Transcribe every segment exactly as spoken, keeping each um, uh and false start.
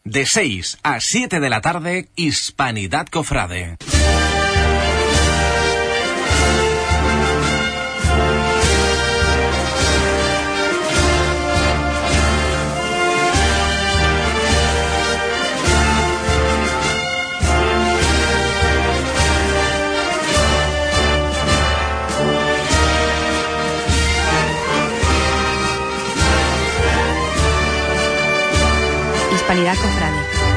De seis a siete de la tarde, Hispanidad Cofrade. Hispanidad Cofrade.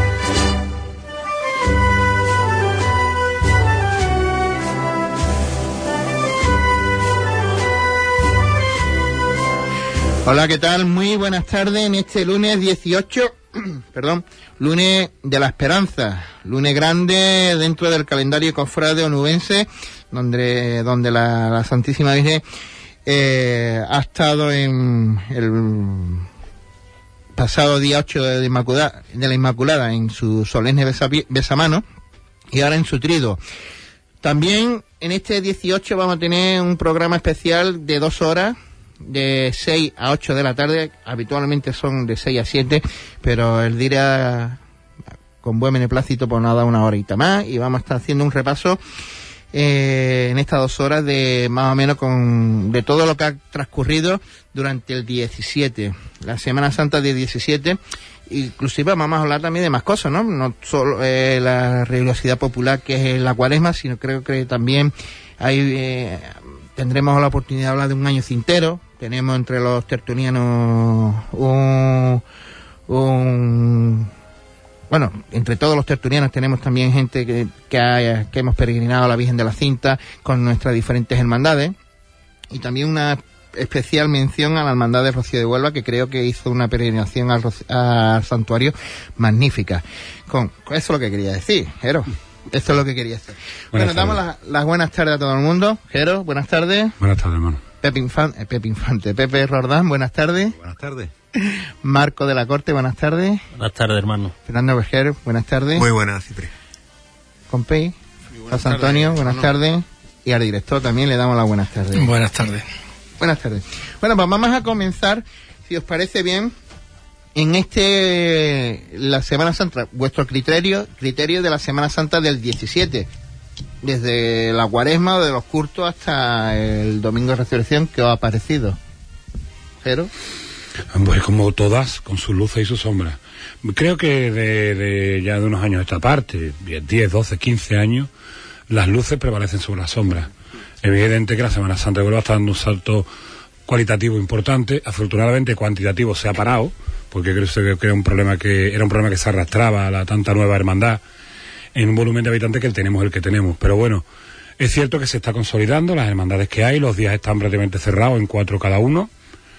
Hola, ¿qué tal? Muy buenas tardes en este lunes dieciocho, perdón, lunes de la Esperanza, lunes grande dentro del calendario cofrade onubense, donde, donde la, la Santísima Virgen eh, ha estado en el pasado día ocho de, Inmaculada, de la Inmaculada en su solemne besa, besamano y ahora en su trido. También en este dieciocho vamos a tener un programa especial de dos horas, de seis a ocho de la tarde. Habitualmente son de seis a siete, pero el día con buen beneplácito pues nos ha dado una horita más y vamos a estar haciendo un repaso eh, en estas dos horas de más o menos con de todo lo que ha transcurrido durante el diecisiete, la Semana Santa del diecisiete. Inclusive vamos a hablar también de más cosas, ¿no? No solo eh, la religiosidad popular que es la Cuaresma, sino creo que también hay eh, tendremos la oportunidad de hablar de un año cintero. Tenemos entre los tertulianos un, un bueno, entre todos los tertulianos tenemos también gente que, que, ha, que hemos peregrinado a la Virgen de la Cinta con nuestras diferentes hermandades, y también una especial mención a la Hermandad de Rocío de Huelva, que creo que hizo una peregrinación al, al santuario magnífica. Con, con eso es lo que quería decir, Jero. Esto es lo que quería hacer. Buenas bueno, tardes. Damos las, las buenas tardes a todo el mundo. Jero, buenas tardes. Buenas tardes, hermano. Pepe Infante, eh, Pepe Infante, Pepe Rordán, buenas tardes. Buenas tardes. Marco de la Corte, buenas tardes. Buenas tardes, hermano. Fernando Berger, buenas tardes. Muy buenas, Cipri. Compey, José Antonio, tardes, buenas tardes. Y al director también le damos las buenas tardes. Buenas tardes. Buenas tardes. Bueno, pues vamos a comenzar, si os parece bien, en este, la Semana Santa, vuestro criterio, criterio de la Semana Santa del diecisiete, desde la Cuaresma, de los cultos hasta el Domingo de Resurrección, ¿qué os ha parecido? ¿Jero? Pues como todas, con sus luces y sus sombras. Creo que de, de ya de unos años a esta parte, diez, doce, quince años, las luces prevalecen sobre las sombras. Es evidente que la Semana Santa de Huelva está dando un salto cualitativo importante. Afortunadamente cuantitativo se ha parado, porque creo que era un problema que era un problema que se arrastraba a la tanta nueva hermandad en un volumen de habitantes que tenemos el que tenemos. Pero bueno, es cierto que se está consolidando las hermandades que hay, los días están prácticamente cerrados en cuatro cada uno,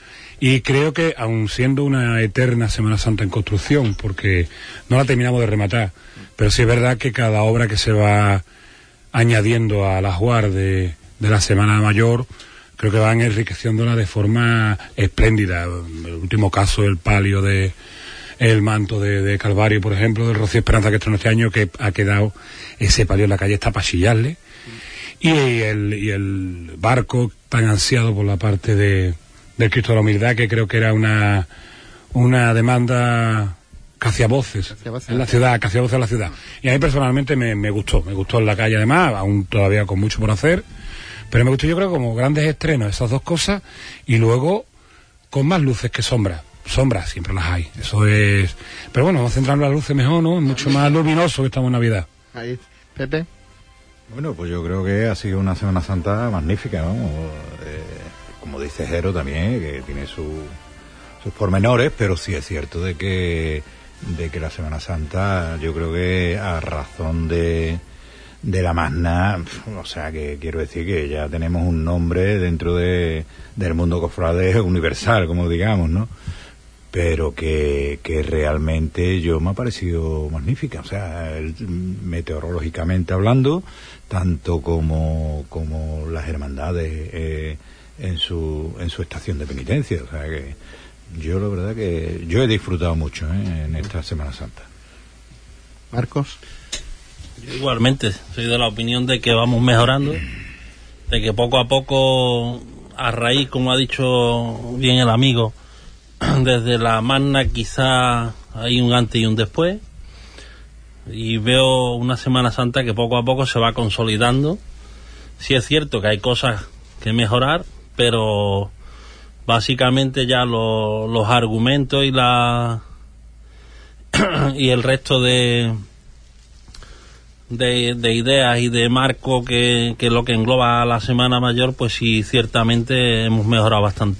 y creo que aun siendo una eterna Semana Santa en construcción, porque no la terminamos de rematar, pero sí es verdad que cada obra que se va añadiendo a la juar de, de la Semana Mayor, creo que van enriqueciéndola de forma espléndida. El último caso, el palio de el manto de, de Calvario, por ejemplo, del Rocío Esperanza que estrenó este año, que ha quedado ese palio en la calle, está para chillarle, y el, y el barco tan ansiado por la parte de del Cristo de la Humildad, que creo que era una una demanda que hacía voces en la ciudad, que hacía voces en la ciudad. Y a mí personalmente me, me gustó, me gustó en la calle además, aún todavía con mucho por hacer, pero me gustó, yo creo, como grandes estrenos esas dos cosas, y luego con más luces que sombras. Sombras siempre las hay, eso es, pero bueno, vamos a centrarnos en las luces mejor, ¿no? Es mucho más luminoso que estamos en Navidad. Ahí, Pepe. Bueno, pues yo creo que ha sido una Semana Santa magnífica, ¿no? Eh, como dice Jero también, que tiene su, sus pormenores, pero sí es cierto de que de que la Semana Santa, yo creo que a razón de de la magna, o sea, que quiero decir que ya tenemos un nombre dentro de del mundo cofrade universal, como digamos, ¿no? Pero que, que realmente yo me ha parecido magnífica, o sea, el, meteorológicamente hablando, tanto como como las hermandades eh, en su en su estación de penitencia, o sea que yo la verdad que yo he disfrutado mucho ¿eh? en esta Semana Santa. Marcos. Yo igualmente soy de la opinión de que vamos mejorando, de que poco a poco, a raíz, como ha dicho bien el amigo, desde la magna quizá hay un antes y un después, y veo una Semana Santa que poco a poco se va consolidando. Sí es cierto que hay cosas que mejorar, pero básicamente ya lo, los argumentos y la y el resto de de, de ideas y de marco que, que lo que engloba la Semana Mayor, pues sí, ciertamente hemos mejorado bastante.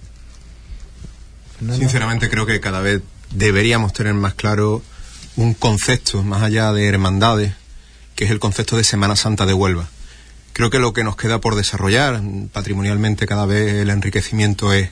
Sinceramente creo que cada vez deberíamos tener más claro un concepto, más allá de hermandades, que es el concepto de Semana Santa de Huelva. Creo que lo que nos queda por desarrollar, patrimonialmente cada vez el enriquecimiento es,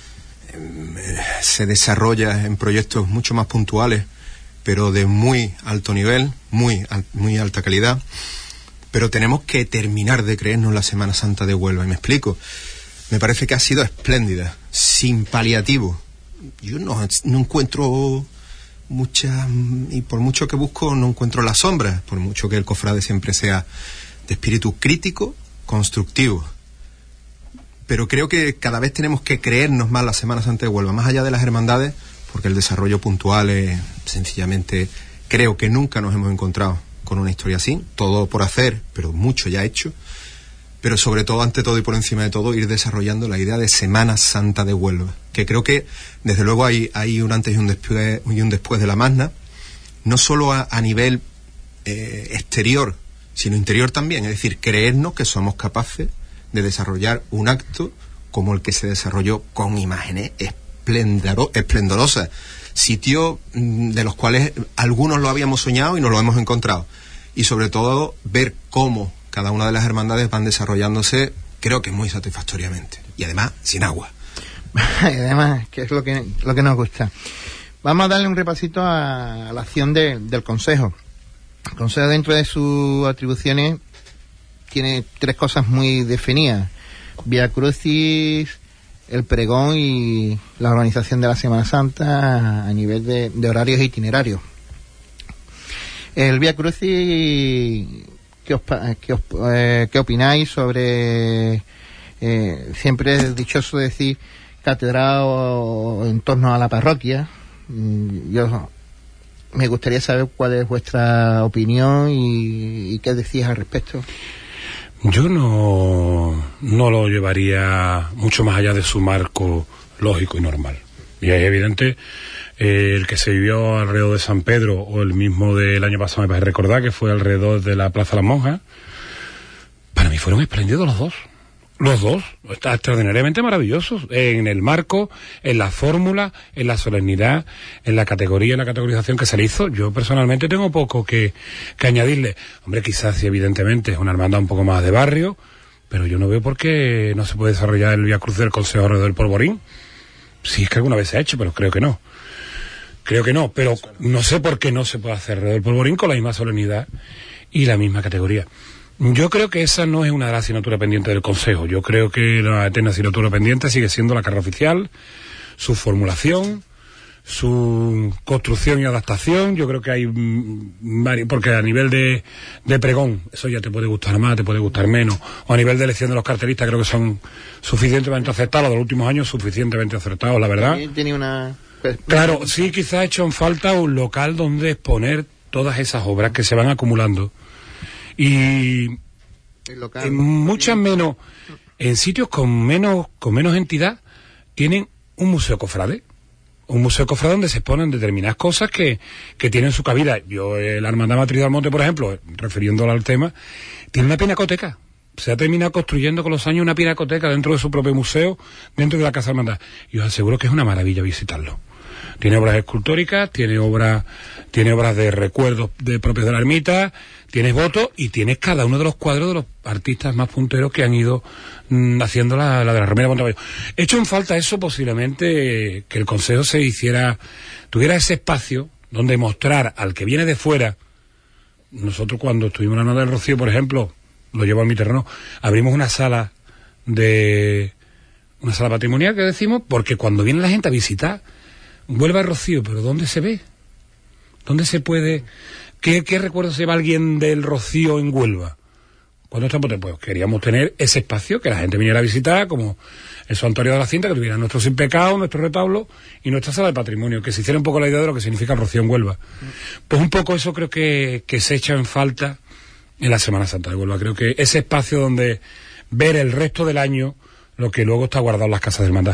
eh, se desarrolla en proyectos mucho más puntuales, pero de muy alto nivel, muy, muy alta calidad. Pero tenemos que terminar de creernos la Semana Santa de Huelva, y me explico. Me parece que ha sido espléndida, sin paliativo. Yo no, no encuentro muchas, y por mucho que busco no encuentro las sombras, por mucho que el cofrade siempre sea de espíritu crítico, constructivo. Pero creo que cada vez tenemos que creernos más la Semana Santa de Huelva, más allá de las hermandades, porque el desarrollo puntual es sencillamente, creo que nunca nos hemos encontrado con una historia así, todo por hacer, pero mucho ya hecho. Pero sobre todo, ante todo y por encima de todo, ir desarrollando la idea de Semana Santa de Huelva, que creo que desde luego hay, hay un antes y un después, y un después de la Magna, no solo a, a nivel eh, exterior, sino interior también. Es decir, creernos que somos capaces de desarrollar un acto como el que se desarrolló, con imágenes esplendoro, esplendorosas, sitios mmm, de los cuales algunos lo habíamos soñado y no lo hemos encontrado, y sobre todo ver cómo cada una de las hermandades van desarrollándose, creo que muy satisfactoriamente, y además sin agua. Además, que es lo que lo que nos gusta. Vamos a darle un repasito a la acción de, del Consejo. El Consejo, dentro de sus atribuciones, tiene tres cosas muy definidas: Vía Crucis, el pregón y la organización de la Semana Santa a nivel de, de horarios e itinerarios. El Vía Crucis, ¿qué, os, qué, os, eh, ¿qué opináis sobre, eh, siempre es dichoso decir catedral o en torno a la parroquia? Yo me gustaría saber cuál es vuestra opinión y, y qué decís al respecto. Yo no, no lo llevaría mucho más allá de su marco lógico y normal. Y es evidente, eh, el que se vivió alrededor de San Pedro, o el mismo del año pasado, me parece recordar, que fue alrededor de la Plaza de las Monjas, para mí fueron espléndidos los dos. Los dos, está extraordinariamente maravillosos, en el marco, en la fórmula, en la solemnidad, en la categoría, en la categorización que se le hizo. Yo personalmente tengo poco que, que añadirle. Hombre, quizás sí, evidentemente es una hermandad un poco más de barrio, pero yo no veo por qué no se puede desarrollar el Vía Cruz del Consejo alrededor del Polvorín. Sí, es que alguna vez se ha hecho, pero creo que no. Creo que no, pero no sé por qué no se puede hacer alrededor del Polvorín con la misma solemnidad y la misma categoría. Yo creo que esa no es una de las asignaturas pendientes del Consejo. Yo creo que la eterna asignatura pendiente sigue siendo la carrera oficial, su formulación, su construcción y adaptación. Yo creo que hay varios, porque a nivel de, de pregón, eso ya te puede gustar más, te puede gustar menos, o a nivel de elección de los cartelistas, creo que son suficientemente acertados, de los últimos años suficientemente acertados, la verdad. Tiene una... Claro, sí, quizás ha hecho en falta un local donde exponer todas esas obras que se van acumulando. Y en muchas menos, en sitios con menos con menos entidad, tienen un museo cofrade. Un museo cofrade donde se exponen determinadas cosas que, que tienen su cabida. Yo, la Hermandad Matriz del Monte, por ejemplo, refiriéndolo al tema, tiene una pinacoteca. Se ha terminado construyendo con los años una pinacoteca dentro de su propio museo, dentro de la Casa Hermandad. Y os aseguro que es una maravilla visitarlo. Tiene obras escultóricas, tiene obras, tiene obras de recuerdos de propios de la ermita, tienes votos y tienes cada uno de los cuadros de los artistas más punteros que han ido mm, haciendo la, la de la Romera Montevallo. He hecho en falta eso, posiblemente, que el Consejo se hiciera, tuviera ese espacio donde mostrar al que viene de fuera. Nosotros, cuando estuvimos en la Hermandad del Rocío, por ejemplo, lo llevo a mi terreno, abrimos una sala de, una sala patrimonial, que decimos, porque cuando viene la gente a visitar, vuelve a Rocío, pero ¿dónde se ve? ¿Dónde se puede...? ¿Qué, qué recuerdo se lleva alguien del Rocío en Huelva? ¿Cuándo estamos? Pues queríamos tener ese espacio, que la gente viniera a visitar, como el Santuario de la Cinta, que tuviera nuestro Sin Pecado, nuestro retablo y nuestra sala de patrimonio, que se hiciera un poco la idea de lo que significa el Rocío en Huelva. Pues un poco eso creo que, que se echa en falta en la Semana Santa de Huelva. Creo que ese espacio donde ver el resto del año lo que luego está guardado en las casas de hermandad.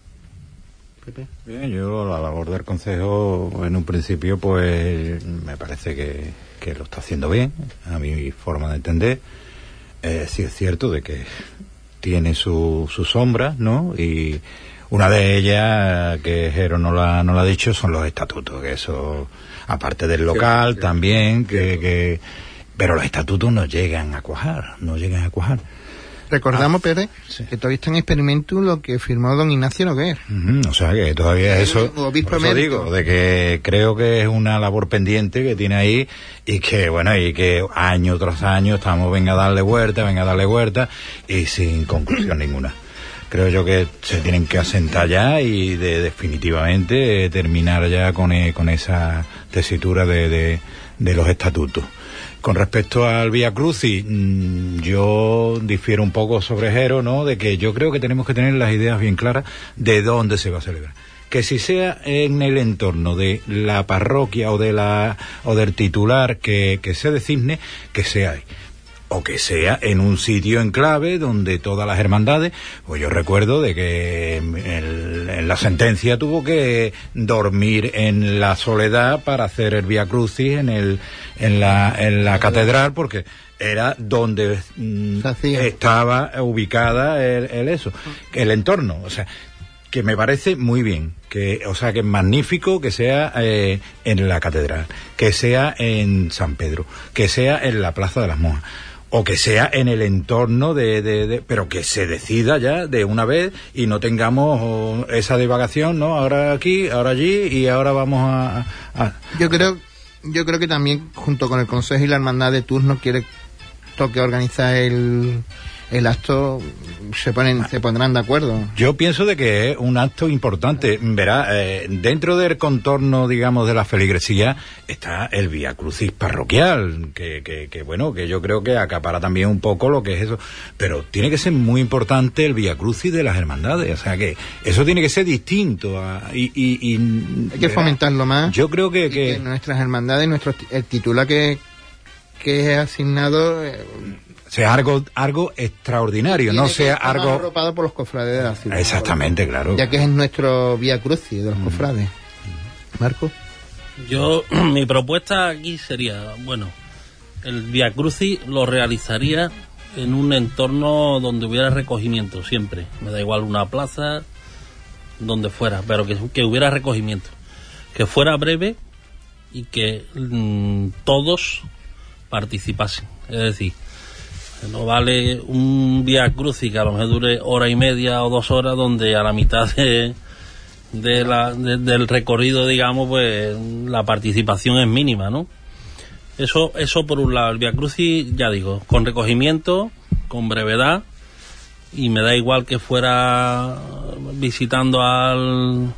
Bien, yo la labor del Concejo en un principio pues me parece que, que lo está haciendo bien, a mi forma de entender. Eh, sí es cierto de que tiene sus su sombras, ¿no? Y una de ellas, que Jero no la, no la ha dicho, son los estatutos, que eso, aparte del local, sí, sí, también, que, sí. que pero los estatutos no llegan a cuajar, no llegan a cuajar. Recordamos, ah, Pérez, sí. que todavía está en experimento lo que firmó don Ignacio Noguer. Uh-huh, o sea que todavía eso, por eso digo, de que creo que es una labor pendiente que tiene ahí y que, bueno, y que año tras año estamos, venga a darle vuelta, venga a darle vuelta y sin conclusión ninguna. Creo yo que se tienen que asentar ya y de, definitivamente eh, terminar ya con, eh, con esa tesitura de, de, de los estatutos. Con respecto al Vía Crucis, mmm, yo difiero un poco sobre Jero, ¿no? De que yo creo que tenemos que tener las ideas bien claras de dónde se va a celebrar. Que si sea en el entorno de la parroquia o de la o del titular que, que se designe, que sea ahí. O que sea en un sitio enclave donde todas las hermandades, pues yo recuerdo de que el, en la sentencia tuvo que dormir en la soledad para hacer el Vía Crucis en el en la en la catedral, porque era donde mm, estaba ubicada el, el eso, el entorno, o sea, que me parece muy bien, que o sea que es magnífico que sea eh, en la catedral, que sea en San Pedro, que sea en la Plaza de las Monjas, o que sea en el entorno de, de, de pero que se decida ya de una vez y no tengamos oh, esa divagación, ¿no? Ahora aquí, ahora allí y ahora vamos a, a... yo creo yo creo que también junto con el Consejo y la Hermandad de turno quiere toque organizar el el acto, se ponen se pondrán de acuerdo. Yo pienso de que es un acto importante. Verá, eh, dentro del contorno, digamos, de la feligresía está el Vía Crucis parroquial, que, que, que bueno, que yo creo que acapara también un poco lo que es eso, pero tiene que ser muy importante el Vía Crucis de las hermandades, o sea que eso tiene que ser distinto a, y, y, y hay que verá, fomentarlo más. Yo creo que, que... que nuestras hermandades, nuestro el titular que que es asignado eh, sea algo algo extraordinario, no sea algo arropado por los cofrades de la ciudad. Exactamente, por, claro. Ya que es nuestro Vía Crucis de los mm. cofrades. Marco. Yo, mi propuesta aquí sería, bueno, el Vía Crucis lo realizaría en un entorno donde hubiera recogimiento siempre. Me da igual una plaza, donde fuera, pero que, que hubiera recogimiento. Que fuera breve y que mmm, todos participasen. Es decir, no vale un Vía Crucis que a lo mejor dure hora y media o dos horas, donde a la mitad de, de la, de, del recorrido, digamos, pues la participación es mínima, ¿no? Eso, eso por un lado. El Vía Crucis, ya digo, con recogimiento, con brevedad, y me da igual que fuera visitando al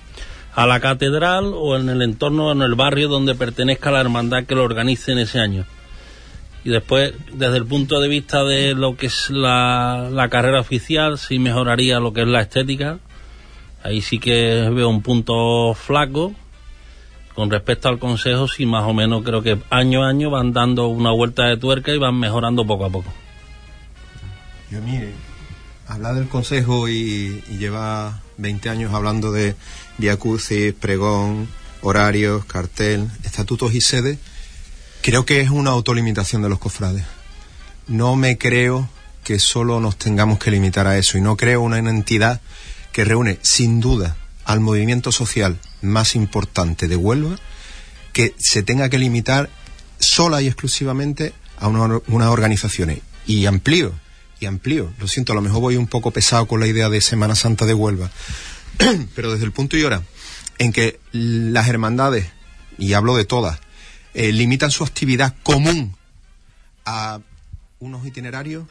a la catedral o en el entorno, en el barrio donde pertenezca la hermandad que lo organice en ese año. Y después, desde el punto de vista de lo que es la, la carrera oficial, sí mejoraría lo que es la estética. Ahí sí que veo un punto flaco. Con respecto al Consejo, sí, más o menos creo que año a año van dando una vuelta de tuerca y van mejorando poco a poco. Yo, mire, hablar del Consejo y, y lleva veinte años hablando de Vía Crucis, pregón, horarios, cartel, estatutos y sede. Creo que es una autolimitación de los cofrades. No me creo que solo nos tengamos que limitar a eso, y no creo una entidad que reúne sin duda al movimiento social más importante de Huelva, que se tenga que limitar sola y exclusivamente a una, unas organizaciones. Y amplío, y amplío, lo siento, a lo mejor voy un poco pesado con la idea de Semana Santa de Huelva, pero desde el punto y hora en que las hermandades, y hablo de todas, Eh, limitan su actividad común a unos itinerarios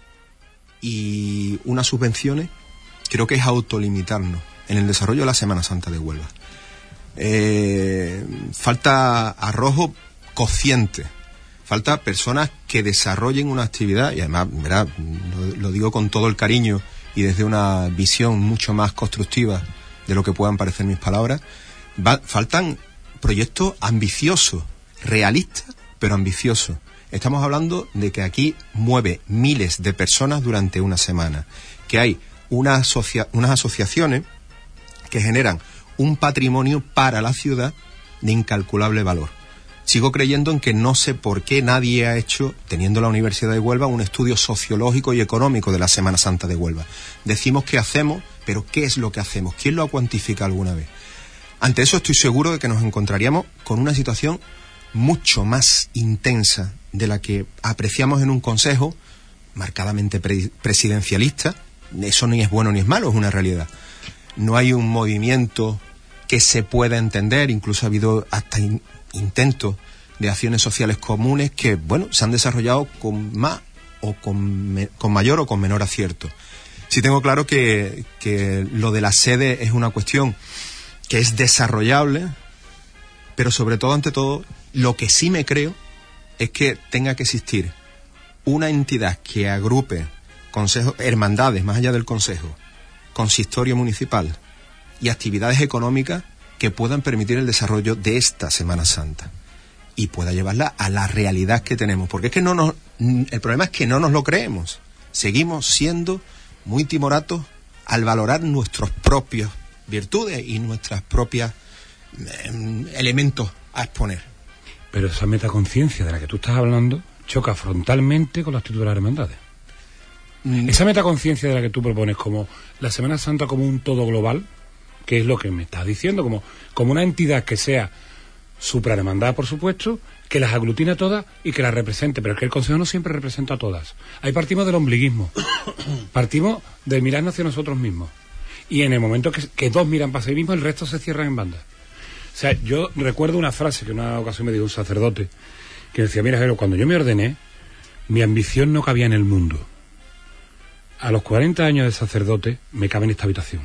y unas subvenciones, creo que es autolimitarnos en el desarrollo de la Semana Santa de Huelva. Eh, falta arrojo consciente, falta personas que desarrollen una actividad, y además, verá, lo, lo digo con todo el cariño y desde una visión mucho más constructiva de lo que puedan parecer mis palabras. Va, faltan proyectos ambiciosos, realistas, pero ambiciosos. Estamos hablando de que aquí mueve miles de personas durante una semana, que hay una asocia- unas asociaciones que generan un patrimonio para la ciudad de incalculable valor. Sigo creyendo en que no sé por qué nadie ha hecho, teniendo la Universidad de Huelva, un estudio sociológico y económico de la Semana Santa de Huelva. Decimos que hacemos, pero ¿qué es lo que hacemos? ¿Quién lo ha cuantificado alguna vez? Ante eso estoy seguro de que nos encontraríamos con una situación mucho más intensa de la que apreciamos en un consejo marcadamente pre- presidencialista. Eso ni es bueno ni es malo, es una realidad. No hay un movimiento que se pueda entender, incluso ha habido hasta in- intentos de acciones sociales comunes que, bueno, se han desarrollado con más o con, me- con mayor o con menor acierto. Sí tengo claro que, que lo de la sede es una cuestión que es desarrollable, pero sobre todo, ante todo, lo que sí me creo es que tenga que existir una entidad que agrupe consejos, hermandades, más allá del consejo, consistorio municipal y actividades económicas que puedan permitir el desarrollo de esta Semana Santa y pueda llevarla a la realidad que tenemos, porque es que no nos, el problema es que no nos lo creemos. Seguimos siendo muy timoratos al valorar nuestras propias virtudes y nuestras propias eh, elementos a exponer. Pero esa metaconciencia de la que tú estás hablando choca frontalmente con la actitud de las hermandades. Mm. Esa metaconciencia de la que tú propones como la Semana Santa como un todo global, que es lo que me estás diciendo, como, como una entidad que sea suprahermandad, por supuesto, que las aglutine a todas y que las represente, pero es que el Consejo no siempre representa a todas. Ahí partimos del ombliguismo, partimos de mirarnos hacia nosotros mismos. Y en el momento que, que dos miran para sí mismos, el resto se cierran en banda. O sea, yo recuerdo una frase que en una ocasión me dijo un sacerdote, que decía, mira, Jero, cuando yo me ordené, mi ambición no cabía en el mundo. A los cuarenta años de sacerdote, me cabe en esta habitación.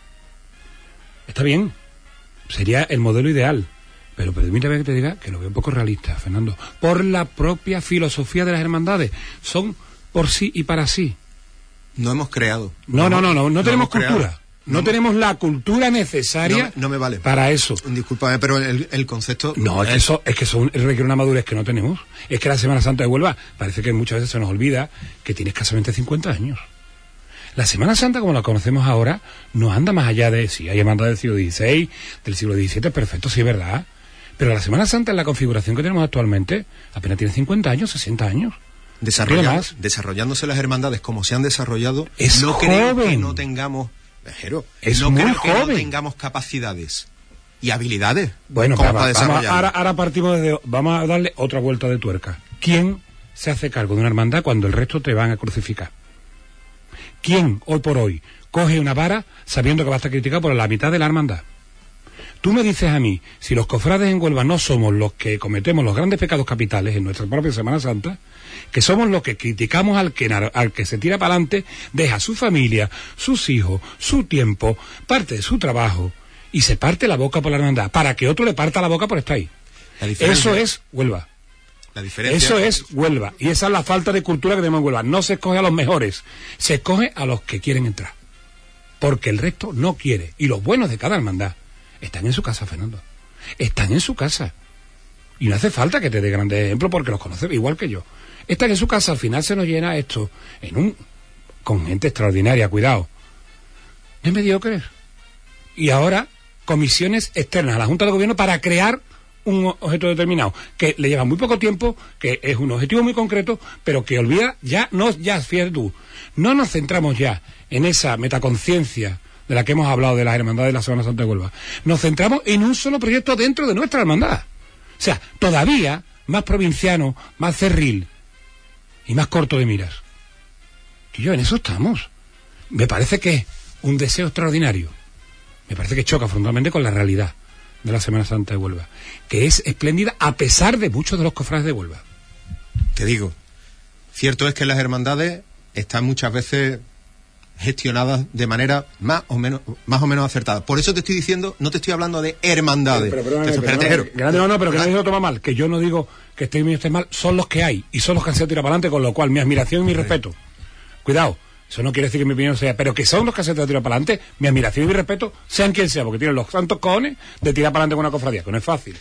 Está bien, sería el modelo ideal, pero permítame que te diga que lo veo un poco realista, Fernando. Por la propia filosofía de las hermandades, son por sí y para sí. No hemos creado. No, no, no, no, no, no tenemos cultura. Creado. No, no tenemos la cultura necesaria no, no me vale. para eso. Discúlpame, pero el, el concepto... No, es que eso, es que eso requiere una madurez que no tenemos. Es que la Semana Santa de Huelva parece que muchas veces se nos olvida que tiene escasamente cincuenta años. La Semana Santa, como la conocemos ahora, no anda más allá de... Sí, hay hermandades del siglo dieciséis, del siglo diecisiete, perfecto, sí es verdad. Pero la Semana Santa, en la configuración que tenemos actualmente, apenas tiene cincuenta años, sesenta años. Desarrollando, desarrollándose las hermandades como se han desarrollado, es no joven. creo que no tengamos... Pero, es no muy creo joven. que no tengamos capacidades y habilidades. Bueno, como vamos, para vamos, ahora, ahora partimos de... Vamos a darle otra vuelta de tuerca. ¿Quién se hace cargo de una hermandad cuando el resto te van a crucificar? ¿Quién, hoy por hoy, coge una vara sabiendo que va a estar criticado por la mitad de la hermandad? Tú me dices a mí, si los cofrades en Huelva no somos los que cometemos los grandes pecados capitales en nuestra propia Semana Santa, que somos los que criticamos al que, al que se tira para adelante, deja su familia, sus hijos, su tiempo, parte de su trabajo, y se parte la boca por la hermandad, para que otro le parta la boca por estar ahí. Eso es Huelva. La diferencia Eso es Huelva. Y esa es la falta de cultura que tenemos en Huelva. No se escoge a los mejores, se escoge a los que quieren entrar. Porque el resto no quiere. Y los buenos de cada hermandad están en su casa, Fernando. Están en su casa. Y no hace falta que te dé grandes ejemplos porque los conoces igual que yo. Están en su casa, al final se nos llena esto en un con gente extraordinaria, cuidado, de mediocres. Y ahora, comisiones externas a la Junta de Gobierno para crear un objeto determinado, que le lleva muy poco tiempo, que es un objetivo muy concreto, pero que olvida, ya, no, ya, fíjate tú, no nos centramos ya en esa metaconciencia de la que hemos hablado de las hermandades de la Semana Santa de Huelva. Nos centramos en un solo proyecto dentro de nuestra hermandad. O sea, todavía más provinciano, más cerril y más corto de miras. Y yo en eso estamos. Me parece que es un deseo extraordinario. Me parece que choca frontalmente con la realidad de la Semana Santa de Huelva, que es espléndida a pesar de muchos de los cofrades de Huelva. Te digo, cierto es que las hermandades están muchas veces gestionadas de manera más o menos más o menos acertada. Por eso te estoy diciendo, no te estoy hablando de hermandades. Pero, pero, pero, pero, pero, pero, no, no, pero que nadie se lo toma mal, que yo no digo que esté bien o esté mal, son los que hay, y son los que han sido tirados para adelante, con lo cual mi admiración y mi respeto. Cuidado, eso no quiere decir que mi opinión sea, pero que son los que han sido tirados para adelante, mi admiración y mi respeto, sean quien sea, porque tienen los santos cojones de tirar para adelante con una cofradía, que no es fácil.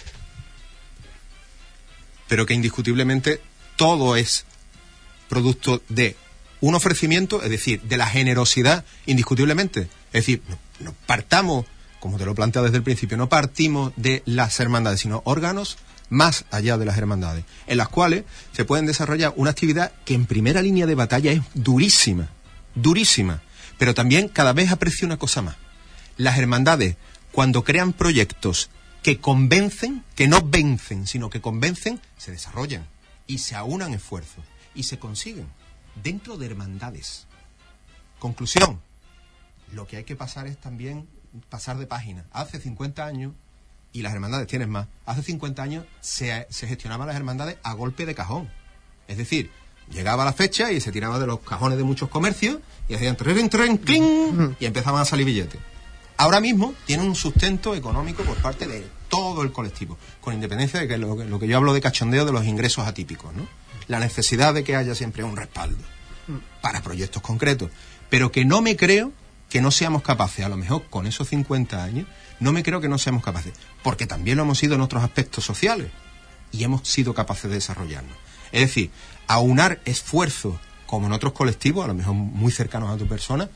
Pero que indiscutiblemente todo es producto de un ofrecimiento, es decir, de la generosidad, indiscutiblemente. Es decir, no, no partamos, como te lo he planteado desde el principio, no partimos de las hermandades, sino órganos más allá de las hermandades, en las cuales se pueden desarrollar una actividad que en primera línea de batalla es durísima, durísima, pero también cada vez aprecio una cosa más. Las hermandades, cuando crean proyectos que convencen, que no vencen, sino que convencen, se desarrollan y se aunan esfuerzos y se consiguen dentro de hermandades. Conclusión, lo que hay que pasar es también pasar de página. Hace cincuenta años, y las hermandades tienen más, hace cincuenta años se, se gestionaban las hermandades a golpe de cajón. Es decir, llegaba la fecha y se tiraba de los cajones de muchos comercios y hacían tren, tren, cling, y empezaban a salir billetes. Ahora mismo tienen un sustento económico por parte de todo el colectivo, con independencia de que lo, lo que yo hablo de cachondeo de los ingresos atípicos, ¿no? La necesidad de que haya siempre un respaldo para proyectos concretos, pero que no me creo que no seamos capaces, a lo mejor con esos cincuenta años, no me creo que no seamos capaces, porque también lo hemos sido en otros aspectos sociales y hemos sido capaces de desarrollarnos. Es decir, aunar esfuerzos como en otros colectivos, a lo mejor muy cercanos a tu persona,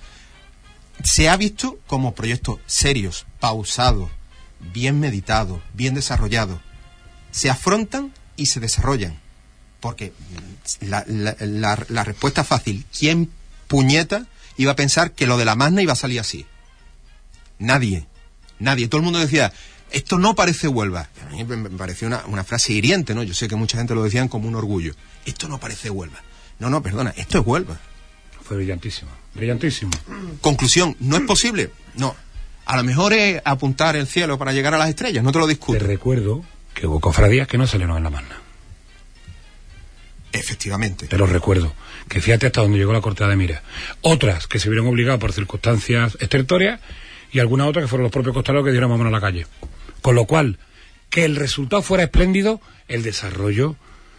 se ha visto como proyectos serios, pausados, bien meditados, bien desarrollados. Se afrontan y se desarrollan. Porque la, la, la, la respuesta fácil, ¿quién puñeta iba a pensar que lo de la Magna iba a salir así? Nadie, nadie. Todo el mundo decía, esto no parece Huelva. A mí me pareció una, una frase hiriente, ¿no? Yo sé que mucha gente lo decían como un orgullo. Esto no parece Huelva. No, no, perdona, esto es Huelva. Fue brillantísimo, brillantísimo. Conclusión, ¿no es posible? No. A lo mejor es apuntar el cielo para llegar a las estrellas, no te lo discuto. Te recuerdo que hubo cofradías que no salieron en la Magna. Efectivamente. Te lo recuerdo. Que fíjate hasta donde llegó la cortada de mira. Otras que se vieron obligadas por circunstancias estertóreas y algunas otras que fueron los propios costaleros que dieron vámonos a la calle. Con lo cual, que el resultado fuera espléndido, el desarrollo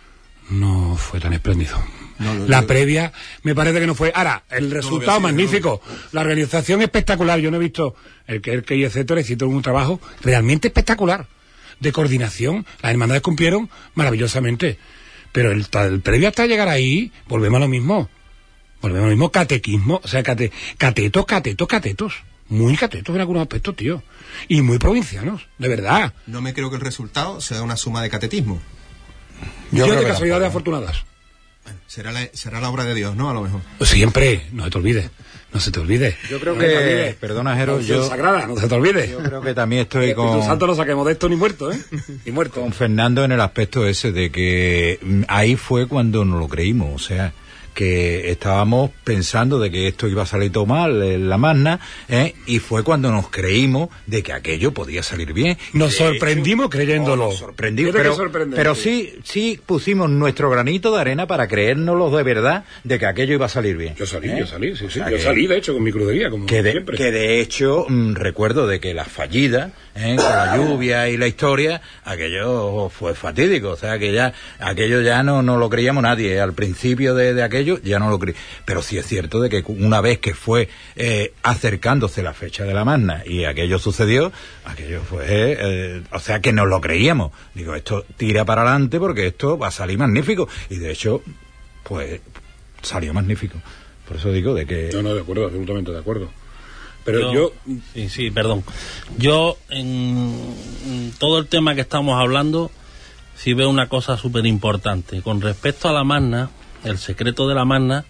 no fue tan espléndido. No, no, la no, previa me parece que no fue. Ahora, el resultado no magnífico, no. La organización espectacular. Yo no he visto el que el que y etcétera, hicieron un trabajo realmente espectacular de coordinación. Las hermandades cumplieron maravillosamente. Pero el, el previo hasta llegar ahí, volvemos a lo mismo. Volvemos a lo mismo, catequismo, o sea, cate, catetos, catetos, catetos. Muy catetos en algunos aspectos, tío. Y muy provincianos, de verdad. No me creo que el resultado sea una suma de catetismo. Yo, Yo de casualidades afortunadas. Bueno, será la, será la obra de Dios, ¿no? A lo mejor. Pues siempre, no se te olvide. No se te olvide. Yo creo no que... Perdona, Jero, no, yo... Sagrada, no se te olvide. Yo creo que también estoy con... Los santos no saquemos de esto ni muerto, ¿eh? Ni muerto. Con Fernando en el aspecto ese de que ahí fue cuando nos lo creímos, o sea... que estábamos pensando de que esto iba a salir todo mal en la Magna, ¿eh? Y fue cuando nos creímos de que aquello podía salir bien. Nos sorprendimos hecho, creyéndolo. Nos sorprendimos, pero, pero sí, sí pusimos nuestro granito de arena para creérnoslo de verdad de que aquello iba a salir bien. Yo salí, ¿eh? yo salí, sí, sí. O sea, yo que, salí, de hecho, con mi crudería, como que de, siempre. Que de hecho, mmm, recuerdo de que la fallida, ¿eh? Con la lluvia y la historia, aquello fue fatídico, o sea, que ya, aquello ya no, no lo creíamos nadie, ¿eh? Al principio de, de aquello ya no lo creíamos. Pero sí es cierto de que una vez que fue eh, acercándose la fecha de la Magna y aquello sucedió, aquello fue, eh, o sea que nos lo creíamos. Digo, esto tira para adelante porque esto va a salir magnífico. Y de hecho, pues salió magnífico. Por eso digo de que... No, no, de acuerdo, absolutamente de acuerdo. Pero yo... yo... Sí, sí, perdón. Yo, en, en todo el tema que estamos hablando, sí veo una cosa súper importante. Con respecto a la Magna, el secreto de la Magna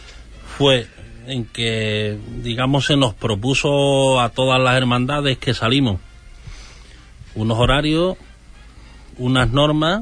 fue en que, digamos, se nos propuso a todas las hermandades que salimos unos horarios, unas normas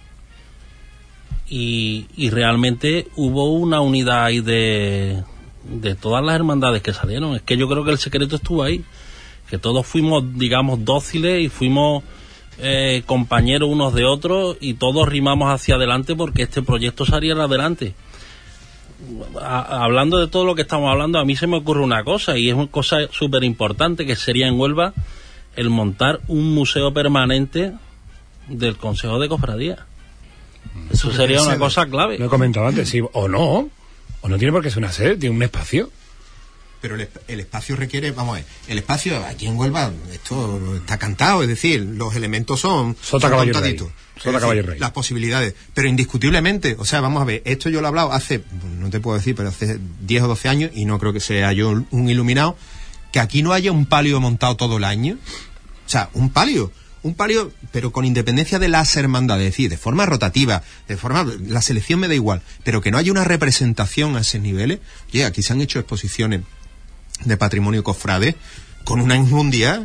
y, y realmente hubo una unidad ahí de, de todas las hermandades que salieron. Es que yo creo que el secreto estuvo ahí, que todos fuimos, digamos, dóciles y fuimos eh, compañeros unos de otros y todos rimamos hacia adelante porque este proyecto saliera adelante. a, hablando de todo lo que estamos hablando, a mí se me ocurre una cosa, y es una cosa súper importante, que sería en Huelva el montar un museo permanente del Consejo de Cofradía. Eso sería una cosa clave. Lo he comentado antes, sí, o no, o no tiene por qué ser una sede, tiene un espacio. Pero el, el espacio requiere, vamos a ver, el espacio aquí en Huelva, esto está cantado, es decir, los elementos son, Sota, son caballo, rey. contaditos. Sota, caballo, rey. Las posibilidades, pero indiscutiblemente, o sea, vamos a ver, esto yo lo he hablado hace, no te puedo decir, pero hace diez o doce años, y no creo que sea yo un iluminado, que aquí no haya un palio montado todo el año. O sea, un palio, un palio, pero con independencia de las hermandades, es decir, de forma rotativa, de forma, la selección me da igual, pero que no haya una representación a esos niveles. Oye, aquí se han hecho exposiciones de patrimonio cofrade con una enjundia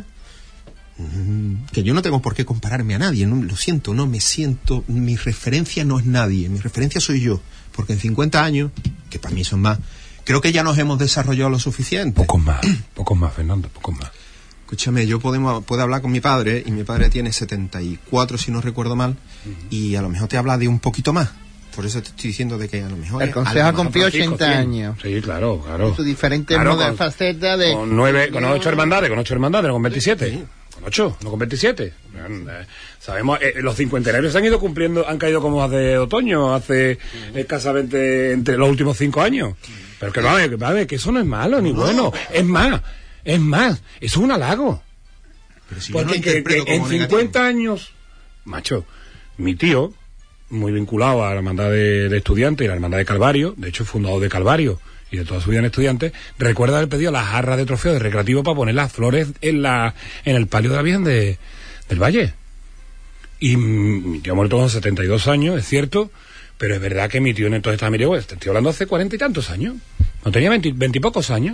que yo no tengo por qué compararme a nadie, no, lo siento, no me siento, mi referencia no es nadie, mi referencia soy yo, porque en cincuenta años, que para mí son más, creo que ya nos hemos desarrollado lo suficiente. Pocos más, pocos más, Fernando, pocos más. Escúchame, yo podemos, puedo hablar con mi padre, y mi padre tiene setenta y cuatro, si no recuerdo mal, uh-huh. y a lo mejor te habla de un poquito más. Por eso te estoy diciendo de que a lo mejor... El Consejo cumplió ochenta años. Sí, claro, claro. Su diferente claro, modo de faceta de... Con nueve, con ocho hermandades, con ocho hermandades, no con veintisiete. Sí. Con ocho, no con veintisiete. Sabemos, eh, los cincuentenarios se han ido cumpliendo, han caído como hace otoño, hace uh-huh. escasamente entre los últimos cinco años. Pero que vale, que vale, que eso no es malo ni no. bueno. Es más, es más, eso es un halago. Pero si porque no que, que en cincuenta años, macho, mi tío, muy vinculado a la hermandad de, de estudiantes y la hermandad de Calvario, de hecho fundador de Calvario y de toda su vida en estudiantes, recuerda haber pedido las jarras de trofeo de recreativo para poner las flores en la en el palio de la Virgen de, del Valle. Y mi tío ha muerto con setenta y dos años, es cierto, pero es verdad que mi tío entonces estaba, mire, pues, te estoy hablando hace cuarenta y tantos años, no tenía veinte, veinte y pocos años.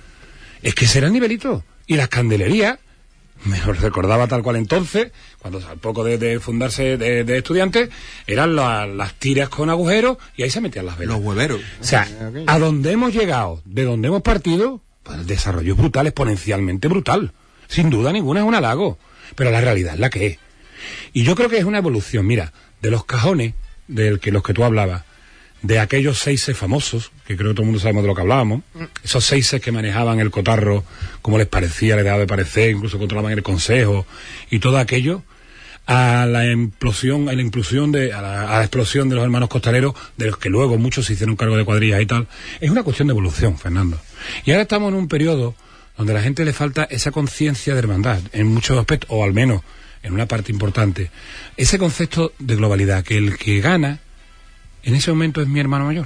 Es que ese era el nivelito. Y las candelerías, me lo recordaba tal cual entonces, cuando al poco de, de fundarse de, de estudiantes, eran la, las tiras con agujeros y ahí se metían las velas. Los hueveros. O sea, a donde hemos llegado, de donde hemos partido, pues el desarrollo es brutal, exponencialmente brutal. Sin duda ninguna, es un halago. Pero la realidad es la que es. Y yo creo que es una evolución, mira, de los cajones, de que, los que tú hablabas, de aquellos seises famosos, que creo que todo el mundo sabemos de lo que hablábamos, esos seises que manejaban el cotarro como les parecía, les daba de parecer, incluso controlaban el consejo y todo aquello, a la implosión, a la implosión de, a la, a la explosión de los hermanos costaleros, de los que luego muchos se hicieron cargo de cuadrillas y tal. Es una cuestión de evolución, Fernando. Y ahora estamos en un periodo donde a la gente le falta esa conciencia de hermandad, en muchos aspectos, o al menos en una parte importante, ese concepto de globalidad, que el que gana en ese momento es mi hermano mayor.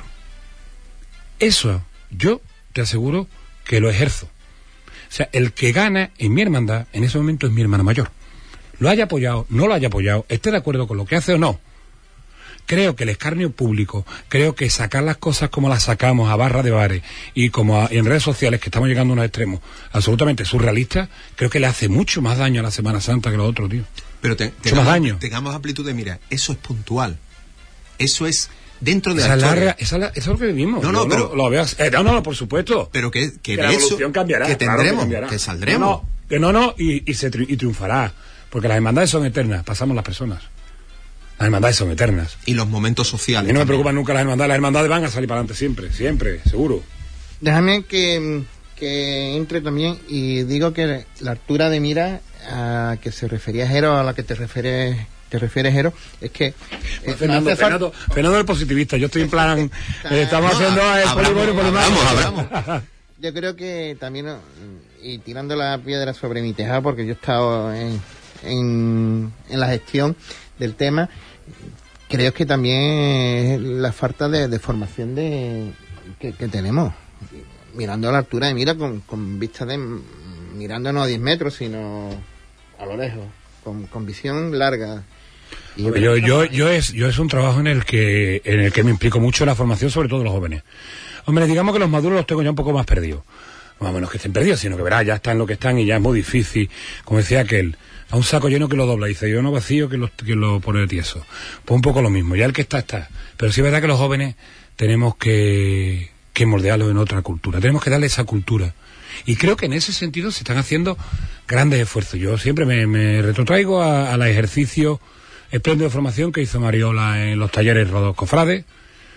Eso yo te aseguro que lo ejerzo. O sea, el que gana en mi hermandad en ese momento es mi hermano mayor. Lo haya apoyado, no lo haya apoyado, esté de acuerdo con lo que hace o no. Creo que el escarnio público, creo que sacar las cosas como las sacamos a barra de bares y como a, y en redes sociales, que estamos llegando a unos extremos absolutamente surrealistas, creo que le hace mucho más daño a la Semana Santa que lo otro, tío. Pero te, mucho más daño. Tengamos amplitud de mira, eso es puntual. Eso es dentro de esa la historia. Larga, esa, la, eso es lo que vivimos. No, no, Yo pero... Lo, lo veo, eh, no, no, por supuesto. Pero que, que, que de la eso... evolución cambiará. Que tendremos, claro que, cambiará. que saldremos. No, no, que no, no, y, y, se tri, y triunfará. Porque las hermandades son eternas, pasamos las personas. Las hermandades son eternas. Y los momentos sociales. Y no me preocupan nunca las hermandades. Las hermandades van a salir para adelante siempre, siempre, seguro. Déjame que, que entre también y digo que la altura de mira a que se refería Jero, a la que te refieres... te refieres, Jero, es que... Pues eh, Fernando, Fernando, Fernando es el positivista, yo estoy en plan... eh, estamos no, haciendo el poligono por Vamos, hablamos. Yo creo que también, y tirando la piedra sobre mi tejado, porque yo he estado en, en, en la gestión del tema, creo que también es la falta de, de formación de que, que tenemos, mirando a la altura de mira, con, con vista de... mirando no a diez metros, sino a lo lejos, con, con visión larga. Y yo, yo, yo, es, yo es un trabajo en el que en el que me implico mucho en la formación, sobre todo de los jóvenes. Hombre, digamos que los maduros los tengo ya un poco más perdidos. No menos que estén perdidos, sino que verá, ya están lo que están y ya es muy difícil. Como decía aquel, a un saco lleno que lo dobla, dice, yo no vacío que lo, que lo pone tieso. Pues un poco lo mismo, ya el que está, está. Pero sí es verdad que los jóvenes tenemos que, que moldearlos en otra cultura, tenemos que darle esa cultura. Y creo que en ese sentido se están haciendo grandes esfuerzos. Yo siempre me, me retrotraigo a, al ejercicio espléndido de formación que hizo Mariola en los talleres Rodos Cofrades,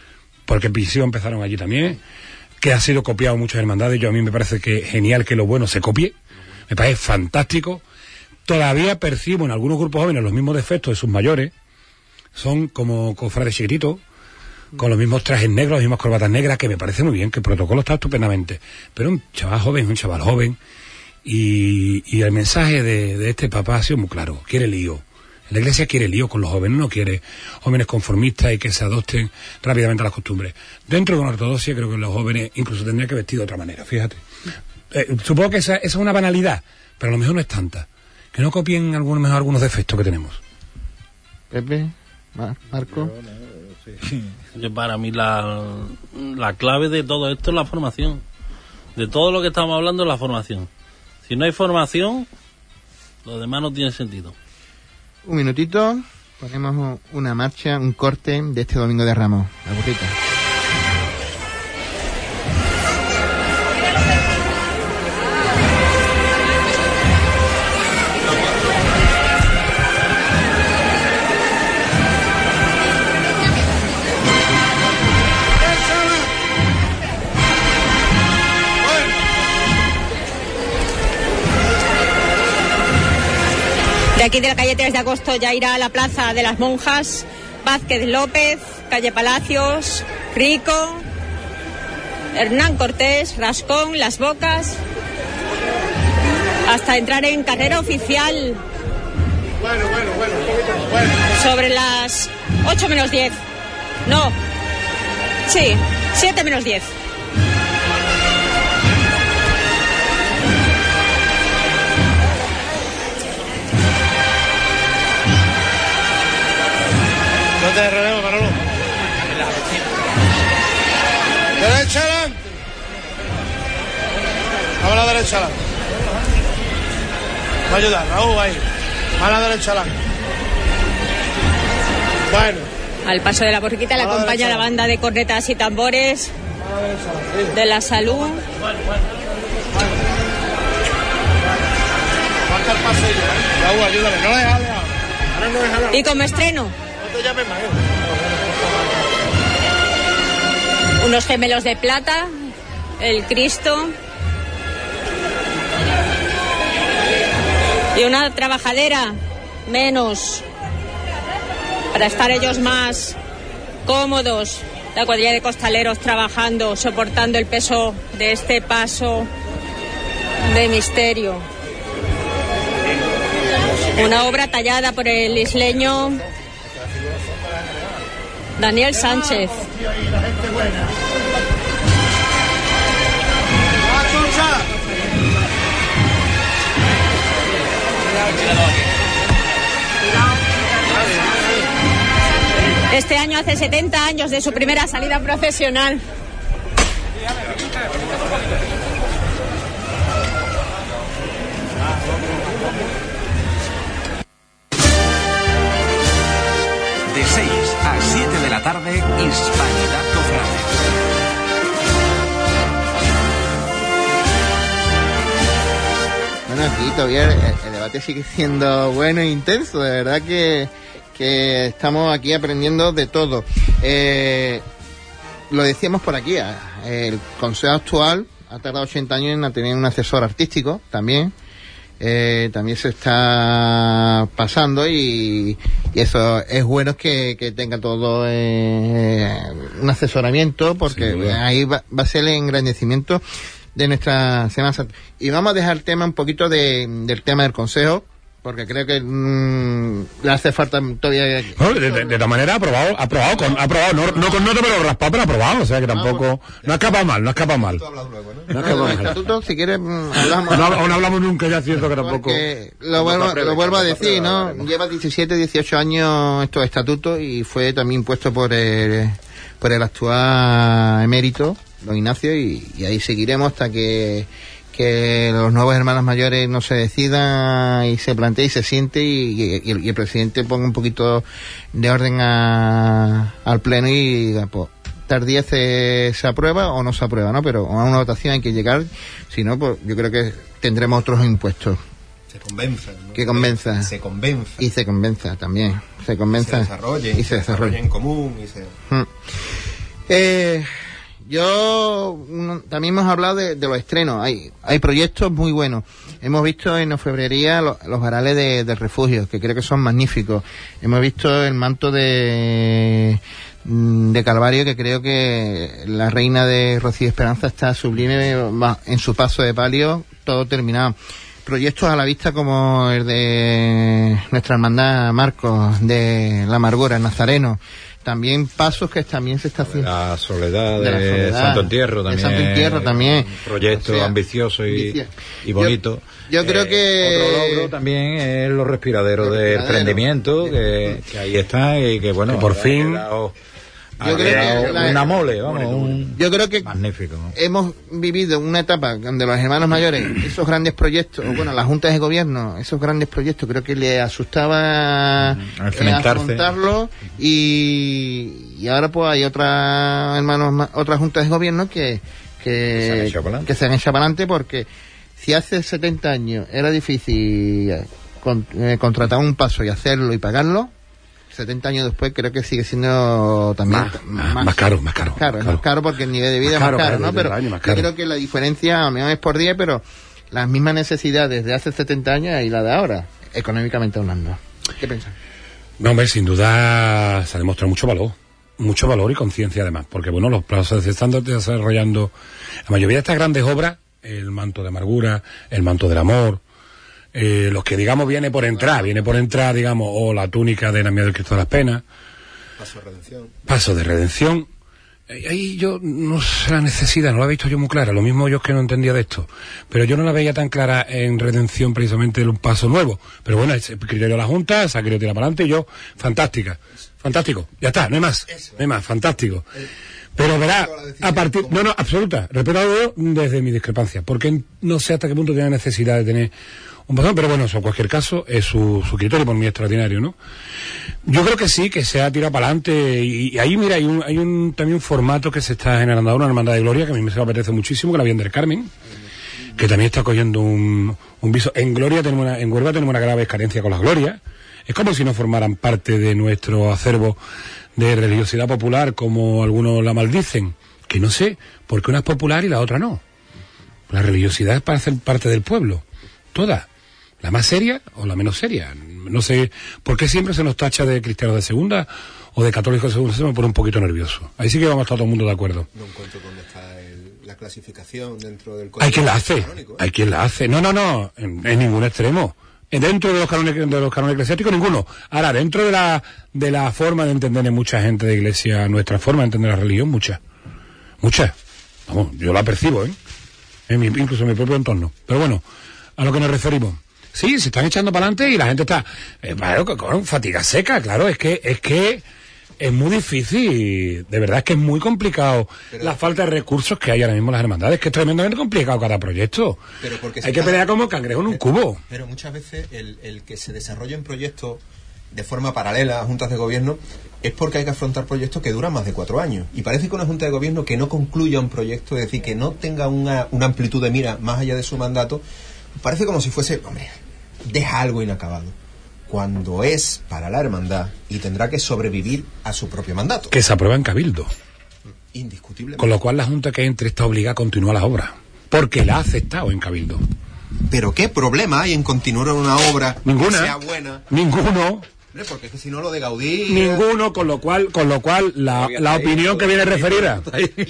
porque en principio empezaron allí también, que ha sido copiado en muchas hermandades. Yo a mí me parece que genial que lo bueno se copie, me parece fantástico. Todavía percibo en algunos grupos jóvenes los mismos defectos de sus mayores, son como cofrades chiquititos, con los mismos trajes negros, las mismas corbatas negras, que me parece muy bien, que el protocolo está estupendamente, pero un chaval joven, un chaval joven, y, y el mensaje de, de este papá ha sido muy claro: quiere lío. La Iglesia quiere lío con los jóvenes, no quiere jóvenes conformistas y que se adopten rápidamente a las costumbres. Dentro de una ortodoxia creo que los jóvenes incluso tendrían que vestir de otra manera, fíjate. Eh, supongo que esa, esa es una banalidad, pero a lo mejor no es tanta. Que no copien algunos, mejor algunos defectos que tenemos. Pepe, Mar Marco. Yo, para mí la, la clave de todo esto es la formación. De todo lo que estamos hablando es la formación. Si no hay formación, lo demás no tiene sentido. Un minutito, ponemos una marcha, un corte de este Domingo de Ramos. La burrita. De aquí de la calle tres de agosto ya irá a la Plaza de las Monjas, Vázquez López, calle Palacios, Rico, Hernán Cortés, Rascón, Las Bocas, hasta entrar en carrera oficial. Bueno, bueno, bueno, bueno. Sobre las ocho menos diez. No. Sí, siete menos diez. No te relevo, Manolo. Derecha adelante. Vamos a la derecha adelante. Va a ayudar, Raúl, ahí. Va a la derecha adelante. Bueno. Al paso de la borriquita le acompaña la banda de cornetas y tambores de la salud. Falta el pasillo, ¿eh? Raúl, ayúdale. No le dejes ahora no dejes nada. Y como estreno, No te llames Mario. unos gemelos de plata, el Cristo y una trabajadera menos, para estar ellos más cómodos. La cuadrilla de costaleros trabajando, soportando el peso de este paso de misterio. Una obra tallada por el isleño Daniel Sánchez. Este año hace setenta años de su primera salida profesional. De seis a siete de la tarde, Hispanidad Cofrade. Bueno, aquí todavía el, el debate sigue siendo bueno e intenso. De verdad que, que estamos aquí aprendiendo de todo. Eh, lo decíamos por aquí, el Consejo actual ha tardado ochenta años en tener un asesor artístico también. Eh, también se está pasando y, y eso es bueno que, que tenga todo eh, un asesoramiento, porque sí, ahí va, va a ser el engrandecimiento de nuestra Semana Santa. Y vamos a dejar el tema un poquito de, del tema del Consejo, porque creo que mmm, le hace falta todavía... No, de, de, de todas maneras, aprobado, aprobado, con, aprobado, no, no con nota pero raspado, pero aprobado, o sea que tampoco... No ha escapado mal, no ha escapado mal. No ha escapado mal. Estatuto, si quieres, hablamos... No, no hablamos nunca, ya es cierto que tampoco... Lo vuelvo, lo vuelvo a decir, ¿no? Lleva diecisiete, dieciocho años estos estatutos y fue también impuesto por el, por el actual emérito, don Ignacio, y, y ahí seguiremos hasta que... que los nuevos hermanos mayores no se decidan y se plantee y se siente y, y, y el presidente ponga un poquito de orden a, al pleno y diga, pues, tardía se, se aprueba o no se aprueba, ¿no? Pero a una votación hay que llegar, si no, pues yo creo que tendremos otros impuestos. Se convenza, ¿no? Que convenza. Se convenza. Y se convenza también. Se convenza. Y se desarrolle. Y se desarrolle. en común. Y se... Hmm. Eh, yo no, también hemos hablado de, de los estrenos. Hay hay proyectos muy buenos. Hemos visto en orfebrería los, los varales de, de refugio, que creo que son magníficos. Hemos visto el manto de de Calvario, que creo que la reina de Rocío Esperanza está sublime en su paso de palio, todo terminado. Proyectos a la vista como el de nuestra hermandad Marcos, de la Amargura, el Nazareno. También pasos que también se está haciendo. La soledad de, de la soledad, Santo Entierro también. De Santo Entierro también. Un proyecto o sea, ambicioso y, y bonito. Yo, yo creo eh, que... Otro logro también es los respiraderos los de respiraderos. emprendimiento, que, que ahí están y que bueno, que por ha fin... quedado, Yo ha creo quedado que la, una mole, vamos. Un, yo creo que magnífico, ¿no? Hemos vivido una etapa donde los hermanos mayores, esos grandes proyectos, o bueno, las juntas de gobierno, esos grandes proyectos, creo que les asustaba mm, eh, afrontarlo y, y ahora pues hay otras hermanos, otras juntas de gobierno que que, que se han echado para adelante, porque si hace setenta años era difícil con, eh, contratar un paso y hacerlo y pagarlo, setenta años después creo que sigue siendo también más, más, más caro, más caro. Más caro, claro. más caro porque el nivel de vida es más caro, más caro ¿no? Pero año, más caro. Yo creo que la diferencia a lo mejor es por diez, pero las mismas necesidades de hace setenta años y la de ahora, económicamente hablando. ¿Qué piensas? No, hombre, sin duda se ha demostrado mucho valor. Mucho valor y conciencia además, porque bueno, los plazos se están desarrollando la mayoría de estas grandes obras, el manto de amargura, el manto del amor, eh, los que digamos viene por entrar, viene por entrar, digamos, o la túnica de Namián del Cristo de las Penas, paso de redención, paso de redención. Ahí yo no sé la necesidad, no la he visto yo muy clara, lo mismo yo es que no entendía de esto, pero yo no la veía tan clara en redención precisamente un paso nuevo, pero bueno, es el criterio de la Junta, se ha querido tirar para adelante y yo, fantástica, fantástico, ya está, no hay más, no hay más, fantástico. Pero verá, a partir, no, no, absoluta, respetado desde mi discrepancia, porque no sé hasta qué punto tiene necesidad de tener un pasón, pero bueno, eso en cualquier caso es su, su criterio, por mí extraordinario, ¿no? Yo creo que sí, que se ha tirado para adelante, y, y ahí, mira, hay un, hay un también un formato que se está generando ahora, una hermandad de gloria, que a mí me apetece muchísimo, que la Virgen del Carmen, que también está cogiendo un, un viso. En Gloria tenemos una, en Huelva tenemos una grave carencia con las glorias, es como si no formaran parte de nuestro acervo de religiosidad popular, como algunos la maldicen, que no sé, porque una es popular y la otra no. La religiosidad es para hacer parte del pueblo, toda. La más seria o la menos seria. No sé por qué siempre se nos tacha de cristianos de segunda o de católicos de segunda. Se me pone un poquito nervioso. Ahí sí que vamos a estar todo el mundo de acuerdo. No encuentro dónde está el, la clasificación dentro del código. Hay quien la hace. Canónico, ¿eh? Hay quien la hace. No, no, no. En, en ningún extremo. Dentro de los cánones de los cánones eclesiásticos, ninguno. Ahora, dentro de la de la forma de entender de mucha gente de iglesia, nuestra forma de entender la religión, muchas. Muchas. Vamos, yo la percibo, ¿eh? En mi, incluso en mi propio entorno. Pero bueno, a lo que nos referimos. Sí, se están echando para adelante y la gente está, eh, claro, con fatiga seca, claro, es que, es que es muy difícil, de verdad es que es muy complicado pero, la falta de recursos que hay ahora mismo en las hermandades, que es tremendamente complicado cada proyecto. Pero porque hay que pelear como cangrejo en un pero, cubo. Pero muchas veces el, el que se desarrollen proyectos de forma paralela a juntas de gobierno es porque hay que afrontar proyectos que duran más de cuatro años. Y parece que una junta de gobierno que no concluya un proyecto, es decir, que no tenga una, una amplitud de mira más allá de su mandato, parece como si fuese, hombre, deja algo inacabado, cuando es para la hermandad y tendrá que sobrevivir a su propio mandato. Que se aprueba en Cabildo. Indiscutiblemente. Con lo cual la Junta que entre está obligada a continuar la obra, porque la ha aceptado en Cabildo. ¿Pero qué problema hay en continuar una obra Ninguna, que sea buena? Ninguno. Porque es que si no lo de Gaudí... Ninguno, con lo cual, con lo cual la, la opinión que viene referida,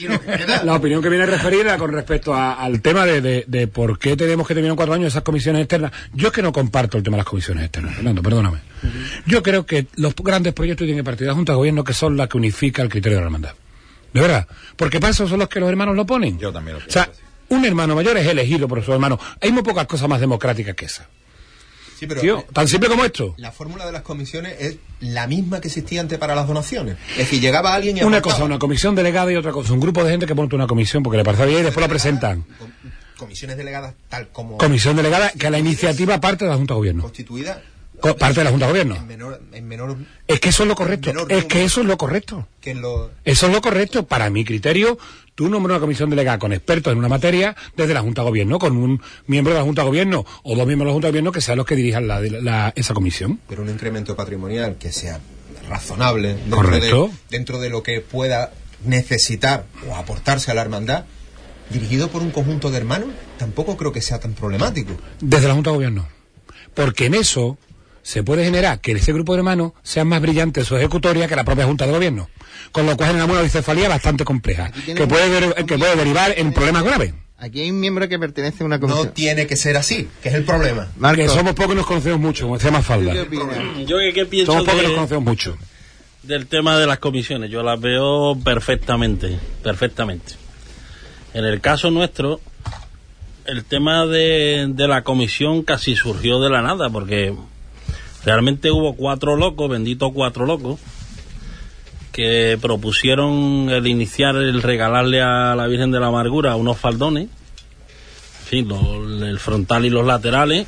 la opinión que viene referida con respecto a, al tema de, de, de por qué tenemos que terminar en cuatro años esas comisiones externas, yo es que no comparto el tema de las comisiones externas, Fernando, perdóname. Uh-huh. Yo creo que los grandes proyectos tienen que partir de la Junta de Gobierno, que son las que unifican el criterio de la hermandad. De verdad, porque para eso son los que los hermanos lo ponen. Yo también lo pienso. O sea, un hermano mayor es elegido por su hermano. Hay muy pocas cosas más democráticas que esa. Sí, pero Tío, tan simple como esto. La fórmula de las comisiones es la misma que existía antes para las donaciones. Es decir, llegaba alguien y una aportaba. cosa, una comisión delegada, y otra cosa, un grupo de gente que monta una comisión porque le parece bien y después la presentan. Comisiones delegadas tal como... Comisión delegada, que la iniciativa parte de la Junta de Gobierno. Constituida... Co- parte de la Junta de Gobierno. En menor, en menor, es que eso es lo correcto. Es que eso es lo correcto. Que lo... Eso es lo correcto. Para mi criterio, tú nombras una comisión delegada con expertos en una materia desde la Junta de Gobierno, con un miembro de la Junta de Gobierno o dos miembros de la Junta de Gobierno que sean los que dirijan la, la, esa comisión. Pero un incremento patrimonial que sea razonable dentro, correcto. De, dentro de lo que pueda necesitar o aportarse a la hermandad, dirigido por un conjunto de hermanos, tampoco creo que sea tan problemático. Desde la Junta de Gobierno. Porque en eso se puede generar que ese grupo de hermanos sea más brillante en su ejecutoria que la propia Junta de Gobierno. Con lo cual generamos una bicefalía bastante compleja, que puede, der, que puede derivar en problemas graves. Aquí hay un miembro que pertenece a una comisión. No tiene que ser así, que es el problema. Marco, que somos pocos y nos conocemos mucho, como decía Mafalda. Yo que, que pienso Somos pocos y de, nos conocemos mucho. del tema de las comisiones, yo las veo perfectamente, perfectamente. En el caso nuestro, el tema de, de la comisión casi surgió de la nada, porque realmente hubo cuatro locos, benditos cuatro locos, que propusieron el iniciar, el regalarle a la Virgen de la Amargura unos faldones, en fin, los, el frontal y los laterales,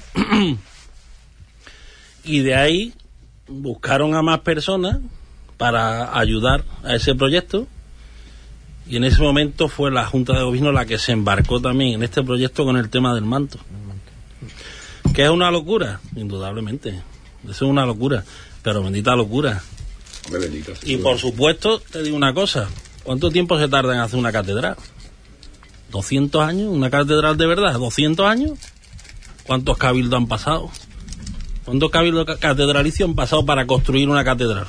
y de ahí buscaron a más personas para ayudar a ese proyecto, y en ese momento fue la Junta de Gobierno la que se embarcó también en este proyecto con el tema del manto, que es una locura, indudablemente, eso es una locura, pero bendita locura. Bendito, y por supuesto, te digo una cosa, ¿cuánto tiempo se tarda en hacer una catedral? ¿doscientos años? ¿Una catedral de verdad? ¿doscientos años? ¿Cuántos cabildos han pasado? ¿Cuántos cabildos catedralicios han pasado para construir una catedral?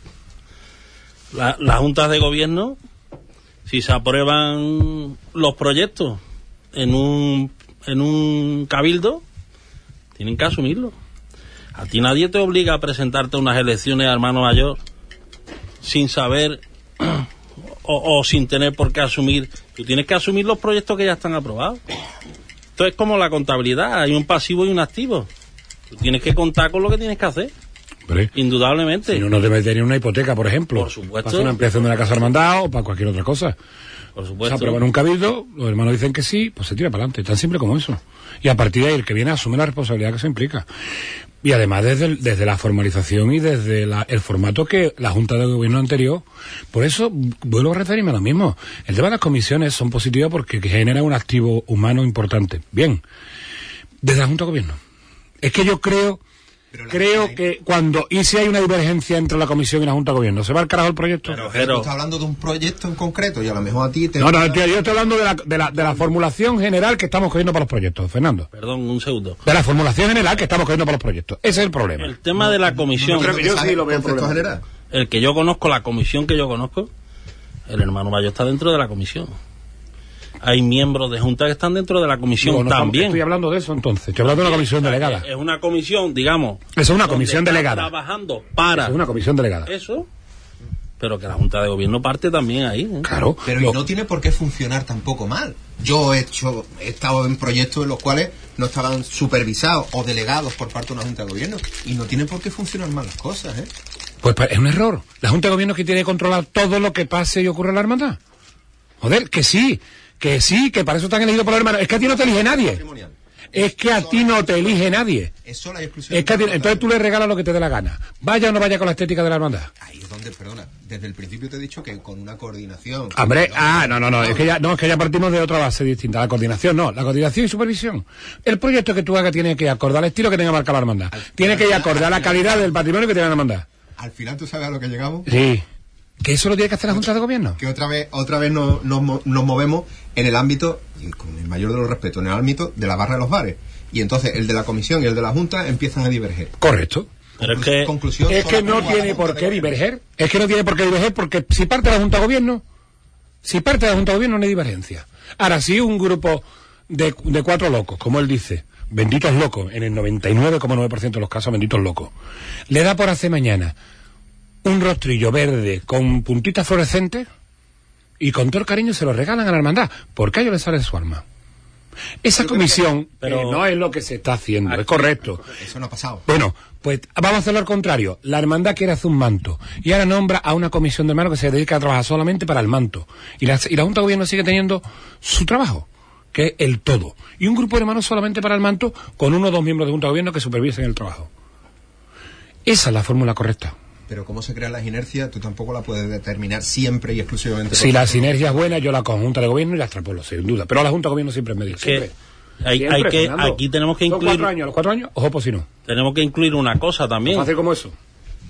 La, las juntas de gobierno, si se aprueban los proyectos en un, en un cabildo, tienen que asumirlo. A ti nadie te obliga a presentarte a unas elecciones, hermano mayor, sin saber o, o sin tener por qué asumir. Tú tienes que asumir los proyectos que ya están aprobados. Esto es como la contabilidad, hay un pasivo y un activo. Tú tienes que contar con lo que tienes que hacer. Hombre, indudablemente. Si no, no te metería en una hipoteca, por ejemplo. Por supuesto. Para hacer una ampliación de la casa hermandad o para cualquier otra cosa. Por supuesto. Se aprueba en un cabildo, los hermanos dicen que sí, pues se tira para adelante, tan simple como eso. Y a partir de ahí el que viene asume la responsabilidad que eso implica. Y además desde, el, desde la formalización y desde la, el formato que la Junta de Gobierno anterior. Por eso vuelvo a referirme a lo mismo. El tema de las comisiones son positivas porque generan un activo humano importante. Bien, desde la Junta de Gobierno. Es que yo creo... Creo que cuando, y si hay una divergencia entre la comisión y la Junta de Gobierno, ¿se va al carajo el proyecto? Pero, pero tú estás hablando de un proyecto en concreto y a lo mejor a ti te... No, no, tío, yo estoy hablando de la, de, la, de la formulación general que estamos cogiendo para los proyectos, Fernando. Perdón, un segundo. De la formulación general que estamos cogiendo para los proyectos. Ese es el problema. El tema de la comisión... No, no, no, yo sí lo veo en problema general. El que yo conozco, la comisión que yo conozco, el hermano mayor está dentro de la comisión. Hay miembros de junta que están dentro de la comisión no, no, también. Estoy hablando de eso entonces. Estoy hablando de una comisión delegada. Es una comisión, digamos. Eso es una comisión delegada. Trabajando para. Eso es una comisión delegada. Eso. Pero que la Junta de Gobierno parte también ahí. ¿eh? Claro. Pero lo... y no tiene por qué funcionar tampoco mal. Yo he hecho, he estado en proyectos en los cuales no estaban supervisados o delegados por parte de una Junta de Gobierno y no tiene por qué funcionar mal las cosas, ¿eh? Pues es un error. La Junta de Gobierno es que tiene que controlar todo lo que pase y ocurre en la hermandad. Joder, que sí. Que sí, que para eso están elegidos por los hermanos. Es que a ti no te elige nadie. Es que a ti no te elige nadie. Es sola y exclusiva. Es que a ti, entonces tú le regalas lo que te dé la gana. Vaya o no vaya con la estética de la hermandad. Ahí es donde, perdona, desde el principio te he dicho que con una coordinación. Hombre, ah, no, no, no, es que ya, no, es que ya partimos de otra base distinta. La coordinación no, la coordinación y supervisión. El proyecto que tú hagas tiene que acordar el estilo que tenga marcada la hermandad. Tiene que acordar la calidad del patrimonio que tiene la hermandad. Al final, ¿tú sabes a lo que llegamos? Sí. Que eso lo tiene que hacer la Junta de Gobierno. Que otra vez, otra vez nos, nos, nos movemos en el ámbito, y con el mayor de los respetos, en el ámbito de la barra de los bares. Y entonces el de la comisión y el de la Junta empiezan a diverger. Correcto. Pero es que, conclusión, es que no tiene por qué diverger. Es que no tiene por qué diverger porque si parte de la Junta de Gobierno, si parte de la Junta de Gobierno no hay divergencia. Ahora, si un grupo de, de cuatro locos, como él dice, benditos locos, en el noventa y nueve coma nueve por ciento de los casos, benditos locos, le da por hacer mañana un rostrillo verde con puntitas fluorescentes y con todo el cariño se lo regalan a la hermandad, porque a ellos les sale su alma. Esa comisión, pero eh, no es lo que se está haciendo, aquí, es correcto. Eso no ha pasado. Bueno, pues vamos a hacerlo al contrario. La hermandad quiere hacer un manto y ahora nombra a una comisión de hermanos que se dedica a trabajar solamente para el manto. Y la, y la Junta de Gobierno sigue teniendo su trabajo, que es el todo. Y un grupo de hermanos solamente para el manto con uno o dos miembros de Junta de Gobierno que supervisen el trabajo. Esa es la fórmula correcta. Pero cómo se crean las inercias, tú tampoco la puedes determinar siempre y exclusivamente. Si la sinergia es buena, yo la con Junta de Gobierno y la extrapolo, sin duda. Pero la Junta de Gobierno siempre me dice. Siempre, hay, siempre, hay que, Fernando, aquí tenemos que incluir. Cuatro años, los cuatro años, ojo, pues si no. Tenemos que incluir una cosa también. Fácil como eso.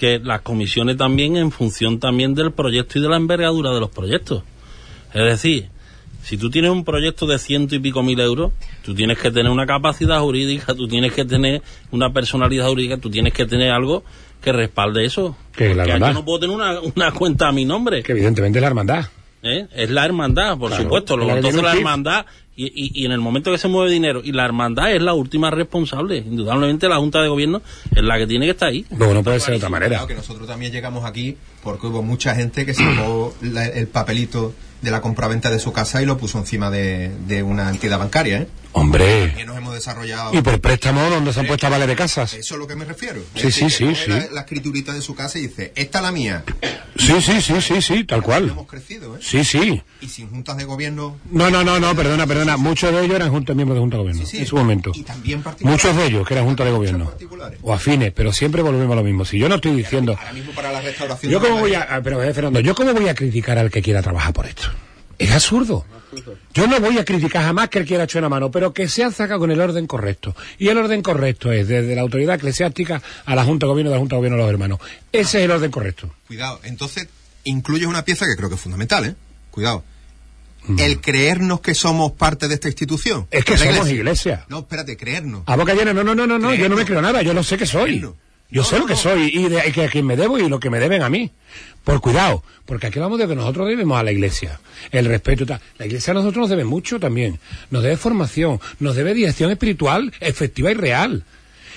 que las comisiones también en función también del proyecto y de la envergadura de los proyectos. Es decir, si tú tienes un proyecto de ciento y pico mil euros, tú tienes que tener una capacidad jurídica, tú tienes que tener una personalidad jurídica, tú tienes que tener algo que respalde eso. Que la yo no puedo tener una, una cuenta a mi nombre. Que evidentemente es la hermandad. ¿Eh? Es la hermandad, por claro, supuesto. Lo, entonces la hermandad, y, y, y en el momento que se mueve dinero, y la hermandad es la última responsable. Indudablemente la Junta de Gobierno es la que tiene que estar ahí. Luego no puede ser de otra manera. Claro, que nosotros también llegamos aquí porque hubo mucha gente que sacó la, el papelito de la compraventa de su casa y lo puso encima de, de una entidad bancaria, ¿eh? Hombre. También nos hemos desarrollado. Y por préstamo, donde se han puesto a vale de casas. Eso es lo que me refiero. Sí, sí, sí, sí. La, la escriturita de su casa y dice, esta es la mía. Sí, sí, sí, sí, sí, tal cual. Hemos crecido, ¿eh? Sí, sí. Y sin juntas de gobierno. No, no, no, no, perdona, perdona. Muchos de ellos eran juntas, miembros de junta de gobierno. Sí, sí. En su momento. Y también particulares. Muchos de ellos que eran junta de gobierno. O afines, pero siempre volvemos a lo mismo. Si yo no estoy diciendo. Ahora mismo para la restauración. Yo cómo voy a, pero eh, Fernando, yo cómo voy a criticar al que quiera trabajar por esto. Es absurdo. Yo no voy a criticar jamás que él quiera echar una mano, pero que se saca con el orden correcto. Y el orden correcto es desde la autoridad eclesiástica a la Junta de Gobierno, de la Junta de Gobierno a los hermanos. Ese es el orden correcto. Cuidado, entonces incluyes una pieza que creo que es fundamental, ¿eh? Cuidado. Mm. El creernos que somos parte de esta institución. Es que somos iglesia. iglesia. No, espérate, creernos. A boca llena, no, no, no, no, no, yo no me creo nada, yo no sé qué soy. Creernos. Yo no, sé no, lo que no. soy y, de, y que a quien me debo y lo que me deben a mí. Por cuidado, porque aquí hablamos de que nosotros debemos a la iglesia el respeto y tal. La iglesia a nosotros nos debe mucho también. Nos debe formación, nos debe dirección espiritual efectiva y real.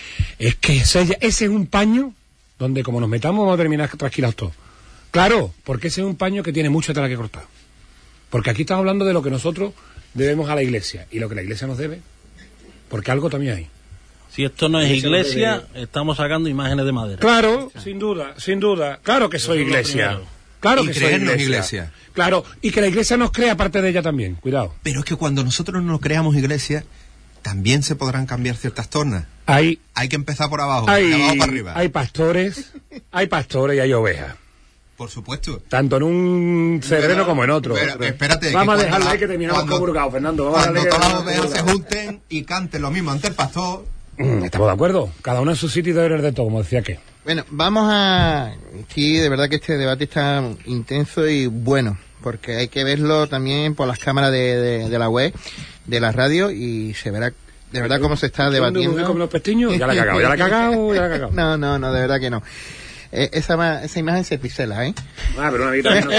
Es que ese, ese es un paño donde como nos metamos vamos a terminar trasquilados todos. Claro, porque ese es un paño que tiene mucha tela que cortar. Porque aquí estamos hablando de lo que nosotros debemos a la iglesia y lo que la iglesia nos debe. Porque algo también hay. Si esto no es iglesia, estamos sacando imágenes de madera. Claro, sin duda, sin duda. Claro que soy iglesia. Claro que soy iglesia. iglesia. Claro, y que la iglesia nos crea parte de ella también, cuidado. Pero es que cuando nosotros no creamos iglesia, también se podrán cambiar ciertas tornas. Hay, hay que empezar por abajo, hay, de abajo para arriba. Hay pastores, hay pastores y hay ovejas. Por supuesto. Tanto en un terreno como en otro. Pero, espérate. Vamos a dejarle ahí que terminamos con Burgao, Fernando. Vamos cuando a todas las ovejas se junten y canten lo mismo ante el pastor. Estamos de acuerdo. Cada uno en su sitio y deberes de todo, como decía que. Bueno, vamos a... Sí, de verdad que este debate está intenso y bueno, porque hay que verlo también por las cámaras de, de, de la web, de la radio, y se verá de verdad cómo se está debatiendo. Como los pestiños, ya la ha cagado, ya la ha cagado, ya la ha cagado. No, no, no, de verdad que no. Eh, esa, esa imagen se pixela, ¿eh? Ah, pero una vida que no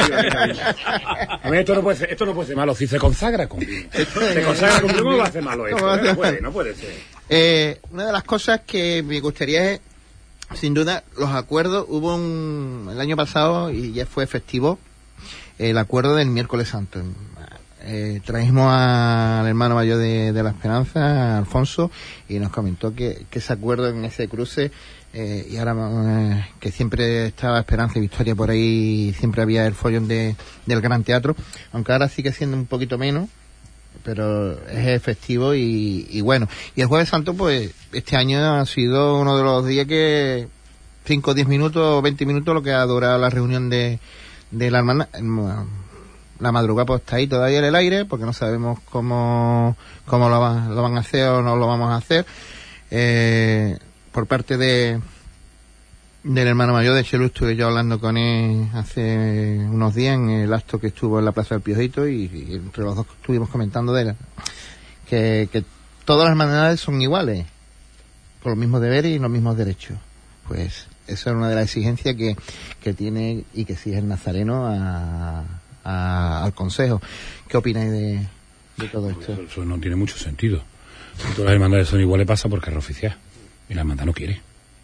A mí esto no puede ser, esto no puede ser malo. Si se consagra con se consagra con ¿cómo va a ser malo esto? No, no puede, no puede ser. Eh, una de las cosas que me gustaría es, sin duda, los acuerdos. Hubo un, el año pasado, y ya fue efectivo, el acuerdo del miércoles santo. Eh, trajimos al hermano mayor de, de la Esperanza, Alfonso, y nos comentó que, que ese acuerdo en ese cruce, eh, y ahora eh, que siempre estaba Esperanza y Victoria por ahí, siempre había el follón de, del Gran Teatro, aunque ahora sigue siendo un poquito menos, pero es efectivo y, y bueno. Y el Jueves Santo, pues este año ha sido uno de los días que cinco, diez minutos, veinte minutos lo que ha durado la reunión de, de la hermana. La madrugada pues está ahí todavía en el aire, porque no sabemos cómo, cómo lo, va, lo van a hacer o no lo vamos a hacer. Eh, por parte de del hermano mayor de Chelu, estuve yo hablando con él hace unos días en el acto que estuvo en la Plaza del Piojito, y, y entre los dos estuvimos comentando de él, que, que todas las hermandades son iguales, por los mismos deberes y los mismos derechos. Pues esa es una de las exigencias que, que tiene y que exige el nazareno a, a, al Consejo. ¿Qué opináis de, de todo esto? Eso, eso no tiene mucho sentido. Si todas las hermandades son iguales, pasa por carrera oficial, y la hermandad no quiere.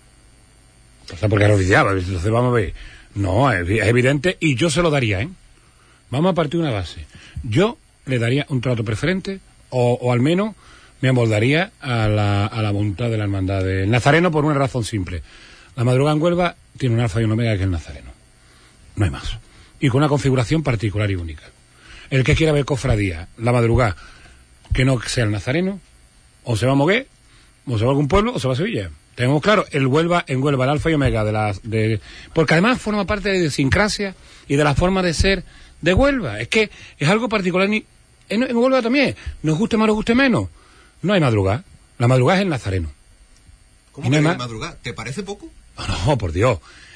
Pasa por carrera oficial, entonces vamos a ver. No, es, es evidente, y yo se lo daría, ¿eh? Vamos a partir de una base. Yo le daría un trato preferente, o, o al menos me amoldaría a la, a la voluntad de la hermandad del Nazareno, por una razón simple. La madrugada en Huelva tiene un alfa y un omega, que es el Nazareno. No hay más. Y con una configuración particular y única. El que quiera ver cofradía, la madrugada, que no sea el Nazareno, o se va a Moguer, o se va a algún pueblo, o se va a Sevilla. Tenemos claro, el Huelva, en Huelva, el alfa y omega de las... De, porque además forma parte de la idiosincrasia y de la forma de ser de Huelva. Es que es algo particular. En, en Huelva también, nos guste más o nos guste menos. No hay madrugada. La madrugada es el Nazareno. ¿Cómo que no hay madrugada? ¿Te parece poco? No, no, por Dios.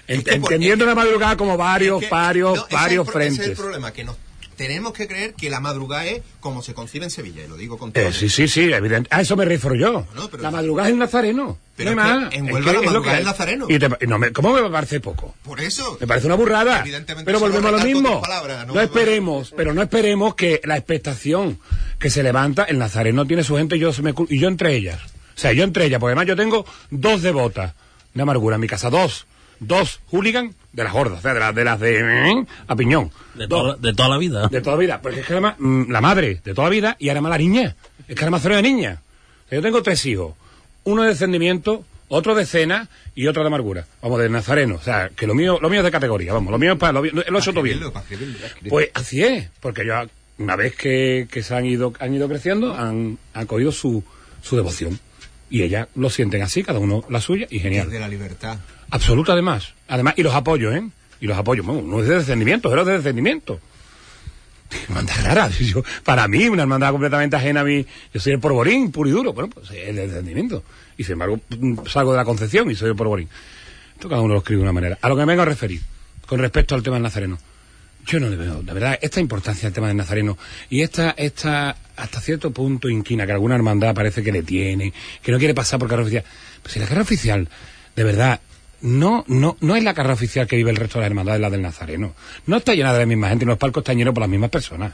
Es que por- Entendiendo es que- la madrugada como varios, es que- varios, no, ese varios es el pro- ese frentes. es el problema, que nos tenemos que creer que la madrugada es como se concibe en Sevilla, y lo digo con todo. Eh, sí, sí, sí, evidente. A eso me refiero yo. No, pero- la madrugada es el nazareno. Pero no es hay que más. en Es Huelva que la es lo madrugada que es hay. el nazareno. Y te- no me- ¿Cómo me parece poco? Por eso. Me parece una burrada. Evidentemente Pero solo volvemos a lo recalco mismo. tus palabras, no no- esperemos, pero no esperemos que la expectación que se levanta, el nazareno tiene su gente y yo, se me, cu- y yo entre ellas. O sea, yo entre ellas, porque además yo tengo dos devotas de amargura en mi casa, dos. Dos hooligan de las gordas, o sea, de las de, las de eh, a piñón. De, Dos. toda, de toda la vida. De toda la vida, porque es que además, mm, la madre de toda la vida y además la niña. Es que además soy una niña. O sea, yo tengo tres hijos. Uno de descendimiento, otro de cena y otro de amargura. Vamos, de nazareno. O sea, que lo mío, lo mío es de categoría, vamos, lo mío es para, lo, lo he hecho todo bien. Para escribirlo, para escribirlo. Pues así es, porque yo, una vez que, que se han ido, han ido creciendo, han, han cogido su, su devoción. Y ellas lo sienten así, cada uno la suya, y genial. Desde la libertad. Absoluta, además. Además, y los apoyo, ¿eh? Y los apoyo. Bueno, no es de descendimiento, es de descendimiento. Hermandad rara. Yo, para mí, una hermandad completamente ajena a mí. Yo soy el porborín, puro y duro. Bueno, pues es de descendimiento. Y sin embargo, salgo de la Concepción y soy el porborín. Esto cada uno lo escribe de una manera. A lo que me vengo a referir, con respecto al tema del nazareno. Yo no le veo, la verdad, esta importancia al tema del nazareno y esta, esta, hasta cierto punto inquina que alguna hermandad parece que le tiene, que no quiere pasar por carrera oficial. Pues si la carrera oficial, de verdad, no, no, no es la carrera oficial que vive el resto de las hermandades, la del nazareno. No está llena de la misma gente y los palcos están llenos por las mismas personas.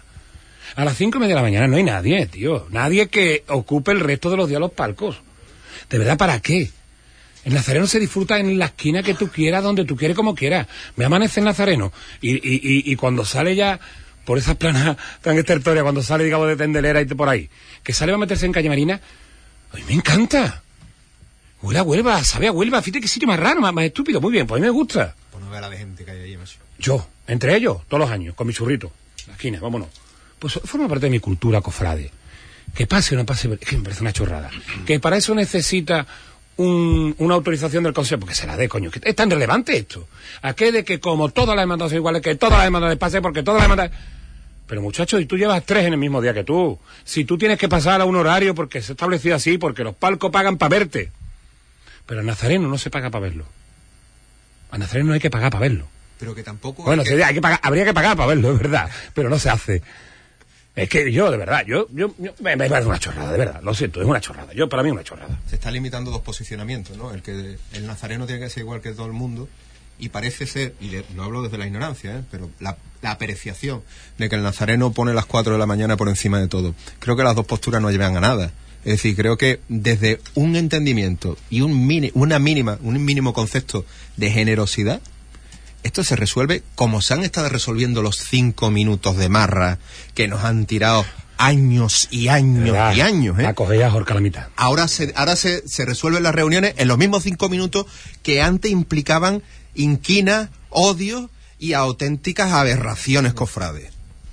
A las cinco y media de la mañana no hay nadie, tío. Nadie que ocupe el resto de los días los palcos. De verdad, ¿para qué? El nazareno se disfruta en la esquina que tú quieras, donde tú quieres, como quieras. Me amanece el nazareno. Y, y, y, y cuando sale ya por esas planas tan estertóreas, cuando sale, digamos, de Tendelera y por ahí, que sale va a meterse en Calle Marina, a mí me encanta. Huele a Huelva, sabe a Huelva. Fíjate qué sitio más raro, más, más estúpido. Muy bien, pues a mí me gusta. Pues no vea la de gente que hay allí, macho. Yo, entre ellos, todos los años, con mi churrito, la esquina, vámonos. Pues forma parte de mi cultura, cofrade. Que pase o no pase, es que me parece una chorrada. Que para eso necesita un, una autorización del Consejo, porque se la dé, coño. Que es tan relevante esto. ¿A qué de que como todas las hermandades son iguales, que todas las hermandades pasen, porque todas las hermandades... Pero muchachos, y tú llevas tres en el mismo día que tú. Si tú tienes que pasar a un horario porque se ha establecido así, porque los palcos pagan para verte. Pero al nazareno no se paga para verlo. Al nazareno no hay que pagar para verlo. Pero que tampoco... Bueno, hay sí, que- hay que pagar, habría que pagar para verlo, es verdad, pero no se hace. Es que yo, de verdad, yo, yo, yo me, me parece una chorrada, de verdad, lo siento, es una chorrada. Yo, para mí, es una chorrada. Se está limitando dos posicionamientos, ¿no? El que el nazareno tiene que ser igual que todo el mundo, y parece ser, y de- no hablo desde la ignorancia, ¿eh? Pero la, la apreciación de que el nazareno pone las cuatro de la mañana por encima de todo. Creo que las dos posturas no llevan a nada. Es decir, creo que desde un entendimiento y un mini, una mínima, un mínimo concepto de generosidad, esto se resuelve como se han estado resolviendo los cinco minutos de marra que nos han tirado años y años ¿Verdad? y años, ¿eh? La cogéis a Jorge a la mitad. Ahora se, ahora se, se resuelven las reuniones en los mismos cinco minutos que antes implicaban inquina, odio y auténticas aberraciones cofrades.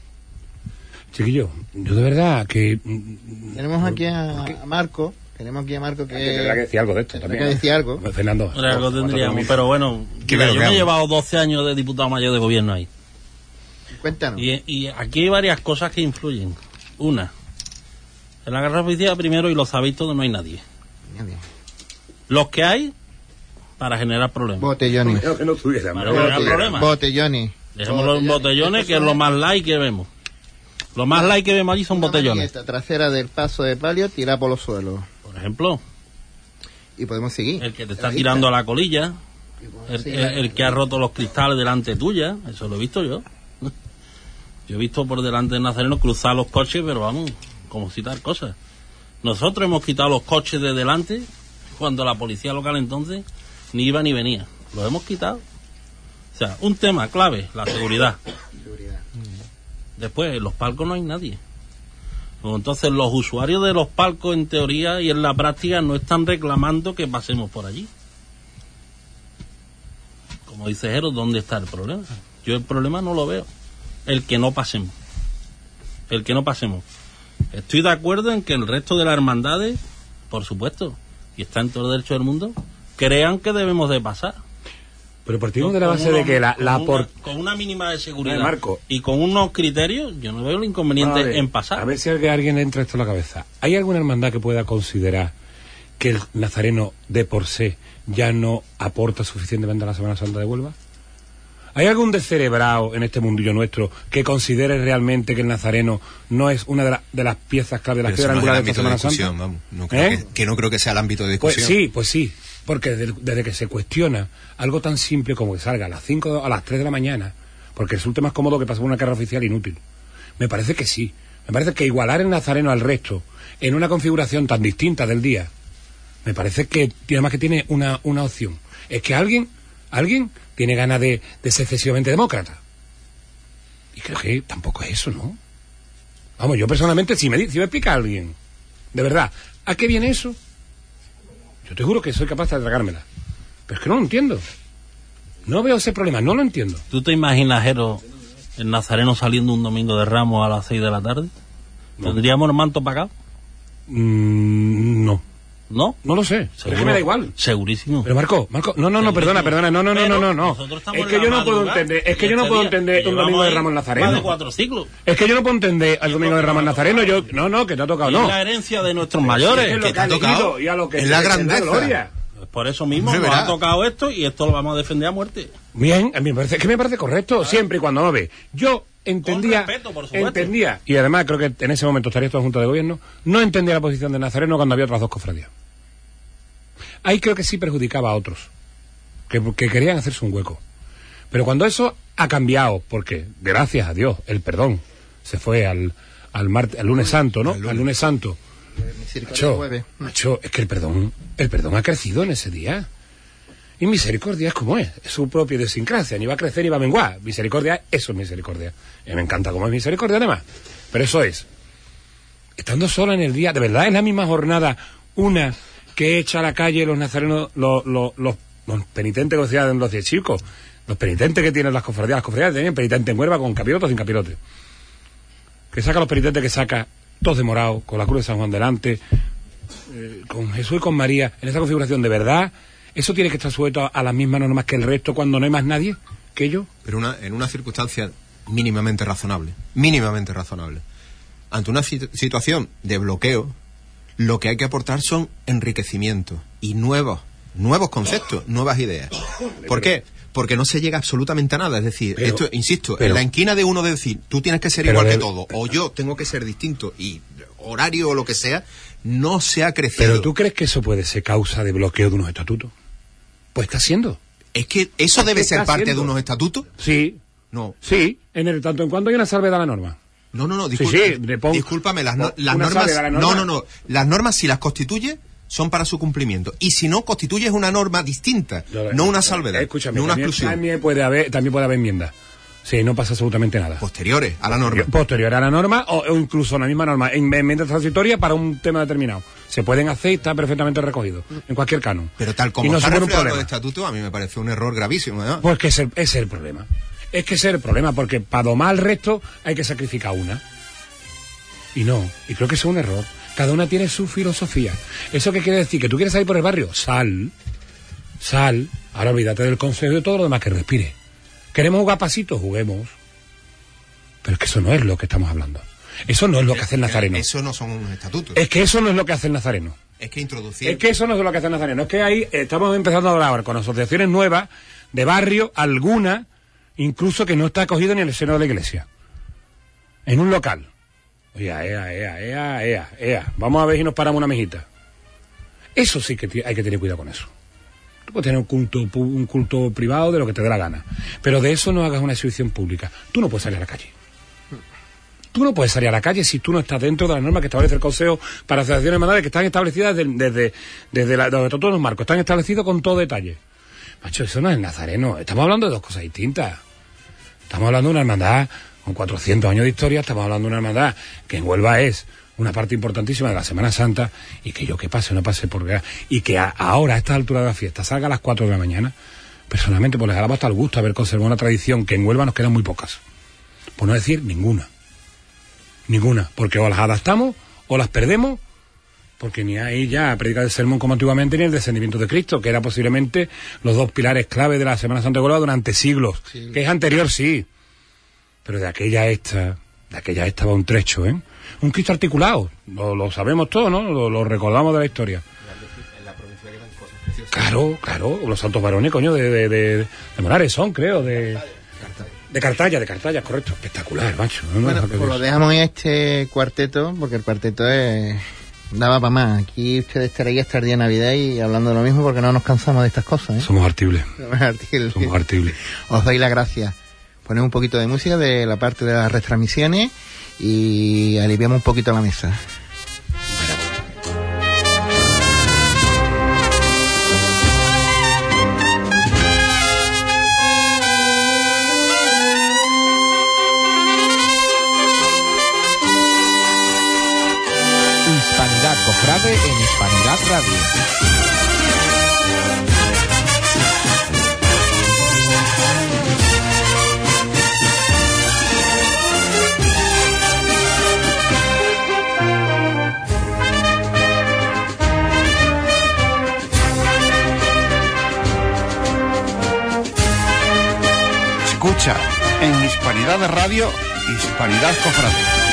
Chiquillo, yo de verdad que... Tenemos aquí a, a Marco, tenemos aquí a Marco que... Tendrá que decir algo de esto tendrá también. que decir algo. Fernando. Hombre, algo tendríamos, pero bueno, ¿Qué mira, veo yo que me he hago? llevado doce años de diputado mayor de gobierno ahí. Cuéntanos. Y, y aquí hay varias cosas que influyen. Una, en la guerra oficial primero, y lo sabéis todos, no hay nadie. Los que hay, para generar problemas. Botellones. Creo que no tuviera, Para hombre. generar Bote- problemas. Botellones. Dejémoslo en botellones, que es lo más light que vemos. Lo más light que vemos allí son Una botellones. manigueta trasera del paso de palio, tira por los suelos. Por ejemplo, Y podemos seguir. el que te está La tirando a lista. la colilla, Y podemos el, seguir. el- el que ha roto los cristales delante tuya, eso lo he visto yo. Yo he visto por delante del nazareno cruzar los coches, pero vamos, como citar cosas. Nosotros hemos quitado los coches de delante cuando la policía local entonces ni iba ni venía. Los hemos quitado. O sea, un tema clave, la seguridad. Después, en los palcos no hay nadie. Pues entonces, los usuarios de los palcos, en teoría y en la práctica, no están reclamando que pasemos por allí. Como dice Jero, ¿dónde está el problema? Yo el problema no lo veo. El que no pasemos. El que no pasemos. Estoy de acuerdo en que el resto de las hermandades, por supuesto, y está en todo el derecho del mundo, crean que debemos de pasar. Pero partimos de la Con base unos- de que la... con la una- por... con una mínima de seguridad Vale, Marco. y con unos criterios, yo no veo el inconveniente Vale, en pasar. A ver si a alguien entra esto en la cabeza. ¿Hay alguna hermandad que pueda considerar que el nazareno de por sí ya no aporta suficientemente a la Semana Santa de Huelva? ¿Hay algún descerebrado en este mundillo nuestro que considere realmente que el nazareno no es una de, la, de las piezas clave, de las piedras angulares de esta Semana Santa? Vamos. No creo ¿Eh? que, que no creo que sea el ámbito de discusión. Pues sí, pues sí, porque desde, desde que se cuestiona algo tan simple como que salga a las cinco, a las tres de la mañana, porque resulta más cómodo que pasar una carrera oficial inútil. Me parece que sí. Me parece que igualar el nazareno al resto en una configuración tan distinta del día, me parece que tiene más que tiene una, una opción. Es que alguien, alguien tiene ganas de, de ser excesivamente demócrata. Y creo que tampoco es eso, ¿no? Vamos, yo personalmente, si me, si me explica alguien, de verdad, ¿a qué viene eso? Yo te juro que soy capaz de tragármela. Pero es que no lo entiendo. No veo ese problema, no lo entiendo. ¿Tú te imaginas, Jero, el nazareno saliendo un domingo de Ramos a las seis de la tarde? No. ¿Tendríamos el manto pagado? Mm, no. ¿No? No lo sé. ¿Seguro? Es que me da igual. Segurísimo. Pero Marco, Marco, no, no, no, perdona, perdona, no, no, no, no, no, no. Es que yo no puedo entender, es que yo no puedo entender un domingo de Ramos Nazareno. Más de cuatro siglos. Es que yo no puedo entender al domingo de Ramos Nazareno, yo, no, no, que te ha tocado, no. Es la herencia de nuestros mayores. Es lo que ha elegido y a lo que es la grandeza. Gloria. Por eso mismo nos ha tocado esto y esto lo vamos a defender a muerte. Bien, a mí me parece, que me parece correcto, siempre y cuando no ve. Yo entendía, respeto, por supuesto. entendía, y además creo que en ese momento estaría toda la Junta de Gobierno, no entendía la posición de Nazareno cuando había otras dos cofradías. Ahí creo que sí perjudicaba a otros, que, que querían hacerse un hueco. Pero cuando eso ha cambiado, porque, gracias a Dios, el perdón se fue al, al, mart, al lunes santo, ¿no? Al lunes santo. Macho, macho, es que el perdón, el perdón ha crecido en ese día. Y misericordia es como es, es su propia idiosincrasia, ni va a crecer ni va a menguar. Misericordia, eso es misericordia. Y me encanta cómo es misericordia además. Pero eso es, estando sola en el día, de verdad es la misma jornada, una que echa a la calle los nazarenos, los, los, los, los penitentes que decían los diez chicos, los penitentes que tienen las cofradías, las cofradías tienen penitente en Huelva con capirote o sin capirote. Que saca los penitentes que saca, todos de morado, con la cruz de San Juan delante, eh, con Jesús y con María, en esa configuración de verdad, eso tiene que estar sujeto a, a las mismas normas que el resto cuando no hay más nadie que ellos. Pero una, en una circunstancia mínimamente razonable, mínimamente razonable. Ante una sit- situación de bloqueo, lo que hay que aportar son enriquecimientos y nuevos, nuevos conceptos, nuevas ideas. ¿Por qué? Porque no se llega absolutamente a nada. Es decir, pero, esto, insisto, pero, en la esquina de uno de decir, tú tienes que ser igual de, que todo, o yo tengo que ser distinto, y horario o lo que sea, no se ha crecido. ¿Pero tú crees que eso puede ser causa de bloqueo de unos estatutos? Pues está siendo. ¿Es que eso debe ser parte siendo? de unos estatutos? Sí. No. Sí, en el tanto en cuanto hay una salvedad a la norma. No, no, no, disculpa, sí, sí, pongo, discúlpame, las, no, las normas, norma. no, no, no, las normas si las constituye son para su cumplimiento, y si no, constituyes una norma distinta, no, no una salvedad, escúchame, no una también, exclusión. También puede haber, también puede haber enmiendas, sí, no pasa absolutamente nada. Posteriores a la norma. Posteriores a la norma, o, o incluso la misma norma, en enmiendas transitorias para un tema determinado. Se pueden hacer y está perfectamente recogido, en cualquier canon. Pero tal como no está reflejado el estatuto, a mí me parece un error gravísimo, ¿no? Pues que ese, ese es el problema. Es que ese es el problema, porque para domar al resto hay que sacrificar una. Y no, y creo que eso es un error. Cada una tiene su filosofía. ¿Eso qué quiere decir? ¿Que tú quieres salir por el barrio? Sal, sal, ahora olvídate del consejo y de todo lo demás, que respire. ¿Queremos jugar pasitos? Juguemos. Pero es que eso no es lo que estamos hablando. Eso no es lo que hace el nazareno. Eso no son unos estatutos. Es que eso no es lo que hace el nazareno. Es que introducir... Es que eso no es lo que hace el nazareno. Es que ahí estamos empezando a hablar ahora con asociaciones nuevas, de barrio, alguna, incluso que no está acogido ni en el seno de la iglesia. En un local. Oye, ea, ea, ea, ea, ea. Vamos a ver si nos paramos una mejita. Eso sí que t- hay que tener cuidado con eso. Tú puedes tener un culto, un culto privado de lo que te dé la gana, pero de eso no hagas una exhibición pública. Tú no puedes salir a la calle. Tú no puedes salir a la calle si tú no estás dentro de las normas que establece el Consejo para asociaciones hermandades, que están establecidas desde, desde, desde la, los estatutos de los marcos, están establecidos con todo detalle. Macho, eso no es el nazareno. Estamos hablando de dos cosas distintas. Estamos hablando de una hermandad con cuatrocientos años de historia, estamos hablando de una hermandad que en Huelva es una parte importantísima de la Semana Santa, y que yo que pase, no pase por... Y que a, ahora, a esta altura de la fiesta, salga a las cuatro de la mañana, personalmente, pues les hará hasta el gusto haber conservado una tradición que en Huelva nos quedan muy pocas. Por no decir ninguna. Ninguna. Porque o las adaptamos o las perdemos, porque ni hay ya predica del sermón como antiguamente, ni el descendimiento de Cristo, que era posiblemente los dos pilares clave de la Semana Santa de Huelva durante siglos. Sí. Que es anterior, sí. Pero de aquella esta, de aquella esta va un trecho, ¿eh? Un Cristo articulado, lo, lo sabemos todos, ¿no? Lo, lo recordamos de la historia. Claro, claro, los santos varones, coño, de, de, de, de Monares son, creo, de... De Cartaya, de Cartaya, correcto. Espectacular, macho. No, bueno, pues lo dejamos en este cuarteto, porque el cuarteto es... daba para más. Aquí ustedes estaréis hasta el día de Navidad y hablando de lo mismo porque no nos cansamos de estas cosas, ¿eh? Somos artibles. Somos artibles. Somos artibles. Os doy las gracias. Ponemos un poquito de música de la parte de las retransmisiones y aliviamos un poquito la mesa. Hispanidad Cofrade en Hispanidad Radio. Escucha en Hispanidad Radio, Hispanidad Cofrade.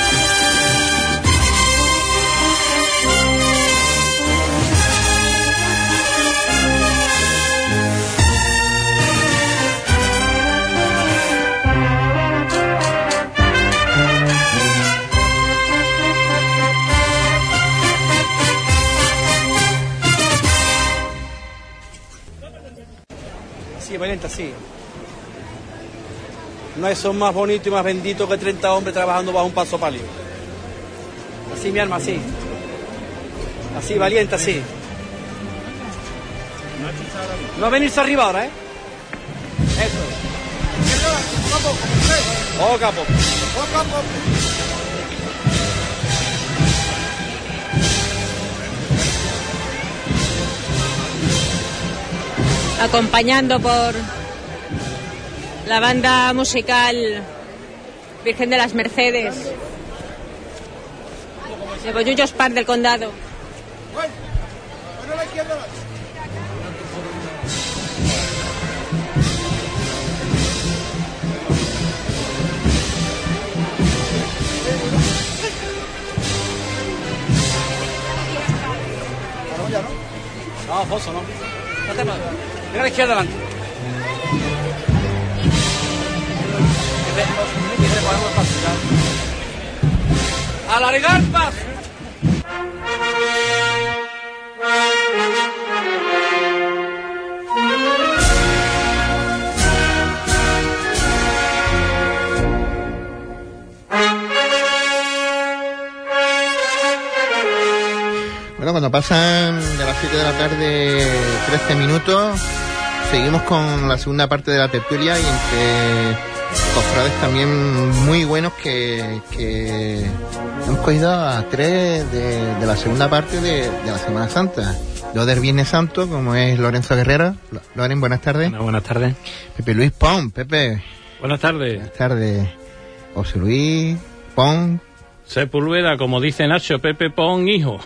Sí, Valenta, sí. No hay son más bonitos y más benditos que treinta hombres trabajando bajo un paso palio. Así, mi alma, así. Así, valiente, así. No venirse arriba ahora, ¿eh? Eso. Oh, capo. Oh, capo. Acompañando por la banda musical Virgen de las Mercedes de Bollullos Park del Condado. No, Foso, no. No te mates. Mira a la izquierda adelante. ¡Alargar paso! Bueno, cuando pasan de las siete de la tarde trece minutos, seguimos con la segunda parte de la tertulia y entre cofrades también muy buenos que, que hemos cogido a tres de, de la segunda parte de, de la Semana Santa. Dos del Viernes Santo, como es Lorenzo Guerrero. Loren, buenas tardes. Bueno, buenas tardes. Pepe Luis Pon, Pepe. Buenas tardes. Buenas tardes. José Luis Pon. Sepúlveda, como dice Nacho, Pepe Pon, hijo.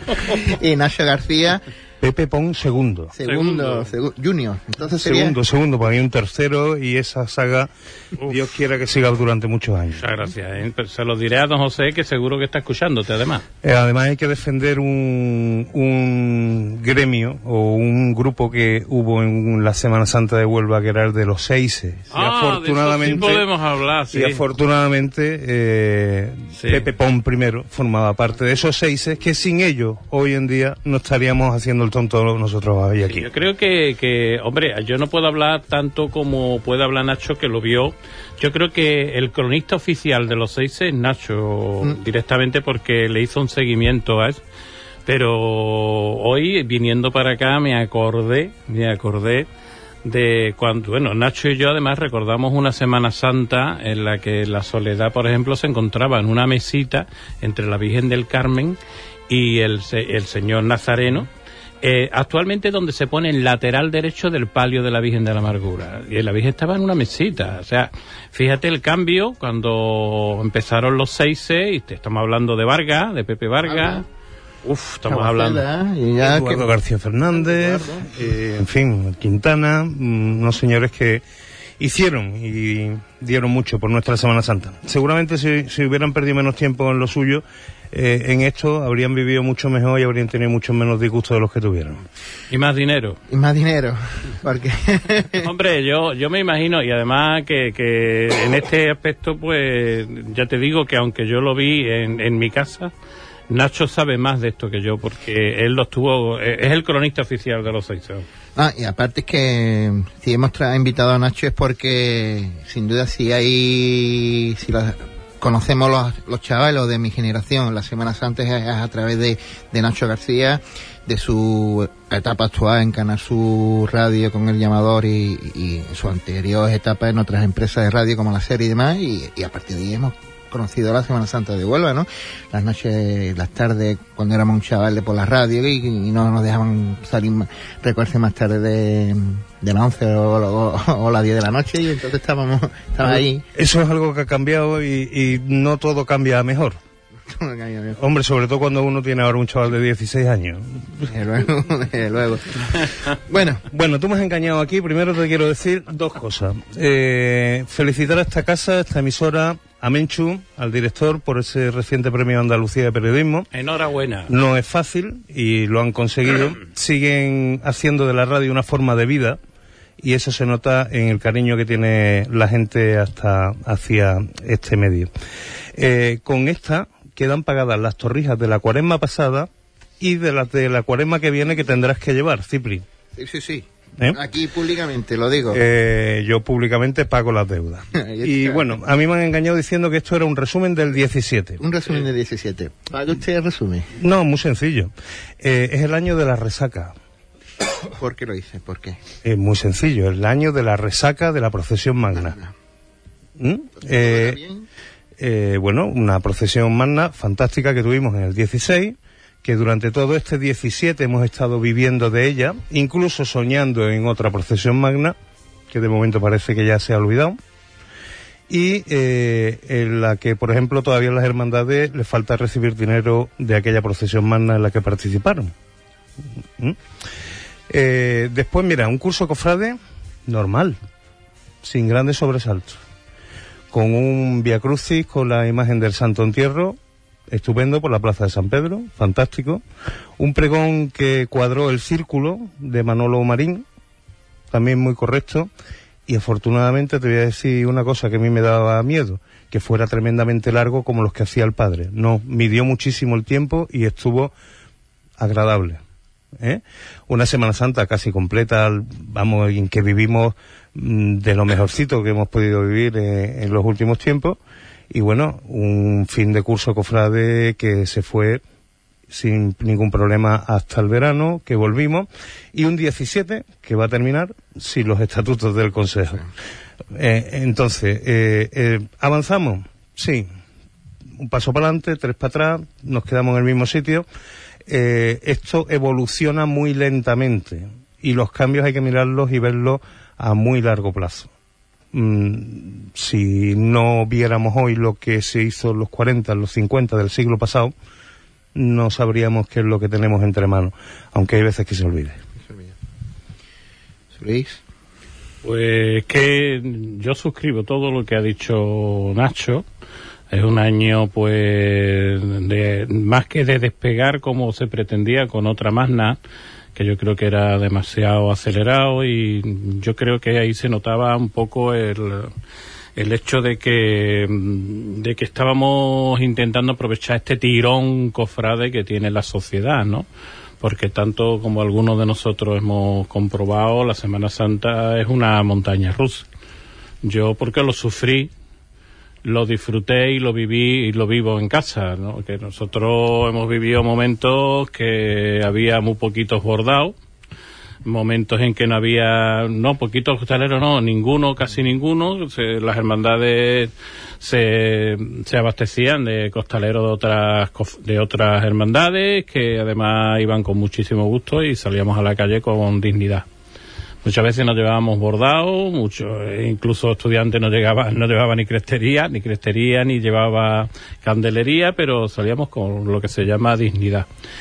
Y Nacho García. Pepe Pon segundo. Segundo, segu junior. Entonces sería... Segundo, segundo, porque hay un tercero y esa saga, Uf. Dios quiera que siga durante muchos años. Muchas gracias. ¿eh? Se lo diré a don José, que seguro que está escuchándote, además. Eh, además hay que defender un, un gremio o un grupo que hubo en la Semana Santa de Huelva, que era el de los Seises. Ah, y afortunadamente, de eso sí podemos hablar, sí. Y afortunadamente eh, sí. Pepe Pon primero formaba parte de esos Seises, que sin ellos hoy en día no estaríamos haciendo el tonto nosotros hoy aquí. Sí, yo creo que, que, hombre, yo no puedo hablar tanto como puede hablar Nacho, que lo vio. Yo creo que el cronista oficial de los seis es Nacho, mm. directamente, porque le hizo un seguimiento a eso. Pero hoy, viniendo para acá, me acordé, me acordé de cuando, bueno, Nacho y yo además recordamos una Semana Santa en la que la Soledad, por ejemplo, se encontraba en una mesita entre la Virgen del Carmen y el, el señor Nazareno. Eh, actualmente donde se pone el lateral derecho del palio de la Virgen de la Amargura, y la Virgen estaba en una mesita. O sea, fíjate el cambio cuando empezaron los seises, y te estamos hablando de Vargas, de Pepe Vargas. Uf, estamos hablando y ya Eduardo que... García Fernández, eh, en fin, Quintana, unos señores que hicieron y dieron mucho por nuestra Semana Santa. Seguramente si, si hubieran perdido menos tiempo en lo suyo, eh, en esto habrían vivido mucho mejor y habrían tenido mucho menos disgusto de los que tuvieron. Y más dinero. Y más dinero, porque... Hombre, yo yo me imagino, y además que, que en este aspecto, pues, ya te digo que aunque yo lo vi en, en mi casa, Nacho sabe más de esto que yo, porque él lo estuvo, es el cronista oficial de los Seisos. Ah, y aparte es que si hemos tra- invitado a Nacho es porque, sin duda, si hay, si la, conocemos los, los chavales de mi generación, la Semana Santa es a, a través de, de Nacho García, de su etapa actual en Canal Sur Radio con El Llamador y, y su anterior etapa en otras empresas de radio como La Serie y demás, y, y a partir de ahí hemos conocido la Semana Santa de Huelva, ¿no? Las noches, las tardes, cuando éramos un chaval de por la radio y, y no nos dejaban salir, recuerse más tarde de, de las once o, o, o las diez de la noche, y entonces estábamos, estábamos ahí. Eso es algo que ha cambiado y, y no todo cambia a mejor. Hombre, sobre todo cuando uno tiene ahora un chaval de dieciséis años. Desde luego, desde luego. Bueno, bueno, tú me has engañado aquí. Primero te quiero decir dos cosas. Eh, felicitar a esta casa, a esta emisora, a Menchu, al director, por ese reciente premio Andalucía de Periodismo. Enhorabuena. No es fácil y lo han conseguido. Siguen haciendo de la radio una forma de vida y eso se nota en el cariño que tiene la gente hasta hacia este medio. Eh, con esta quedan pagadas las torrijas de la cuaresma pasada y de las de la cuaresma que viene que tendrás que llevar, Cipri. Sí, sí, sí. ¿Eh? Aquí públicamente lo digo. Eh, yo públicamente pago las deudas. Y bueno, a mí me han engañado diciendo que esto era un resumen del diecisiete. Un resumen del diecisiete. ¿Para qué usted resume? No, muy sencillo. Eh, es el año de la resaca. ¿Por qué lo dice? ¿Por qué? Es muy sencillo, el año de la resaca de la procesión magna. ¿Mm? Eh, eh, bueno, una procesión magna fantástica que tuvimos en el dieciséis, que durante todo este diecisiete hemos estado viviendo de ella, incluso soñando en otra procesión magna, que de momento parece que ya se ha olvidado, y eh, en la que, por ejemplo, todavía las hermandades les falta recibir dinero de aquella procesión magna en la que participaron. ¿Mm? Eh, después, mira, un curso cofrade normal, sin grandes sobresaltos, con un Via Crucis con la imagen del Santo Entierro, estupendo, por la Plaza de San Pedro, fantástico. Un pregón que cuadró el círculo de Manolo Marín, también muy correcto. Y afortunadamente te voy a decir una cosa que a mí me daba miedo, que fuera tremendamente largo como los que hacía el padre. No, midió muchísimo el tiempo y estuvo agradable. ¿Eh? Una Semana Santa casi completa, vamos, en que vivimos mmm, de lo mejorcito que hemos podido vivir eh, en los últimos tiempos, y bueno, un fin de curso cofrade que se fue sin ningún problema hasta el verano, que volvimos, y un diecisiete que va a terminar sin los estatutos del Consejo. Eh, entonces, eh, eh, ¿avanzamos? Sí. Un paso para adelante, tres para atrás, nos quedamos en el mismo sitio. Eh, esto evoluciona muy lentamente y los cambios hay que mirarlos y verlos a muy largo plazo. Mm, si no viéramos hoy lo que se hizo en los cuarenta, en los cincuenta del siglo pasado, no sabríamos qué es lo que tenemos entre manos, aunque hay veces que se olvide. Luis. Pues que yo suscribo todo lo que ha dicho Nacho. Es un año, pues, de más que de despegar como se pretendía con otra magna, que yo creo que era demasiado acelerado, y yo creo que ahí se notaba un poco el, el hecho de que, de que estábamos intentando aprovechar este tirón cofrade que tiene la sociedad, ¿no? Porque tanto como algunos de nosotros hemos comprobado, la Semana Santa es una montaña rusa. Yo, porque lo sufrí, lo disfruté y lo viví y lo vivo en casa, ¿no? Que nosotros hemos vivido momentos que había muy poquitos bordados, momentos en que no había, no, poquitos costaleros, no, ninguno, casi ninguno. Se, las hermandades se, se abastecían de costaleros de otras, de otras hermandades, que además iban con muchísimo gusto y salíamos a la calle con dignidad. Muchas veces nos llevábamos bordados, muchos, incluso estudiantes no llegaban, no llevaban ni crestería, ni crestería, ni llevaba candelería, pero salíamos con lo que se llama dignidad.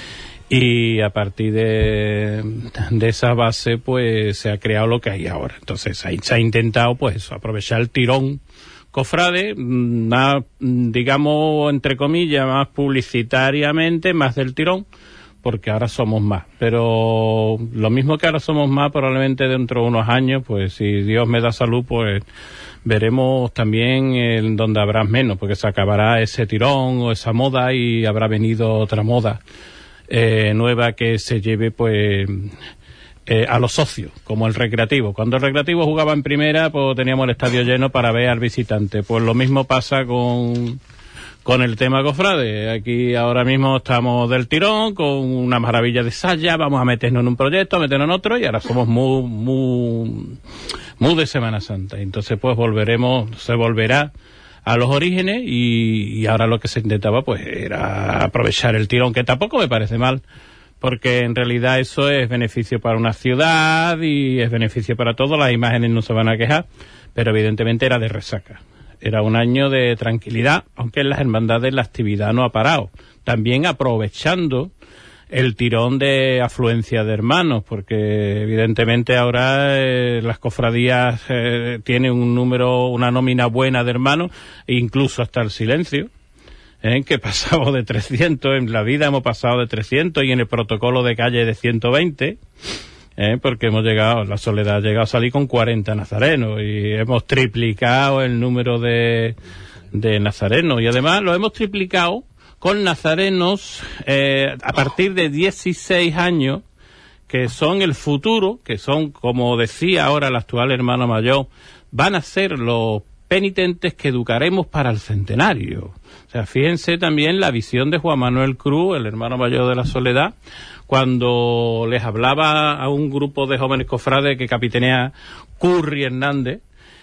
y a partir de, de esa base pues se ha creado lo que hay ahora. Entonces se ha, se ha intentado pues eso, aprovechar el tirón cofrade, más, digamos, entre comillas, más publicitariamente, más del tirón, porque ahora somos más. Pero lo mismo que ahora somos más, probablemente dentro de unos años, pues si Dios me da salud, pues veremos también en donde habrá menos, porque se acabará ese tirón o esa moda y habrá venido otra moda eh, nueva que se lleve, pues... Eh, a los socios, como el recreativo. Cuando el recreativo jugaba en primera, pues teníamos el estadio lleno para ver al visitante. Pues lo mismo pasa con, con el tema cofrade. Aquí ahora mismo estamos del tirón, con una maravilla de saya, vamos a meternos en un proyecto, a meternos en otro, y ahora somos muy, muy, muy de Semana Santa. Entonces pues volveremos, se volverá a los orígenes, y, y ahora lo que se intentaba pues era aprovechar el tirón, que tampoco me parece mal, porque en realidad eso es beneficio para una ciudad y es beneficio para todos, las imágenes no se van a quejar, pero evidentemente era de resaca. Era un año de tranquilidad, aunque en las hermandades la actividad no ha parado. También aprovechando el tirón de afluencia de hermanos, porque evidentemente ahora eh, las cofradías eh, tienen un número, una nómina buena de hermanos, incluso hasta el silencio. ¿Eh? Que pasamos de trescientos, en la vida hemos pasado de trescientos y en el protocolo de calle de ciento veinte, ¿eh? Porque hemos llegado, la Soledad ha llegado a salir con cuarenta nazarenos y hemos triplicado el número de, de nazarenos, y además lo hemos triplicado con nazarenos eh, a partir de dieciséis años, que son el futuro, que son, como decía ahora el actual hermano mayor, van a ser los penitentes que educaremos para el centenario. O sea, fíjense también la visión de Juan Manuel Cruz, el hermano mayor de la Soledad, cuando les hablaba a un grupo de jóvenes cofrades que capitanea Curri Hernández,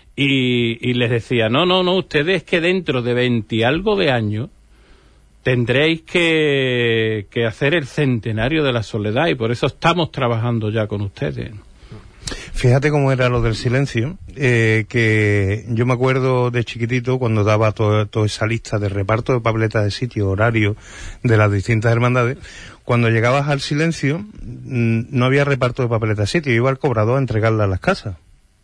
y, y les decía, no, no, no, ustedes que dentro de veinte y algo de años tendréis que, que hacer el centenario de la Soledad, y por eso estamos trabajando ya con ustedes. Fíjate cómo era lo del silencio, eh, que yo me acuerdo de chiquitito cuando daba toda to esa lista de reparto de papeletas de sitio, horario de las distintas hermandades. Cuando llegabas al silencio mmm, no había reparto de papeletas de sitio, iba al cobrador a entregarla a las casas.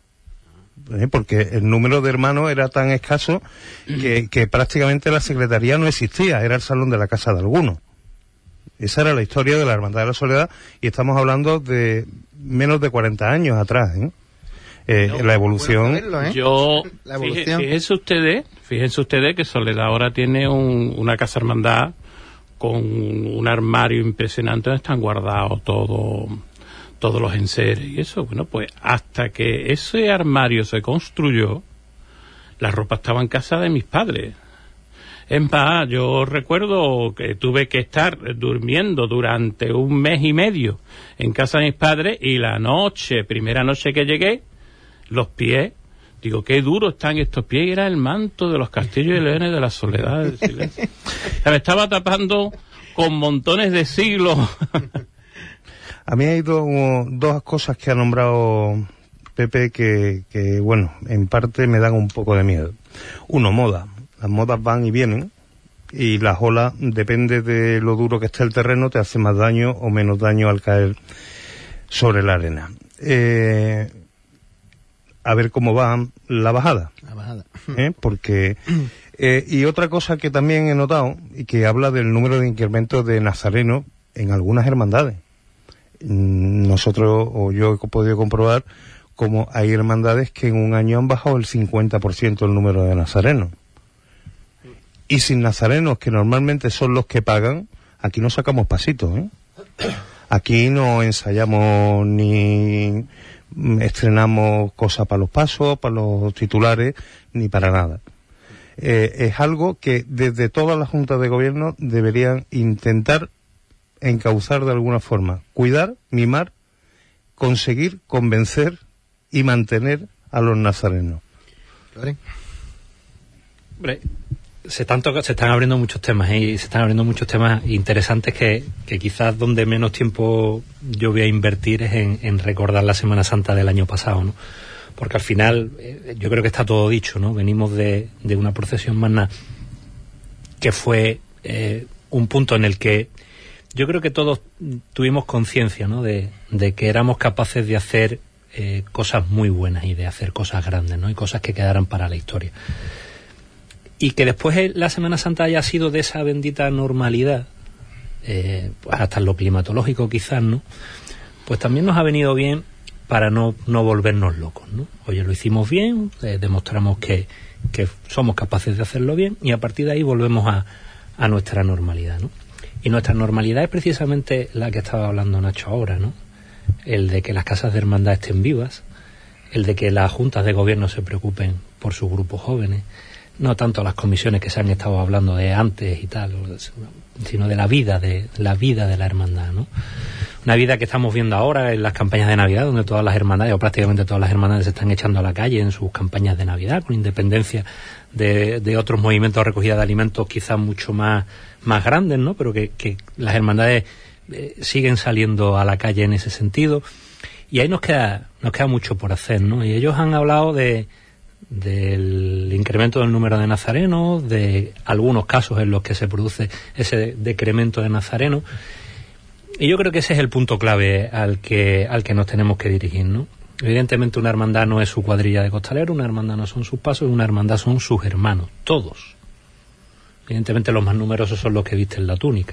¿Eh? Porque el número de hermanos era tan escaso que, que prácticamente la secretaría no existía, era el salón de la casa de algunos. Esa era la historia de la Hermandad de la Soledad, y estamos hablando de menos de cuarenta años atrás, ¿eh? Eh, no, la evolución... Verlo, ¿eh? Yo, la evolución. Fíjense ustedes, fíjense ustedes que Soledad ahora tiene un, una casa hermandad con un armario impresionante donde están guardados todo, todos los enseres y eso. Bueno, pues hasta que ese armario se construyó, la ropa estaba en casa de mis padres. Es más, yo recuerdo que tuve que estar durmiendo durante un mes y medio en casa de mis padres, y la noche, primera noche que llegué, los pies, digo, qué duro están estos pies, y era el manto de los castillos y leones de la Soledad del silencio. O sea, me estaba tapando con montones de siglos. A mí hay dos, dos cosas que ha nombrado Pepe que, que, bueno, en parte me dan un poco de miedo. Uno, moda. Las modas van y vienen, y las olas, depende de lo duro que esté el terreno, te hace más daño o menos daño al caer sobre la arena. Eh, a ver cómo va la bajada. La bajada. ¿Eh? Porque... Eh, y otra cosa que también he notado, y que habla del número de incremento de nazarenos en algunas hermandades. Nosotros, o yo he podido comprobar, como hay hermandades que en un año han bajado el cincuenta por ciento el número de nazarenos. Y sin nazarenos, que normalmente son los que pagan, aquí no sacamos pasitos, ¿eh? Aquí no ensayamos ni estrenamos cosas para los pasos, para los titulares, ni para nada. Eh, es algo que desde todas las juntas de gobierno deberían intentar encauzar de alguna forma, cuidar, mimar, conseguir convencer y mantener a los nazarenos. Hombre, se están, toca, se están abriendo muchos temas, ¿eh? Y se están abriendo muchos temas interesantes que, que quizás donde menos tiempo yo voy a invertir es en, en recordar la Semana Santa del año pasado, ¿no? Porque al final eh, yo creo que está todo dicho, ¿no? Venimos de, de una procesión magna que fue eh, un punto en el que yo creo que todos tuvimos conciencia, ¿no?, de, de que éramos capaces de hacer eh, cosas muy buenas y de hacer cosas grandes, ¿no?, y cosas que quedaran para la historia. Y que después la Semana Santa haya sido de esa bendita normalidad, eh, pues hasta en lo climatológico quizás, ¿no?, pues también nos ha venido bien para no, no volvernos locos, ¿no? Oye, lo hicimos bien, eh, demostramos que, que somos capaces de hacerlo bien y a partir de ahí volvemos a, a nuestra normalidad, ¿no? Y nuestra normalidad es precisamente la que estaba hablando Nacho ahora, ¿no? El de que las casas de hermandad estén vivas, el de que las juntas de gobierno se preocupen por sus grupos jóvenes, no tanto las comisiones que se han estado hablando de antes y tal, sino de la vida, de la vida de la hermandad, ¿no? Una vida que estamos viendo ahora en las campañas de Navidad, donde todas las hermandades, o prácticamente todas las hermandades, se están echando a la calle en sus campañas de Navidad, con independencia de, de otros movimientos de recogida de alimentos quizás mucho más, más grandes, ¿no? Pero que, que las hermandades eh, siguen saliendo a la calle en ese sentido. Y ahí nos queda, nos queda mucho por hacer, ¿no? Y ellos han hablado de del incremento del número de nazarenos, de algunos casos en los que se produce ese decremento de nazarenos. Y yo creo que ese es el punto clave al que al que nos tenemos que dirigir, ¿no? Evidentemente una hermandad no es su cuadrilla de costaleros, una hermandad no son sus pasos, una hermandad son sus hermanos, todos. Evidentemente los más numerosos son los que visten la túnica.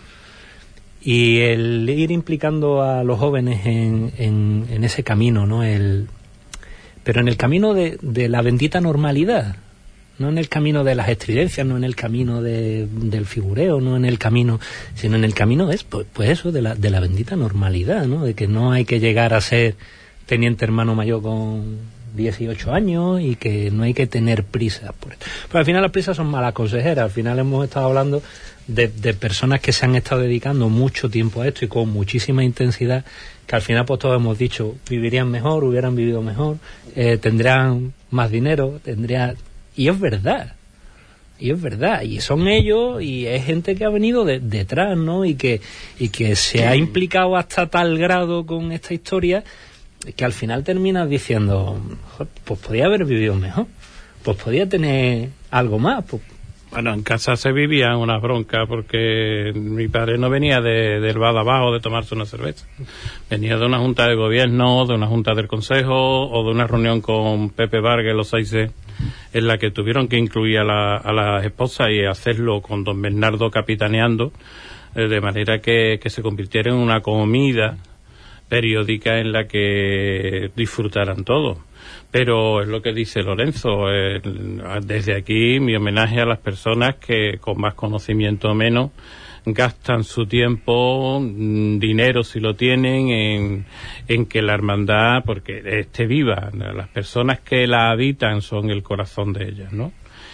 Y el ir implicando a los jóvenes en, en, en ese camino, ¿no? El, pero en el camino de, de la bendita normalidad, no en el camino de las estridencias, no en el camino de, del figureo, no en el camino, sino en el camino es pues, pues eso, de la, de la bendita normalidad, ¿no? De que no hay que llegar a ser teniente hermano mayor con dieciocho años y que no hay que tener prisa por esto. Pero al final las prisas son malas consejeras. Al final hemos estado hablando de, de personas que se han estado dedicando mucho tiempo a esto y con muchísima intensidad, que al final pues todos hemos dicho, vivirían mejor, hubieran vivido mejor, eh, tendrán más dinero, tendrían... Y es verdad, y es verdad, y son ellos, y es gente que ha venido de, detrás, ¿no? Y que, y que se ha implicado hasta tal grado con esta historia, que al final terminas diciendo, pues podía haber vivido mejor, pues podía tener algo más. Pues. Bueno, en casa se vivía una bronca porque mi padre no venía de, del bar de abajo de tomarse una cerveza. Venía de una junta de gobierno, de una junta del consejo o de una reunión con Pepe Vargas, los seis C, en la que tuvieron que incluir a la, a las esposas y hacerlo con don Bernardo capitaneando, eh, de manera que, que se convirtiera en una comida periódica en la que disfrutaran todos. Pero es lo que dice Lorenzo, eh, desde aquí mi homenaje a las personas que con más conocimiento o menos gastan su tiempo, dinero si lo tienen, en, en que la hermandad, porque esté viva, las personas que la habitan son el corazón de ellas, ¿no?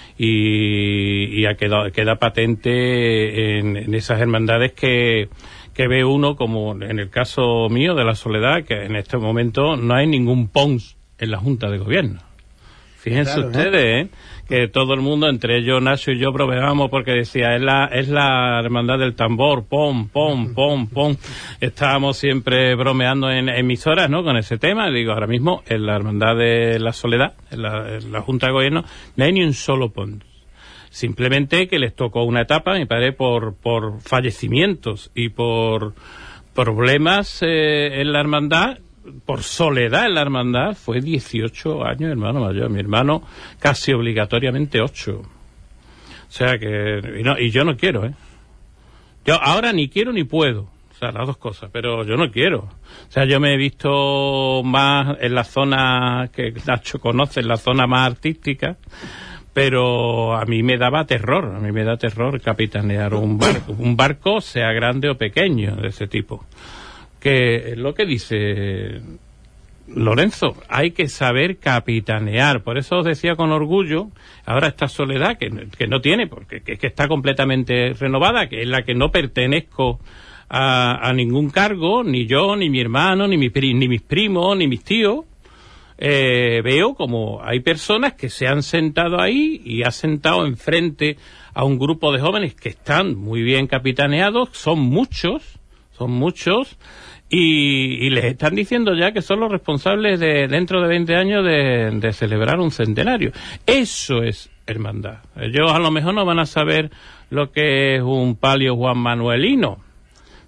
Y, y ha quedado, queda patente en, en esas hermandades que que ve uno, como en el caso mío de la Soledad, que en este momento no hay ningún Pons en la Junta de Gobierno. Fíjense claro, ustedes, ¿no? ¿eh? Que todo el mundo, entre ellos, Nacho y yo, bromeamos porque decía, es la es la hermandad del tambor, pom, pom, pom, pom. Estábamos siempre bromeando en emisoras, ¿no?, con ese tema. Digo, ahora mismo, en la hermandad de la Soledad, en la, en la Junta de Gobierno, no hay ni un solo Pons. Simplemente que les tocó una etapa, mi padre, por, por fallecimientos y por problemas eh, en la hermandad, por soledad en la hermandad, fue dieciocho años, hermano mayor. Mi hermano casi obligatoriamente ocho. O sea que... Y, no, y yo no quiero, ¿eh? Yo ahora ni quiero ni puedo. O sea, las dos cosas, pero yo no quiero. O sea, yo me he visto más en la zona que Nacho conoce, en la zona más artística, pero a mí me daba terror, a mí me da terror capitanear un barco, un barco sea grande o pequeño, de ese tipo. Que es lo que dice Lorenzo, hay que saber capitanear. Por eso os decía con orgullo, ahora esta Soledad, que, que no tiene, porque que, que está completamente renovada, que es la que no pertenezco a, a ningún cargo, ni yo, ni mi hermano, ni, mi, ni mis primos, ni mis tíos. Eh, veo como hay personas que se han sentado ahí y ha sentado enfrente a un grupo de jóvenes que están muy bien capitaneados, son muchos, son muchos, y, y les están diciendo ya que son los responsables de dentro de veinte años de, de celebrar un centenario. Eso es hermandad. Ellos a lo mejor no van a saber lo que es un palio Juan Manuelino,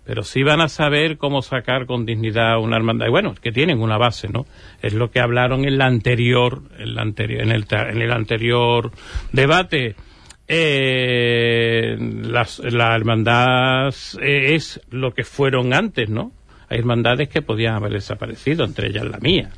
pero sí van a saber cómo sacar con dignidad una hermandad. Y bueno, que tienen una base, ¿no? Es lo que hablaron en la anterior, en, la anterior, en, el, en el anterior debate. Eh, las, la hermandad es lo que fueron antes, ¿no? Hay hermandades que podían haber desaparecido, entre ellas la mía.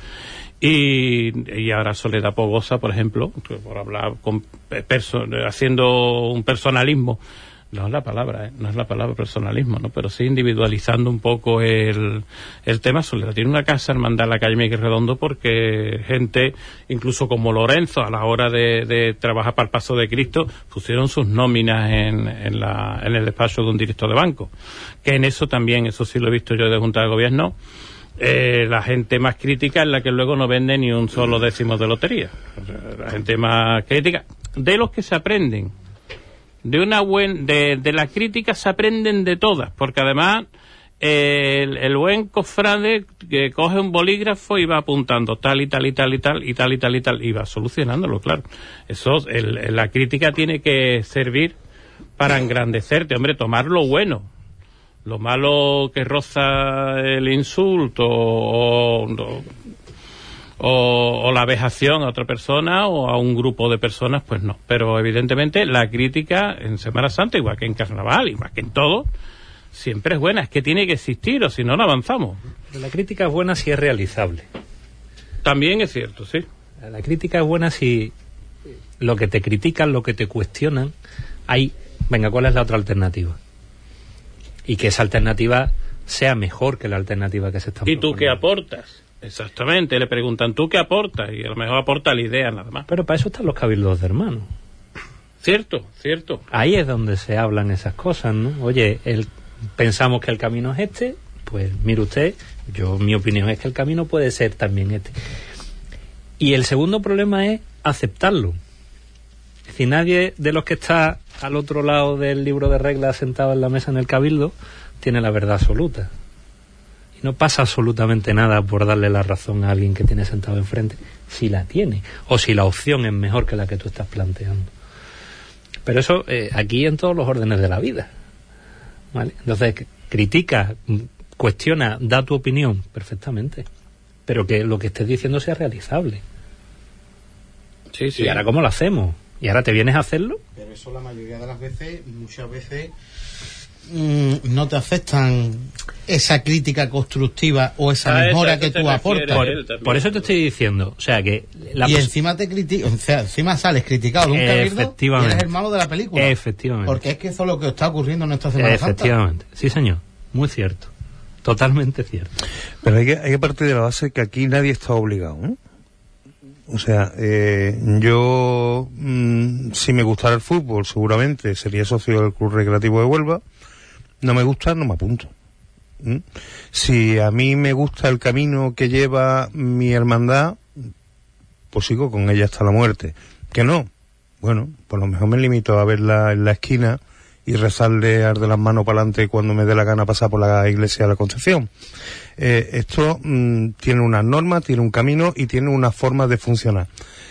Y, y ahora Soledad Pogosa, por ejemplo, por hablar con perso haciendo un personalismo, no es la palabra, ¿eh? no es la palabra personalismo, ¿no? Pero sí individualizando un poco el, el tema. Soledad tiene una casa hermandad en la calle Miguel Redondo porque gente, incluso como Lorenzo, a la hora de, de trabajar para el Paso de Cristo, pusieron sus nóminas en, en, la, en el despacho de un director de banco. Que en eso también, eso sí lo he visto yo de Junta de Gobierno, eh, la gente más crítica es la que luego no vende ni un solo décimo de lotería. O sea, la gente más crítica, de los que se aprenden. De una buen, de, de la crítica se aprenden de todas, porque además eh, el, el buen cofrade que coge un bolígrafo y va apuntando tal y tal y tal y tal y tal y tal y tal y va solucionándolo, claro. Eso, el, la crítica tiene que servir para engrandecerte, hombre, tomar lo bueno. Lo malo que roza el insulto o, o, o, o la vejación a otra persona o a un grupo de personas, pues no. Pero evidentemente la crítica en Semana Santa, igual que en Carnaval, igual que en todo, siempre es buena. Es que tiene que existir o si no, no avanzamos. La crítica es buena si es realizable. También es cierto, sí. La crítica es buena si lo que te critican, lo que te cuestionan, hay, venga, ¿cuál es la otra alternativa? Y que esa alternativa sea mejor que la alternativa que se está proponiendo. ¿Y tú qué proponiendo. aportas? Exactamente, le preguntan, ¿tú qué aportas? Y a lo mejor aporta la idea nada más. Pero para eso están los cabildos de hermanos. Cierto, cierto. Ahí es donde se hablan esas cosas, ¿no? Oye, el, pensamos que el camino es este, pues mire usted, yo mi opinión es que el camino puede ser también este. Y el segundo problema es aceptarlo. Es decir, nadie de los que está al otro lado del libro de reglas sentado en la mesa en el cabildo tiene la verdad absoluta. Y no pasa absolutamente nada por darle la razón a alguien que tiene sentado enfrente, si la tiene, o si la opción es mejor que la que tú estás planteando. Pero eso eh, aquí en todos los órdenes de la vida, ¿vale? Entonces, critica, cuestiona, da tu opinión, perfectamente, pero que lo que estés diciendo sea realizable. Sí, sí. ¿Y ahora cómo lo hacemos? ¿Y ahora te vienes a hacerlo? Pero eso la mayoría de las veces, muchas veces, mmm, no te aceptan esa crítica constructiva o esa a mejora eso, que eso tú aportas. Por, por eso te estoy diciendo, o sea que... La y encima te critico, o sea, encima sales criticado de un cabildo y eres el malo de la película. Efectivamente. Porque es que eso es lo que está ocurriendo en nuestra Semana Santa. Efectivamente, sí señor, muy cierto, totalmente cierto. Pero hay que, hay que partir de la base que aquí nadie está obligado, ¿no? O sea, eh, yo, mmm, si me gustara el fútbol, seguramente sería socio del Club Recreativo de Huelva. No me gusta, no me apunto. ¿Mm? Si a mí me gusta el camino que lleva mi hermandad, pues sigo con ella hasta la muerte. ¿Que no? Bueno, por lo mejor me limito a verla en la esquina y rezarle ar de las manos para adelante cuando me dé la gana pasar por la iglesia de la Concepción. Eh, esto mmm, tiene unas normas, tiene un camino y tiene una forma de funcionar.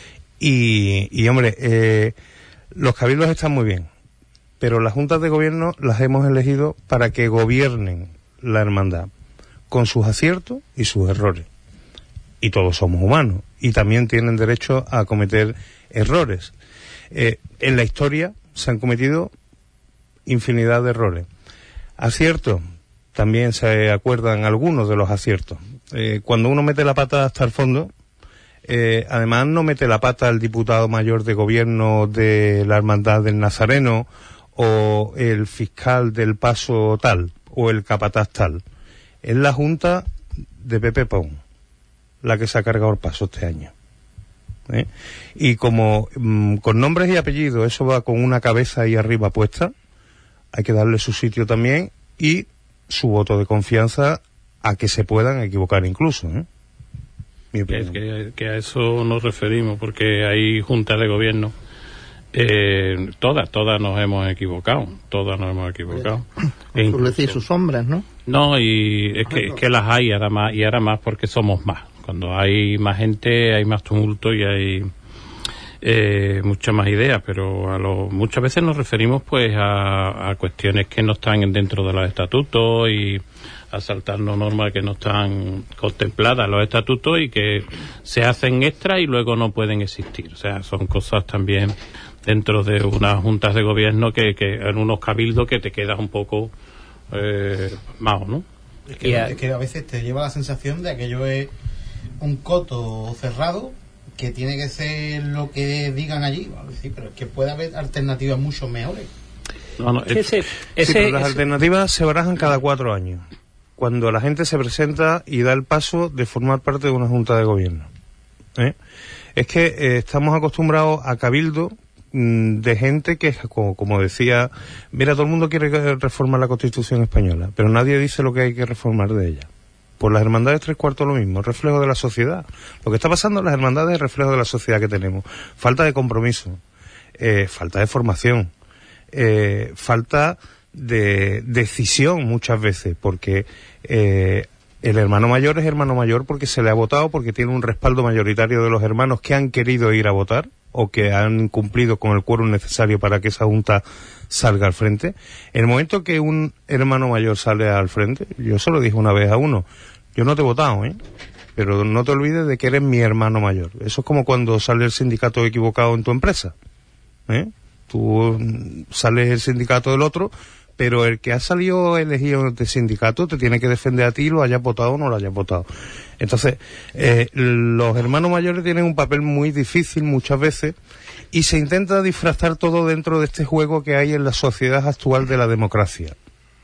Y, y hombre, eh, los cabildos están muy bien, pero las juntas de gobierno las hemos elegido para que gobiernen la hermandad, con sus aciertos y sus errores. Y todos somos humanos, y también tienen derecho a cometer errores. Eh, en la historia se han cometido infinidad de errores. Aciertos, también se acuerdan algunos de los aciertos. Eh, cuando uno mete la pata hasta el fondo, eh, además no mete la pata el diputado mayor de gobierno de la Hermandad del Nazareno o el fiscal del Paso tal o el capataz tal. Es la Junta de Pepe Pon la que se ha cargado el paso este año. ¿Eh? Y como mmm, con nombres y apellidos eso va con una cabeza ahí arriba puesta, hay que darle su sitio también y su voto de confianza a que se puedan equivocar incluso, ¿eh? Mi que, que, que a eso nos referimos, porque hay juntas de gobierno, eh, todas, todas nos hemos equivocado, todas nos hemos equivocado. Con sus luces y sus sombras, ¿no? No, y es que, es que las hay ahora más, y ahora más porque somos más. Cuando hay más gente hay más tumulto y hay... eh, muchas más ideas, pero a lo, muchas veces nos referimos pues a, a cuestiones que no están dentro de los estatutos y a saltarnos normas que no están contempladas en los estatutos y que se hacen extra y luego no pueden existir. O sea, son cosas también dentro de unas juntas de gobierno que, que en unos cabildos que te quedas un poco eh, mao, ¿no? Es que, a... es que a veces te lleva la sensación de aquello es un coto cerrado que tiene que ser lo que digan allí. Sí, pero es que puede haber alternativas mucho mejores. No, no, es, ese, ese, sí, pero las ese... alternativas se barajan cada cuatro años, cuando la gente se presenta y da el paso de formar parte de una junta de gobierno. ¿Eh? Es que eh, estamos acostumbrados a cabildo mmm, de gente que, como, como decía, mira, todo el mundo quiere reformar la Constitución española, pero nadie dice lo que hay que reformar de ella. Por las hermandades tres cuartos lo mismo, reflejo de la sociedad. Lo que está pasando en las hermandades es reflejo de la sociedad que tenemos. Falta de compromiso, eh, falta de formación, eh, falta de decisión muchas veces, porque eh, el hermano mayor es hermano mayor porque se le ha votado, porque tiene un respaldo mayoritario de los hermanos que han querido ir a votar o que han cumplido con el quórum necesario para que esa junta salga al frente. En el momento que un hermano mayor sale al frente, yo se lo dije una vez a uno, yo no te he votado, ¿eh? Pero no te olvides de que eres mi hermano mayor. Eso es como cuando sale el sindicato equivocado en tu empresa, ¿eh? Tú sales el sindicato del otro, pero el que ha salido elegido de sindicato te tiene que defender a ti, lo hayas votado o no lo hayas votado. Entonces, eh, los hermanos mayores tienen un papel muy difícil muchas veces y se intenta disfrazar todo dentro de este juego que hay en la sociedad actual de la democracia.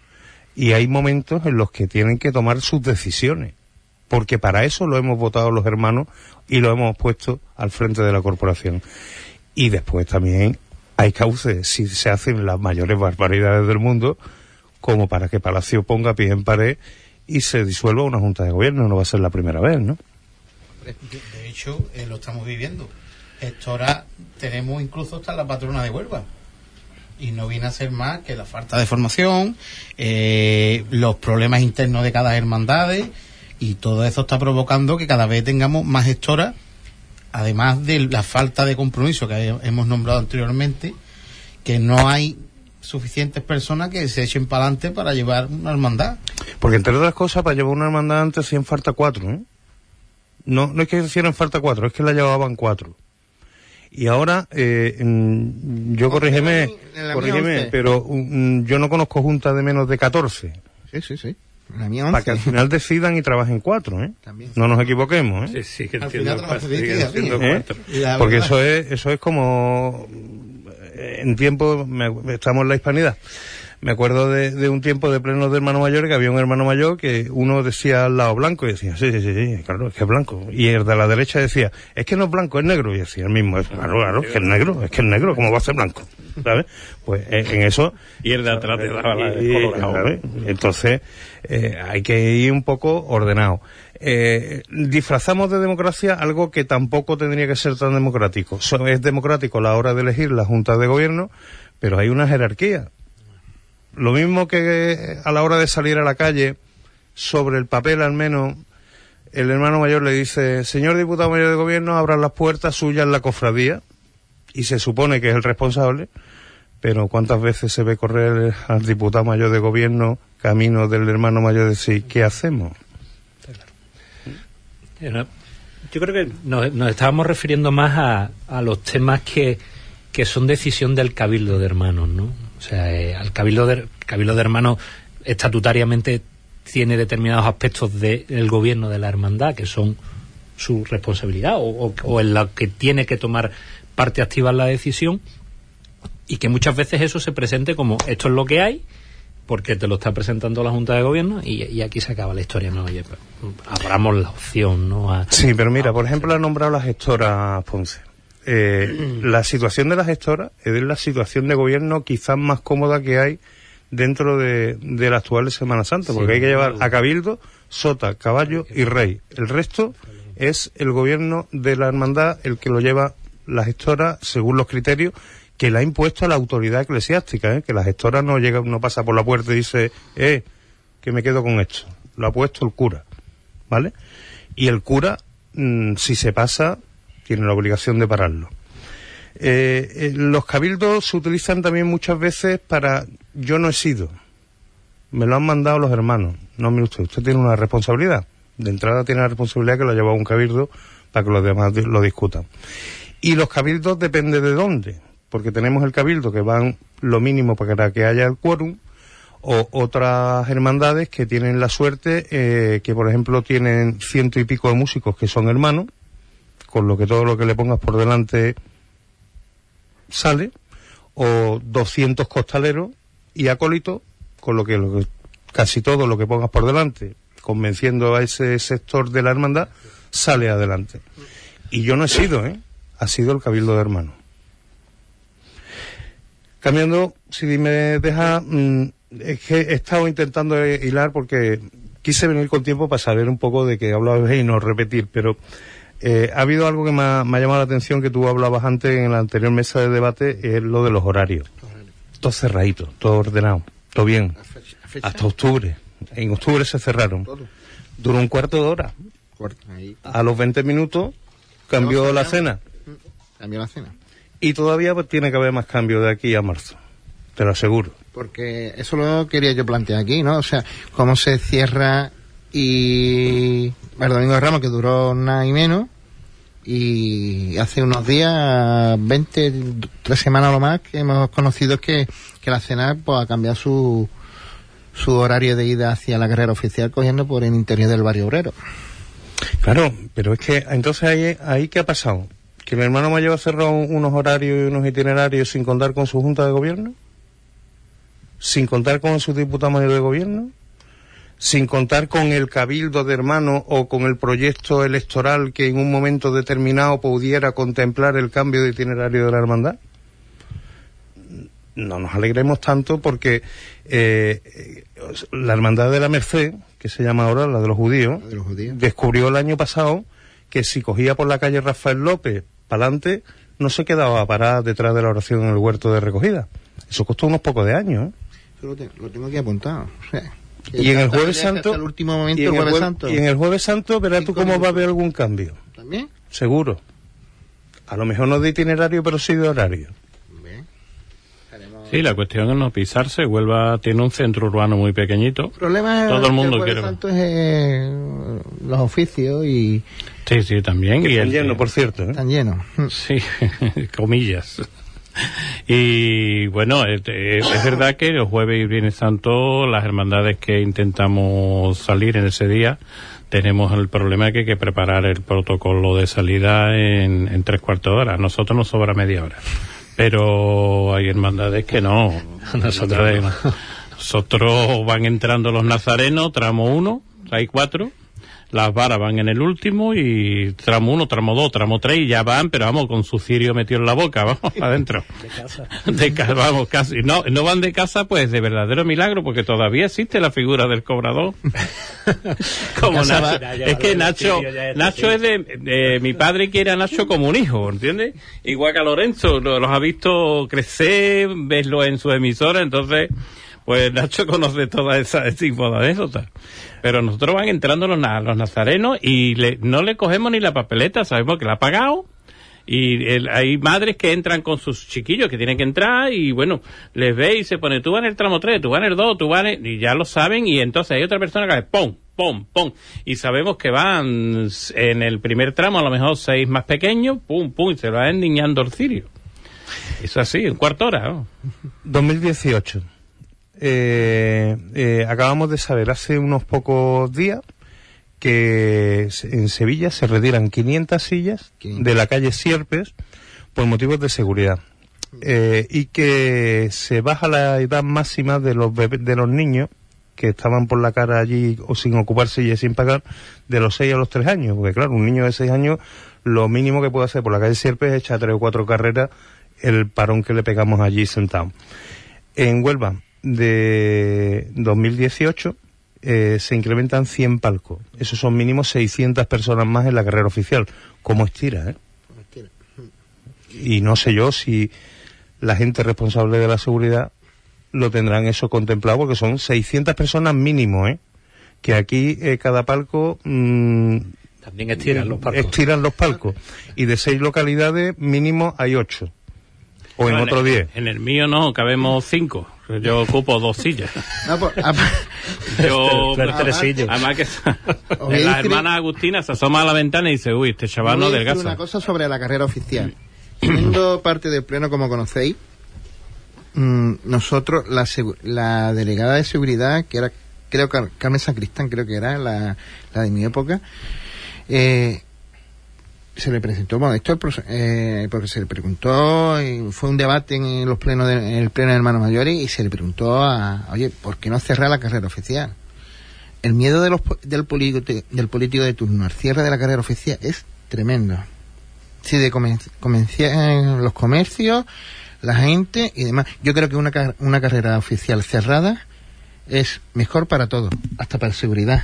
Y hay momentos en los que tienen que tomar sus decisiones, porque para eso lo hemos votado los hermanos y lo hemos puesto al frente de la corporación. Y después también hay cauces, si se hacen las mayores barbaridades del mundo, como para que Palacio ponga pie en pared y se disuelva una junta de gobierno. No va a ser la primera vez, ¿no? De hecho, eh, lo estamos viviendo. Esto ahora tenemos incluso hasta la patrona de Huelva. Y no viene a ser más que la falta de formación, eh, los problemas internos de cada hermandad, y todo eso está provocando que cada vez tengamos más gestoras, además de la falta de compromiso que hemos nombrado anteriormente, que no hay suficientes personas que se echen para adelante para llevar una hermandad. Porque entre otras cosas, para llevar una hermandad antes hacían falta cuatro, ¿eh? No, no es que hicieran falta cuatro, es que la llevaban cuatro. Y ahora, eh, yo corrígeme, corrígeme, pero um, yo no conozco juntas de menos de catorce. Sí, sí, sí. La mía once. Para que al final decidan y trabajen cuatro, ¿eh? También. No nos equivoquemos, ¿eh? Sí, sí, que entiendo cuatro. ¿Eh? Porque eso es, eso es como en tiempo, me, estamos en la hispanidad. Me acuerdo de, de un tiempo de plenos de hermano mayor, que había un hermano mayor que uno decía al lado blanco y decía, sí, sí, sí, sí, claro, es que es blanco. Y el de la derecha decía, es que no es blanco, es negro. Y decía el mismo, claro, claro, es que es negro, es que es negro, ¿cómo va a ser blanco? ¿Sabes? Pues en eso... Y el de atrás te daba la de colorado. ¿Sabes? Entonces, eh, hay que ir un poco ordenado. Eh, disfrazamos de democracia algo que tampoco tendría que ser tan democrático. So, es democrático a la hora de elegir la junta de gobierno, pero hay una jerarquía. Lo mismo que a la hora de salir a la calle, sobre el papel al menos, el hermano mayor le dice, señor diputado mayor de gobierno, abran las puertas suyas en la cofradía, y se supone que es el responsable, pero ¿cuántas veces se ve correr al diputado mayor de gobierno camino del hermano mayor de decir, ¿qué hacemos? Yo creo que nos, nos estábamos refiriendo más a, a los temas que, que son decisión del cabildo de hermanos, ¿no? O sea, eh, al cabildo de, cabildo de hermanos estatutariamente tiene determinados aspectos del de, gobierno de la hermandad que son su responsabilidad o, o, o en la que tiene que tomar parte activa en la decisión, y que muchas veces eso se presente como esto es lo que hay porque te lo está presentando la Junta de Gobierno y, y aquí se acaba la historia. No, oye, abramos la opción, ¿no? A, sí, pero mira, por ejemplo, ha nombrado la gestora Ponce. Eh, la situación de la gestora es la situación de gobierno quizás más cómoda que hay dentro de, de la actual Semana Santa, porque sí, hay que llevar a cabildo, sota, caballo y rey. El resto es el gobierno de la hermandad el que lo lleva la gestora según los criterios que le ha impuesto a la autoridad eclesiástica, ¿eh? Que la gestora no llega, no pasa por la puerta y dice, eh, que me quedo con esto. Lo ha puesto el cura, ¿vale? Y el cura, mmm, si se pasa, tiene la obligación de pararlo. Eh, eh, los cabildos se utilizan también muchas veces para... Yo no he sido. Me lo han mandado los hermanos. No, mire usted, usted tiene una responsabilidad. De entrada tiene la responsabilidad que lo ha llevado a un cabildo para que los demás lo discutan. Y los cabildos depende de dónde. Porque tenemos el cabildo que van lo mínimo para que haya el quórum, o otras hermandades que tienen la suerte, eh, que por ejemplo tienen ciento y pico de músicos que son hermanos, con lo que todo lo que le pongas por delante sale, o doscientos costaleros y acólitos, con lo que, lo que casi todo lo que pongas por delante, convenciendo a ese sector de la hermandad, sale adelante. Y yo no he sido, ¿eh? Ha sido el cabildo de hermanos. Cambiando, si me deja, mmm, es que he estado intentando hilar porque quise venir con tiempo para saber un poco de qué hablaba y no repetir, pero eh, ha habido algo que me ha, me ha llamado la atención, que tú hablabas antes en la anterior mesa de debate, es lo de los horarios. Todo cerradito, todo ordenado, todo bien. Hasta octubre. En octubre se cerraron. Duró un cuarto de hora. A los veinte minutos cambió la cena. Cambió la cena. Y todavía pues, tiene que haber más cambios de aquí a marzo, te lo aseguro. Porque eso lo quería yo plantear aquí, ¿no? O sea, cómo se cierra y el Domingo de Ramos, que duró nada y menos, y hace unos días, veinte, tres semanas o lo más, que hemos conocido que, que la cena pues ha cambiado su, su horario de ida hacia la carrera oficial, cogiendo por el interior del barrio obrero. Claro, pero es que entonces ahí, ahí ¿qué ha pasado? ¿Que mi hermano mayor ha cerrado unos horarios y unos itinerarios sin contar con su junta de gobierno? ¿Sin contar con su diputado mayor de gobierno? ¿Sin contar con el cabildo de hermanos o con el proyecto electoral que en un momento determinado pudiera contemplar el cambio de itinerario de la hermandad? No nos alegremos tanto porque eh, la hermandad de la Merced, que se llama ahora la de los judíos, de los judíos, descubrió el año pasado que si cogía por la calle Rafael López para adelante, no se quedaba parada detrás de la oración en el huerto de recogida. Eso costó unos pocos de años, ¿eh? Eso lo, te, lo tengo aquí apuntado. O sea, y en el Jueves Santo, el último momento y, en el jueves el, Santo. y en el Jueves Santo verás tú cómo va a haber algún cambio. ¿También? Seguro. A lo mejor no de itinerario, pero sí de horario. Sí, la cuestión es no pisarse. Huelva tiene un centro urbano muy pequeñito. El problema es todo el mundo que el quiere. Santo es eh, los oficios y... Sí, sí, también. Que y están el, llenos, por cierto. ¿eh? Están llenos. Sí, comillas. Y bueno, es, es verdad que los jueves y viernes santo, las hermandades que intentamos salir en ese día, tenemos el problema de que hay que preparar el protocolo de salida en, en tres cuartos de hora. A nosotros nos sobra media hora. Pero hay hermandades que no. Nosotros, nosotros van entrando los nazarenos, tramo uno, hay cuatro. Las varas van en el último y tramo uno, tramo dos, tramo tres y ya van, pero vamos, con su cirio metido en la boca, vamos, adentro. De casa. De casa, vamos, casi. No, no van de casa, pues, de verdadero milagro, porque todavía existe la figura del cobrador. Como Nacho. Va, es que Nacho, Nacho es de, de, mi padre quiere a Nacho como un hijo, ¿entiendes? Igual que a Lorenzo, lo, los ha visto crecer, veslo en su emisora, entonces, pues Nacho conoce toda esa, ese tipo de anécdotas. Pero nosotros van entrando los, los nazarenos y le, no le cogemos ni la papeleta, sabemos que la ha pagado. Y el, hay madres que entran con sus chiquillos que tienen que entrar y bueno, les ve y se pone, tú vas en el tramo tres, tú vas en el dos, tú vas en el... y ya lo saben y entonces hay otra persona que hace pum, pum, pum. Y sabemos que van en el primer tramo a lo mejor seis más pequeños, pum, pum, y se lo va endiñando el cirio. Eso así, en cuarto hora, ¿no? dos mil dieciocho. Eh, eh, acabamos de saber hace unos pocos días que en Sevilla se retiran quinientas sillas de la calle Sierpes por motivos de seguridad eh, y que se baja la edad máxima de los bebés, de los niños que estaban por la cara allí o sin ocupar sillas sin pagar, de los seis a los tres años, porque claro, un niño de seis años lo mínimo que puede hacer por la calle Sierpes es echar tres o cuatro carreras el parón que le pegamos allí sentado. En Huelva de dos mil dieciocho eh, se incrementan cien palcos. Esos son mínimo seiscientas personas más en la carrera oficial. ¿Cómo estira, eh? ¿Cómo estira? Y no sé yo si la gente responsable de la seguridad lo tendrán eso contemplado, porque son seiscientas personas mínimo, ¿eh? Que aquí eh, cada palco... Mmm, también estiran los palcos. Estiran los palcos. Y de seis localidades mínimo hay ocho. ¿O en no, otro diez? En el mío no, cabemos cinco. Yo ocupo dos sillas. No, pues, Yo, Tres- tres sillas. además que voy a la decir- hermana Agustina se asoma a la ventana y dice, uy, este chaval no Voy a decir adelgaza. una cosa sobre la carrera oficial. Siendo parte del pleno, como conocéis, mmm, nosotros, la, segu- la delegada de seguridad, que era, creo que Carmen San Cristán, creo que era la, la de mi época, eh, se le presentó, bueno, esto es eh, porque se le preguntó, y fue un debate en los plenos de, en el pleno de hermanos mayores, y se le preguntó a, oye, ¿por qué no cerrar la carrera oficial? El miedo de los, del, político, del político de turno al cierre de la carrera oficial es tremendo. Sí, de comen, comencien los comercios, la gente y demás. Yo creo que una, una carrera oficial cerrada es mejor para todo, hasta para seguridad.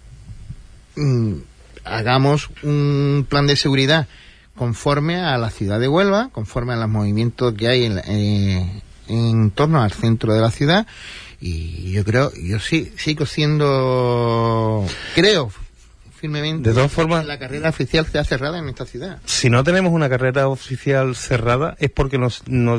Mm, hagamos un plan de seguridad conforme a la ciudad de Huelva, conforme a los movimientos que hay en, la, eh, en torno al centro de la ciudad, y yo creo, yo sí sigo siendo, creo firmemente, de todas formas, que la carrera oficial sea cerrada en esta ciudad. Si no tenemos una carrera oficial cerrada es porque no, no,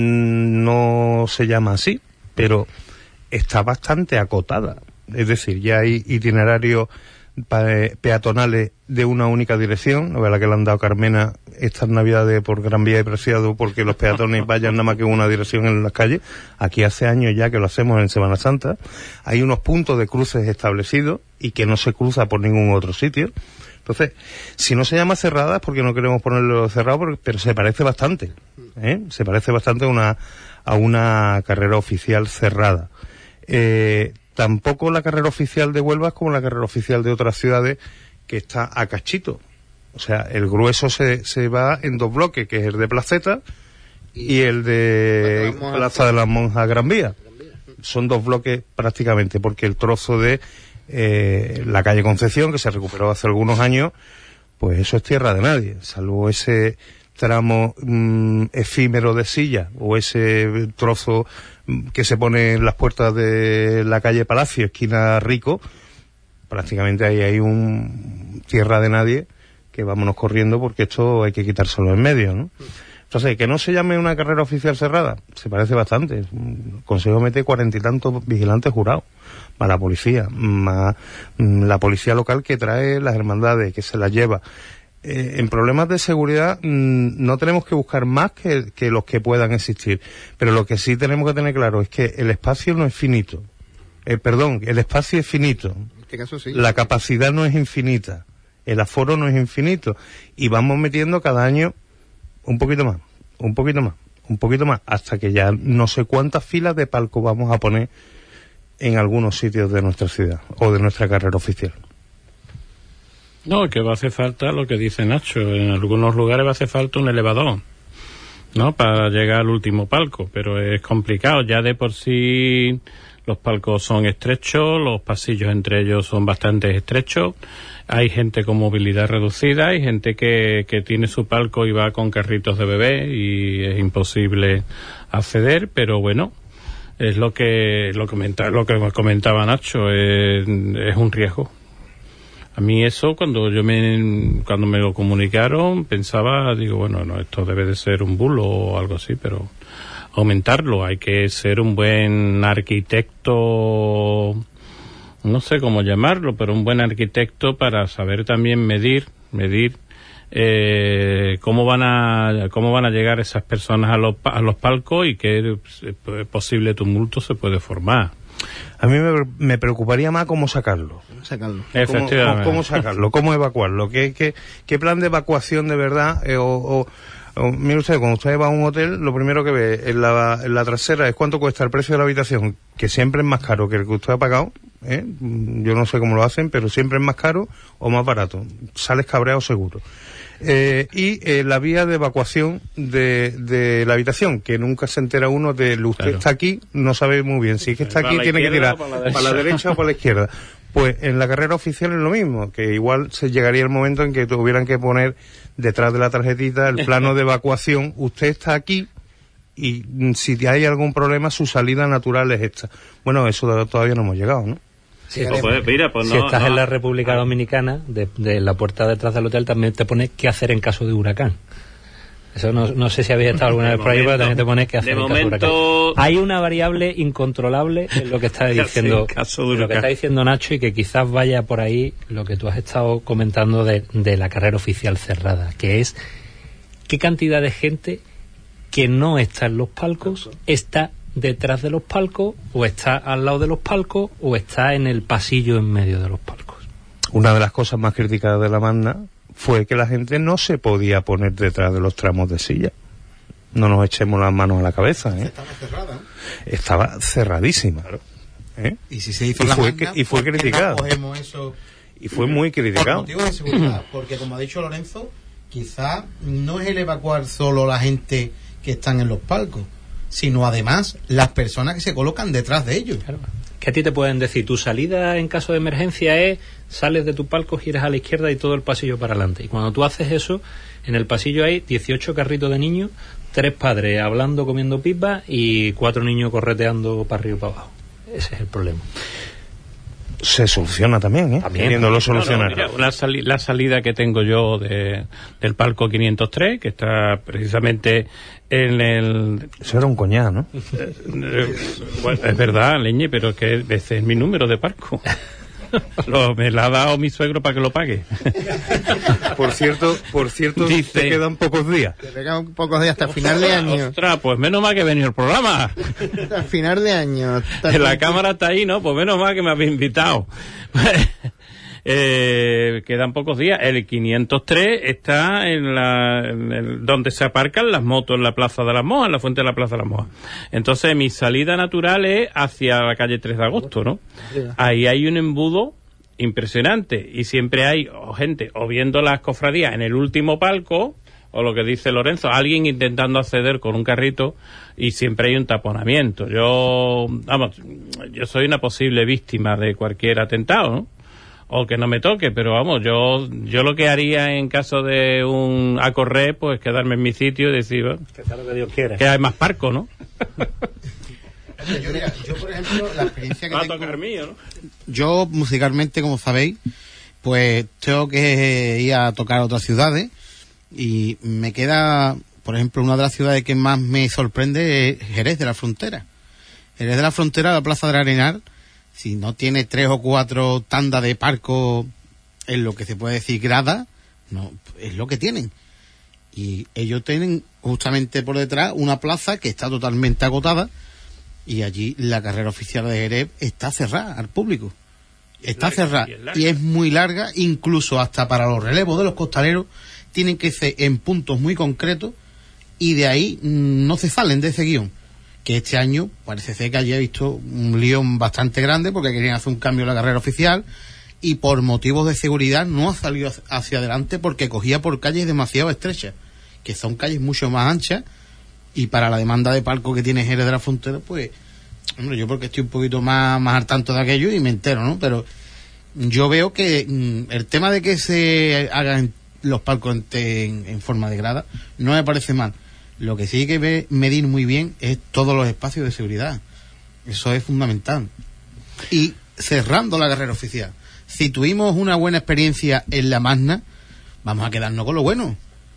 no se llama así, pero está bastante acotada. Es decir, ya hay itinerarios peatonales de una única dirección, no ve la que le han dado Carmena estas navidades por Gran Vía y Preciado, porque los peatones vayan nada más que en una dirección en las calles. Aquí hace años ya que lo hacemos en Semana Santa. Hay unos puntos de cruces establecidos y que no se cruza por ningún otro sitio. Entonces, si no se llama cerrada es porque no queremos ponerlo cerrado, pero se parece bastante, ¿eh? Se parece bastante a una, a una carrera oficial cerrada. Eh, tampoco la carrera oficial de Huelva es como la carrera oficial de otras ciudades, que está a cachito. O sea, el grueso se, se va en dos bloques, que es el de Placeta y, y el de Plaza de las Monjas Gran Vía. Son dos bloques prácticamente, porque el trozo de eh, la calle Concepción, que se recuperó hace algunos años, pues eso es tierra de nadie, salvo ese tramo mmm, efímero de Silla, o ese trozo mmm, que se pone en las puertas de la calle Palacio, esquina Rico. Prácticamente ahí hay un tierra de nadie, que vámonos corriendo porque esto hay que quitárselo en medio, ¿no? Entonces, que no se llame una carrera oficial cerrada, se parece bastante. El Consejo mete cuarenta y tantos vigilantes jurados, más la policía, más la policía local que trae las hermandades, que se las lleva. Eh, en problemas de seguridad mmm, no tenemos que buscar más que, que los que puedan existir, pero lo que sí tenemos que tener claro es que el espacio no es finito. Eh, perdón, el espacio es finito. En este caso sí. La capacidad no es infinita, el aforo no es infinito, y vamos metiendo cada año un poquito más, un poquito más, un poquito más, hasta que ya no sé cuántas filas de palco vamos a poner en algunos sitios de nuestra ciudad o de nuestra carrera oficial. No, que va a hacer falta lo que dice Nacho, en algunos lugares va a hacer falta un elevador, ¿no?, para llegar al último palco, pero es complicado, ya de por sí los palcos son estrechos, los pasillos entre ellos son bastante estrechos, hay gente con movilidad reducida, hay gente que, que tiene su palco y va con carritos de bebé y es imposible acceder, pero bueno, es lo que lo, comenta, lo que comentaba Nacho, es, es un riesgo. A mí eso, cuando yo me cuando me lo comunicaron, pensaba, digo, bueno, no, esto debe de ser un bulo o algo así, pero aumentarlo, hay que ser un buen arquitecto, no sé cómo llamarlo, pero un buen arquitecto para saber también medir, medir eh, cómo van a cómo van a llegar esas personas a los a los palcos y qué posible tumulto se puede formar. A mí me, me preocuparía más cómo sacarlo. Sacarlo. Efectivamente. ¿Cómo, cómo sacarlo? ¿Cómo evacuarlo? ¿Qué, qué, qué plan de evacuación de verdad? Eh, o, o, o, mire usted, cuando usted va a un hotel, lo primero que ve en la, en la trasera es cuánto cuesta el precio de la habitación, que siempre es más caro que el que usted ha pagado. ¿eh? Yo no sé cómo lo hacen, pero siempre es más caro o más barato. Sales cabreado seguro. Eh, y eh, la vía de evacuación de, de la habitación, que nunca se entera uno de usted claro. Está aquí, no sabe muy bien si es que está aquí, tiene que tirar para la, para la derecha o para la izquierda. Pues en la carrera oficial es lo mismo, que igual se llegaría el momento en que tuvieran que poner detrás de la tarjetita el plano de evacuación, usted está aquí y si hay algún problema su salida natural es esta. Bueno, eso todavía no hemos llegado, ¿no? Sí, pues, pues, mira, pues no, si estás no, en la República Dominicana, de, de la puerta detrás del hotel también te pone qué hacer en caso de huracán. Eso no, no sé si habéis estado alguna De vez por ahí, momento- pero también te pones que hacer de el caso de momento- huracán. Hay una variable incontrolable en lo que está Que diciendo hace caso de lo que huracán. está diciendo Nacho, y que quizás vaya por ahí lo que tú has estado comentando de, de la carrera oficial cerrada, que es qué cantidad de gente que no está en los palcos está detrás de los palcos, o está al lado de los palcos, o está en el pasillo en medio de los palcos. Una de las cosas más criticadas de la Magna fue que la gente no se podía poner detrás de los tramos de silla. No nos echemos las manos a la cabeza, ¿eh? Estaba cerrada. Estaba cerradísima. ¿eh? Y si se hizo y la fue, Magna, y fue ¿por qué no criticado. cogemos eso? Y fue muy Por criticado. motivos de seguridad, porque como ha dicho Lorenzo, quizá no es el evacuar solo la gente que están en los palcos, sino además las personas que se colocan detrás de ellos. Claro. Que a ti te pueden decir, tu salida en caso de emergencia es, sales de tu palco, giras a la izquierda y todo el pasillo para adelante. Y cuando tú haces eso, en el pasillo hay dieciocho carritos de niños, tres padres hablando, comiendo pipas y cuatro niños correteando para arriba y para abajo. Ese es el problema. Se soluciona también, ¿eh? También. Queriéndolo No, no, solucionar. mira, la, sali- la salida que tengo yo de, del palco quinientos tres, que está precisamente en el... Eso era un coñac, ¿no? Eh, bueno, es verdad, leñe, pero es que ese es mi número de palco. Lo, me la ha dado mi suegro para que lo pague. Por cierto, por cierto, Dice- te quedan pocos días. Te pegan pocos días hasta final de año. Ostras, pues menos mal que he venido el programa. Hasta final de año. Hasta La fin- cámara está ahí, ¿no? Pues menos mal que me habéis invitado. Eh, quedan pocos días. El quinientos tres está en la en el- donde se aparcan las motos, en la Plaza de las Mojas, en la fuente de la Plaza de las Mojas. Entonces mi salida natural es hacia la calle tres de agosto, ¿no? Ahí hay un embudo impresionante y siempre hay o gente o viendo las cofradías en el último palco, o lo que dice Lorenzo, alguien intentando acceder con un carrito, y siempre hay un taponamiento. Yo, vamos, yo soy una posible víctima de cualquier atentado, ¿no? O que no me toque, pero vamos, yo yo lo que haría en caso de un a correr, pues quedarme en mi sitio y decir, bueno, Que sea lo que Dios quiera. que hay más parco, ¿no? Yo, mira, yo, por ejemplo, la experiencia que Va a tengo... tocar mío, ¿no? Yo, musicalmente, como sabéis, pues tengo que ir a tocar a otras ciudades, y me queda, por ejemplo, una de las ciudades que más me sorprende es Jerez de la Frontera. Jerez de la Frontera, la Plaza del Arenal, si no tiene tres o cuatro tandas de parco en lo que se puede decir grada, no, es lo que tienen. Y ellos tienen justamente por detrás una plaza que está totalmente agotada, y allí la carrera oficial de Jerez está cerrada al público. Está larga, cerrada y es larga. y es muy larga, incluso hasta para los relevos de los costaleros tienen que ser en puntos muy concretos, y de ahí mm, no se salen de ese guión. Que este año parece ser que haya visto un lío bastante grande porque querían hacer un cambio en la carrera oficial, y por motivos de seguridad no ha salido hacia adelante porque cogía por calles demasiado estrechas, que son calles mucho más anchas, y para la demanda de palco que tiene Jerez de la Frontera, pues, hombre, yo porque estoy un poquito más, más al tanto de aquello y me entero, ¿no? Pero yo veo que mm, el tema de que se hagan los palcos en, en, en forma de grada no me parece mal. Lo que sí hay que ve- medir muy bien es todos los espacios de seguridad. Eso es fundamental. Y cerrando la carrera oficial, si tuvimos una buena experiencia en la Magna, vamos a quedarnos con lo bueno.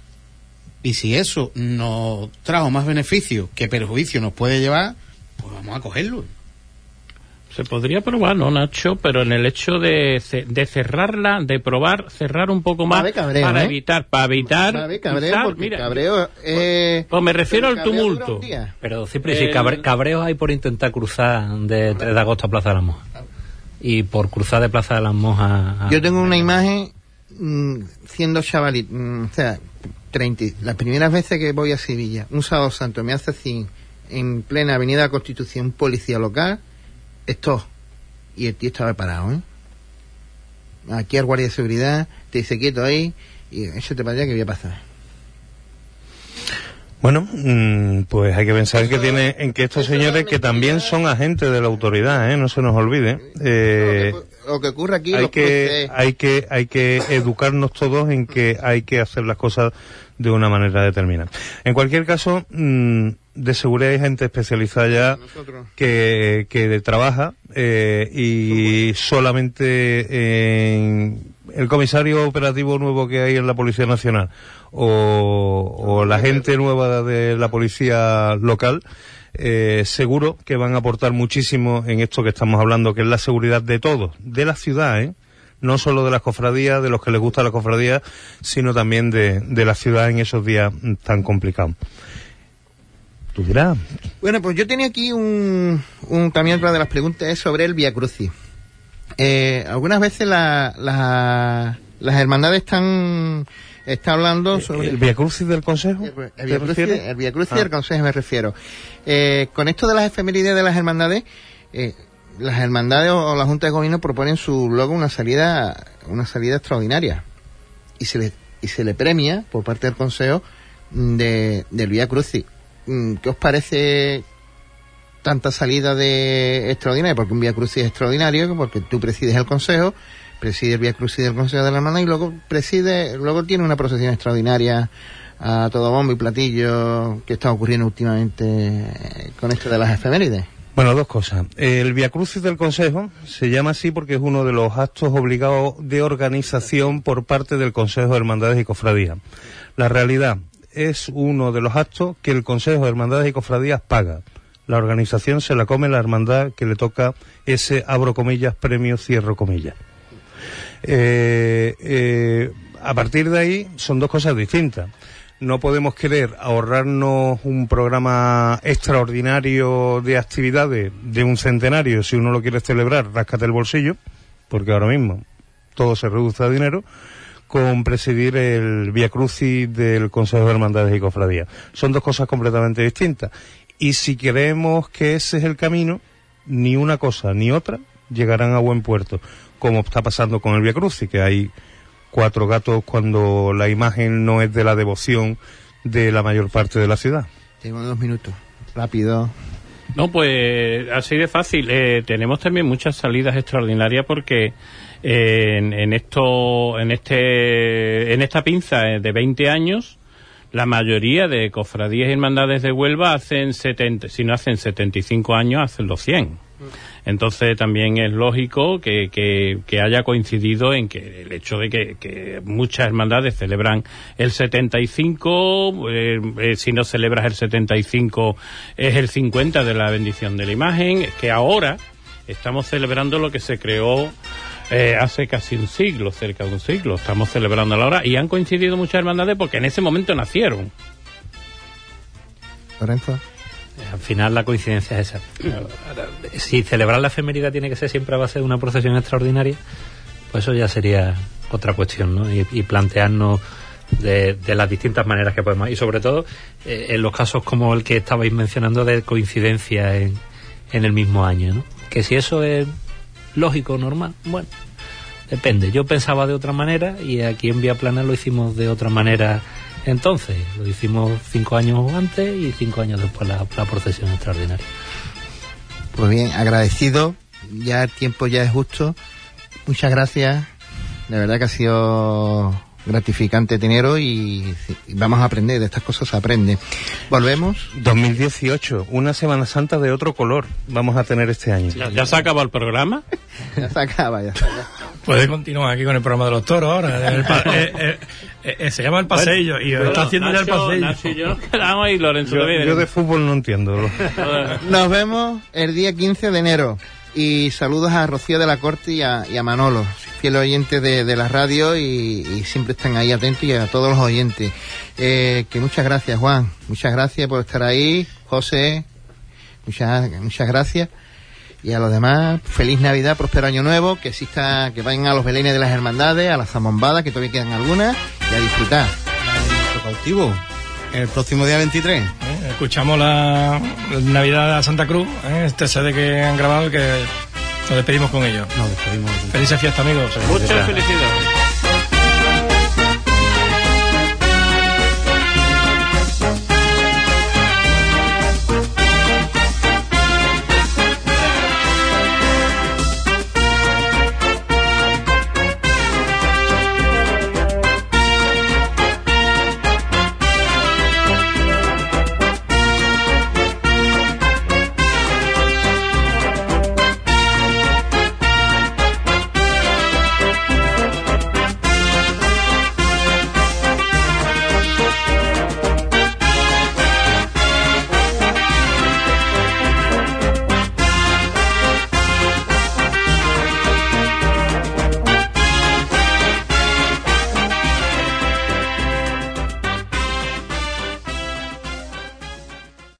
Y si eso nos trajo más beneficio que perjuicio nos puede llevar, pues vamos a cogerlo. Se podría probar, ¿no, Nacho? Pero en el hecho de, ce- de cerrarla, de probar, cerrar un poco más, Va a haber cabreo, para ¿eh? evitar, para evitar... Va a haber cabreo, quizás, porque mira, cabreo es... pues me refiero el al cabreo dura tumulto. un día. Pero Cipri, El- si cabre- cabreos hay por intentar cruzar de tres de agosto a Plaza de las Mojas. Y por cruzar de Plaza de las Mojas a... Yo tengo una imagen mm, siendo chavalito, mm, o sea, treinta, las primeras veces que voy a Sevilla, un sábado santo, me hace así, en plena avenida Constitución, policía local, esto, y el tío estaba parado, ¿eh? Aquí al guardia de seguridad, te dice quieto ahí, y échate para allá que voy a pasar. Bueno, mm, pues hay que pensar que tiene, en que estos señores que también son agentes de la autoridad, ¿eh? No se nos olvide. Eh, Lo que ocurre aquí, hay los que, cruces- hay que, hay que educarnos todos en que hay que hacer las cosas de una manera determinada. En cualquier caso, mm, de seguridad hay gente especializada ya que, que trabaja eh, y solamente en, el comisario operativo nuevo que hay en la Policía Nacional o, o la gente nueva de la policía local, eh, seguro que van a aportar muchísimo en esto que estamos hablando, que es la seguridad de todos, de la ciudad, ¿eh? No solo de las cofradías, de los que les gusta la cofradía, sino también de, de la ciudad en esos días tan complicados. ¿Tú dirás? Bueno, pues yo tenía aquí un, un también otra de las preguntas es sobre el Vía Crucis. Eh, algunas veces la, la, las hermandades están está hablando sobre el Vía Crucis del Consejo. El, el Vía Crucis, el Vía Crucis ah. del Consejo me refiero. Eh, con esto de las efemérides de las hermandades, eh, las hermandades o, o la Junta de Gobierno proponen su luego una salida una salida extraordinaria y se le y se le premia por parte del Consejo de del Vía Crucis. ¿Qué os parece tanta salida de extraordinaria? Porque un Vía Crucis es extraordinario, porque tú presides el Consejo, presides el Vía Crucis del Consejo de la Hermandad y luego preside, luego tiene una procesión extraordinaria a todo bombo y platillo que está ocurriendo últimamente con esto de las efemérides. Bueno, dos cosas. El Vía Crucis del Consejo se llama así porque es uno de los actos obligados de organización por parte del Consejo de Hermandades y Cofradías. La realidad es uno de los actos que el Consejo de Hermandades y Cofradías paga. La organización se la come la hermandad que le toca ese, abro comillas, premio, cierro comillas. Eh, eh, a partir de ahí son dos cosas distintas. No podemos querer ahorrarnos un programa extraordinario de actividades de un centenario si uno lo quiere celebrar, ráscate el bolsillo, porque ahora mismo todo se reduce a dinero, con presidir el Vía Crucis del Consejo de Hermandades y Cofradías. Son dos cosas completamente distintas. Y si creemos que ese es el camino, ni una cosa ni otra llegarán a buen puerto, como está pasando con el Vía Crucis, que hay cuatro gatos cuando la imagen no es de la devoción de la mayor parte de la ciudad. Tengo dos minutos. Rápido. No, pues así de fácil. Eh, tenemos también muchas salidas extraordinarias porque eh, en, en esto, en este, en esta pinza de veinte años, la mayoría de cofradías y hermandades de Huelva hacen setenta, si no hacen setenta y cinco años, hacen los cien. Entonces también es lógico que, que, que haya coincidido en que el hecho de que, que muchas hermandades celebran el setenta y cinco, eh, eh, si no celebras el setenta y cinco es el cincuenta de la bendición de la imagen, es que ahora estamos celebrando lo que se creó eh, hace casi un siglo, cerca de un siglo, estamos celebrando la hora y han coincidido muchas hermandades porque en ese momento nacieron. Lorenzo. Al final la coincidencia es esa. Si celebrar la efeméride tiene que ser siempre a base de una procesión extraordinaria, pues eso ya sería otra cuestión, ¿no? Y, y plantearnos de, de las distintas maneras que podemos. Y sobre todo eh, en los casos como el que estabais mencionando de coincidencia en, en el mismo año, ¿no? Que si eso es lógico, normal, bueno, depende. Yo pensaba de otra manera y aquí en Vía Plana lo hicimos de otra manera. Entonces, lo hicimos cinco años antes y cinco años después la, la procesión extraordinaria. Pues bien, agradecido, ya el tiempo ya es justo. Muchas gracias, de verdad que ha sido gratificante teneros y, y vamos a aprender, de estas cosas se aprende. Volvemos. dos mil dieciocho, una Semana Santa de otro color vamos a tener este año. ¿Ya, ya se acaba el programa? Ya se acaba, ya se acaba. Puede continuar aquí con el programa de los toros ahora. El pa- eh, eh, eh, se llama El Paseillo bueno, y bueno, está haciendo Nacho, ya el paseillo. Nacho y yo nos quedamos y Lorenzo yo, yo de fútbol no entiendo. Nos vemos el día quince de enero y saludos a Rocío de la Corte y a, y a Manolo, fieles oyentes de, de la radio y, y siempre están ahí atentos, y a todos los oyentes. Eh, que muchas gracias, Juan, muchas gracias por estar ahí, José, muchas, muchas gracias. Y a los demás, feliz Navidad, próspero año nuevo, que exista, que vayan a los belenes de las hermandades, a las zambombadas, que todavía quedan algunas, y a disfrutar. Cautivo, el próximo día veintitrés. ¿Eh? Escuchamos la, la Navidad de Santa Cruz, ¿eh? Este C D que han grabado y que nos despedimos con ellos. Nos despedimos. Felices fiestas, amigos. Muchas felicidades.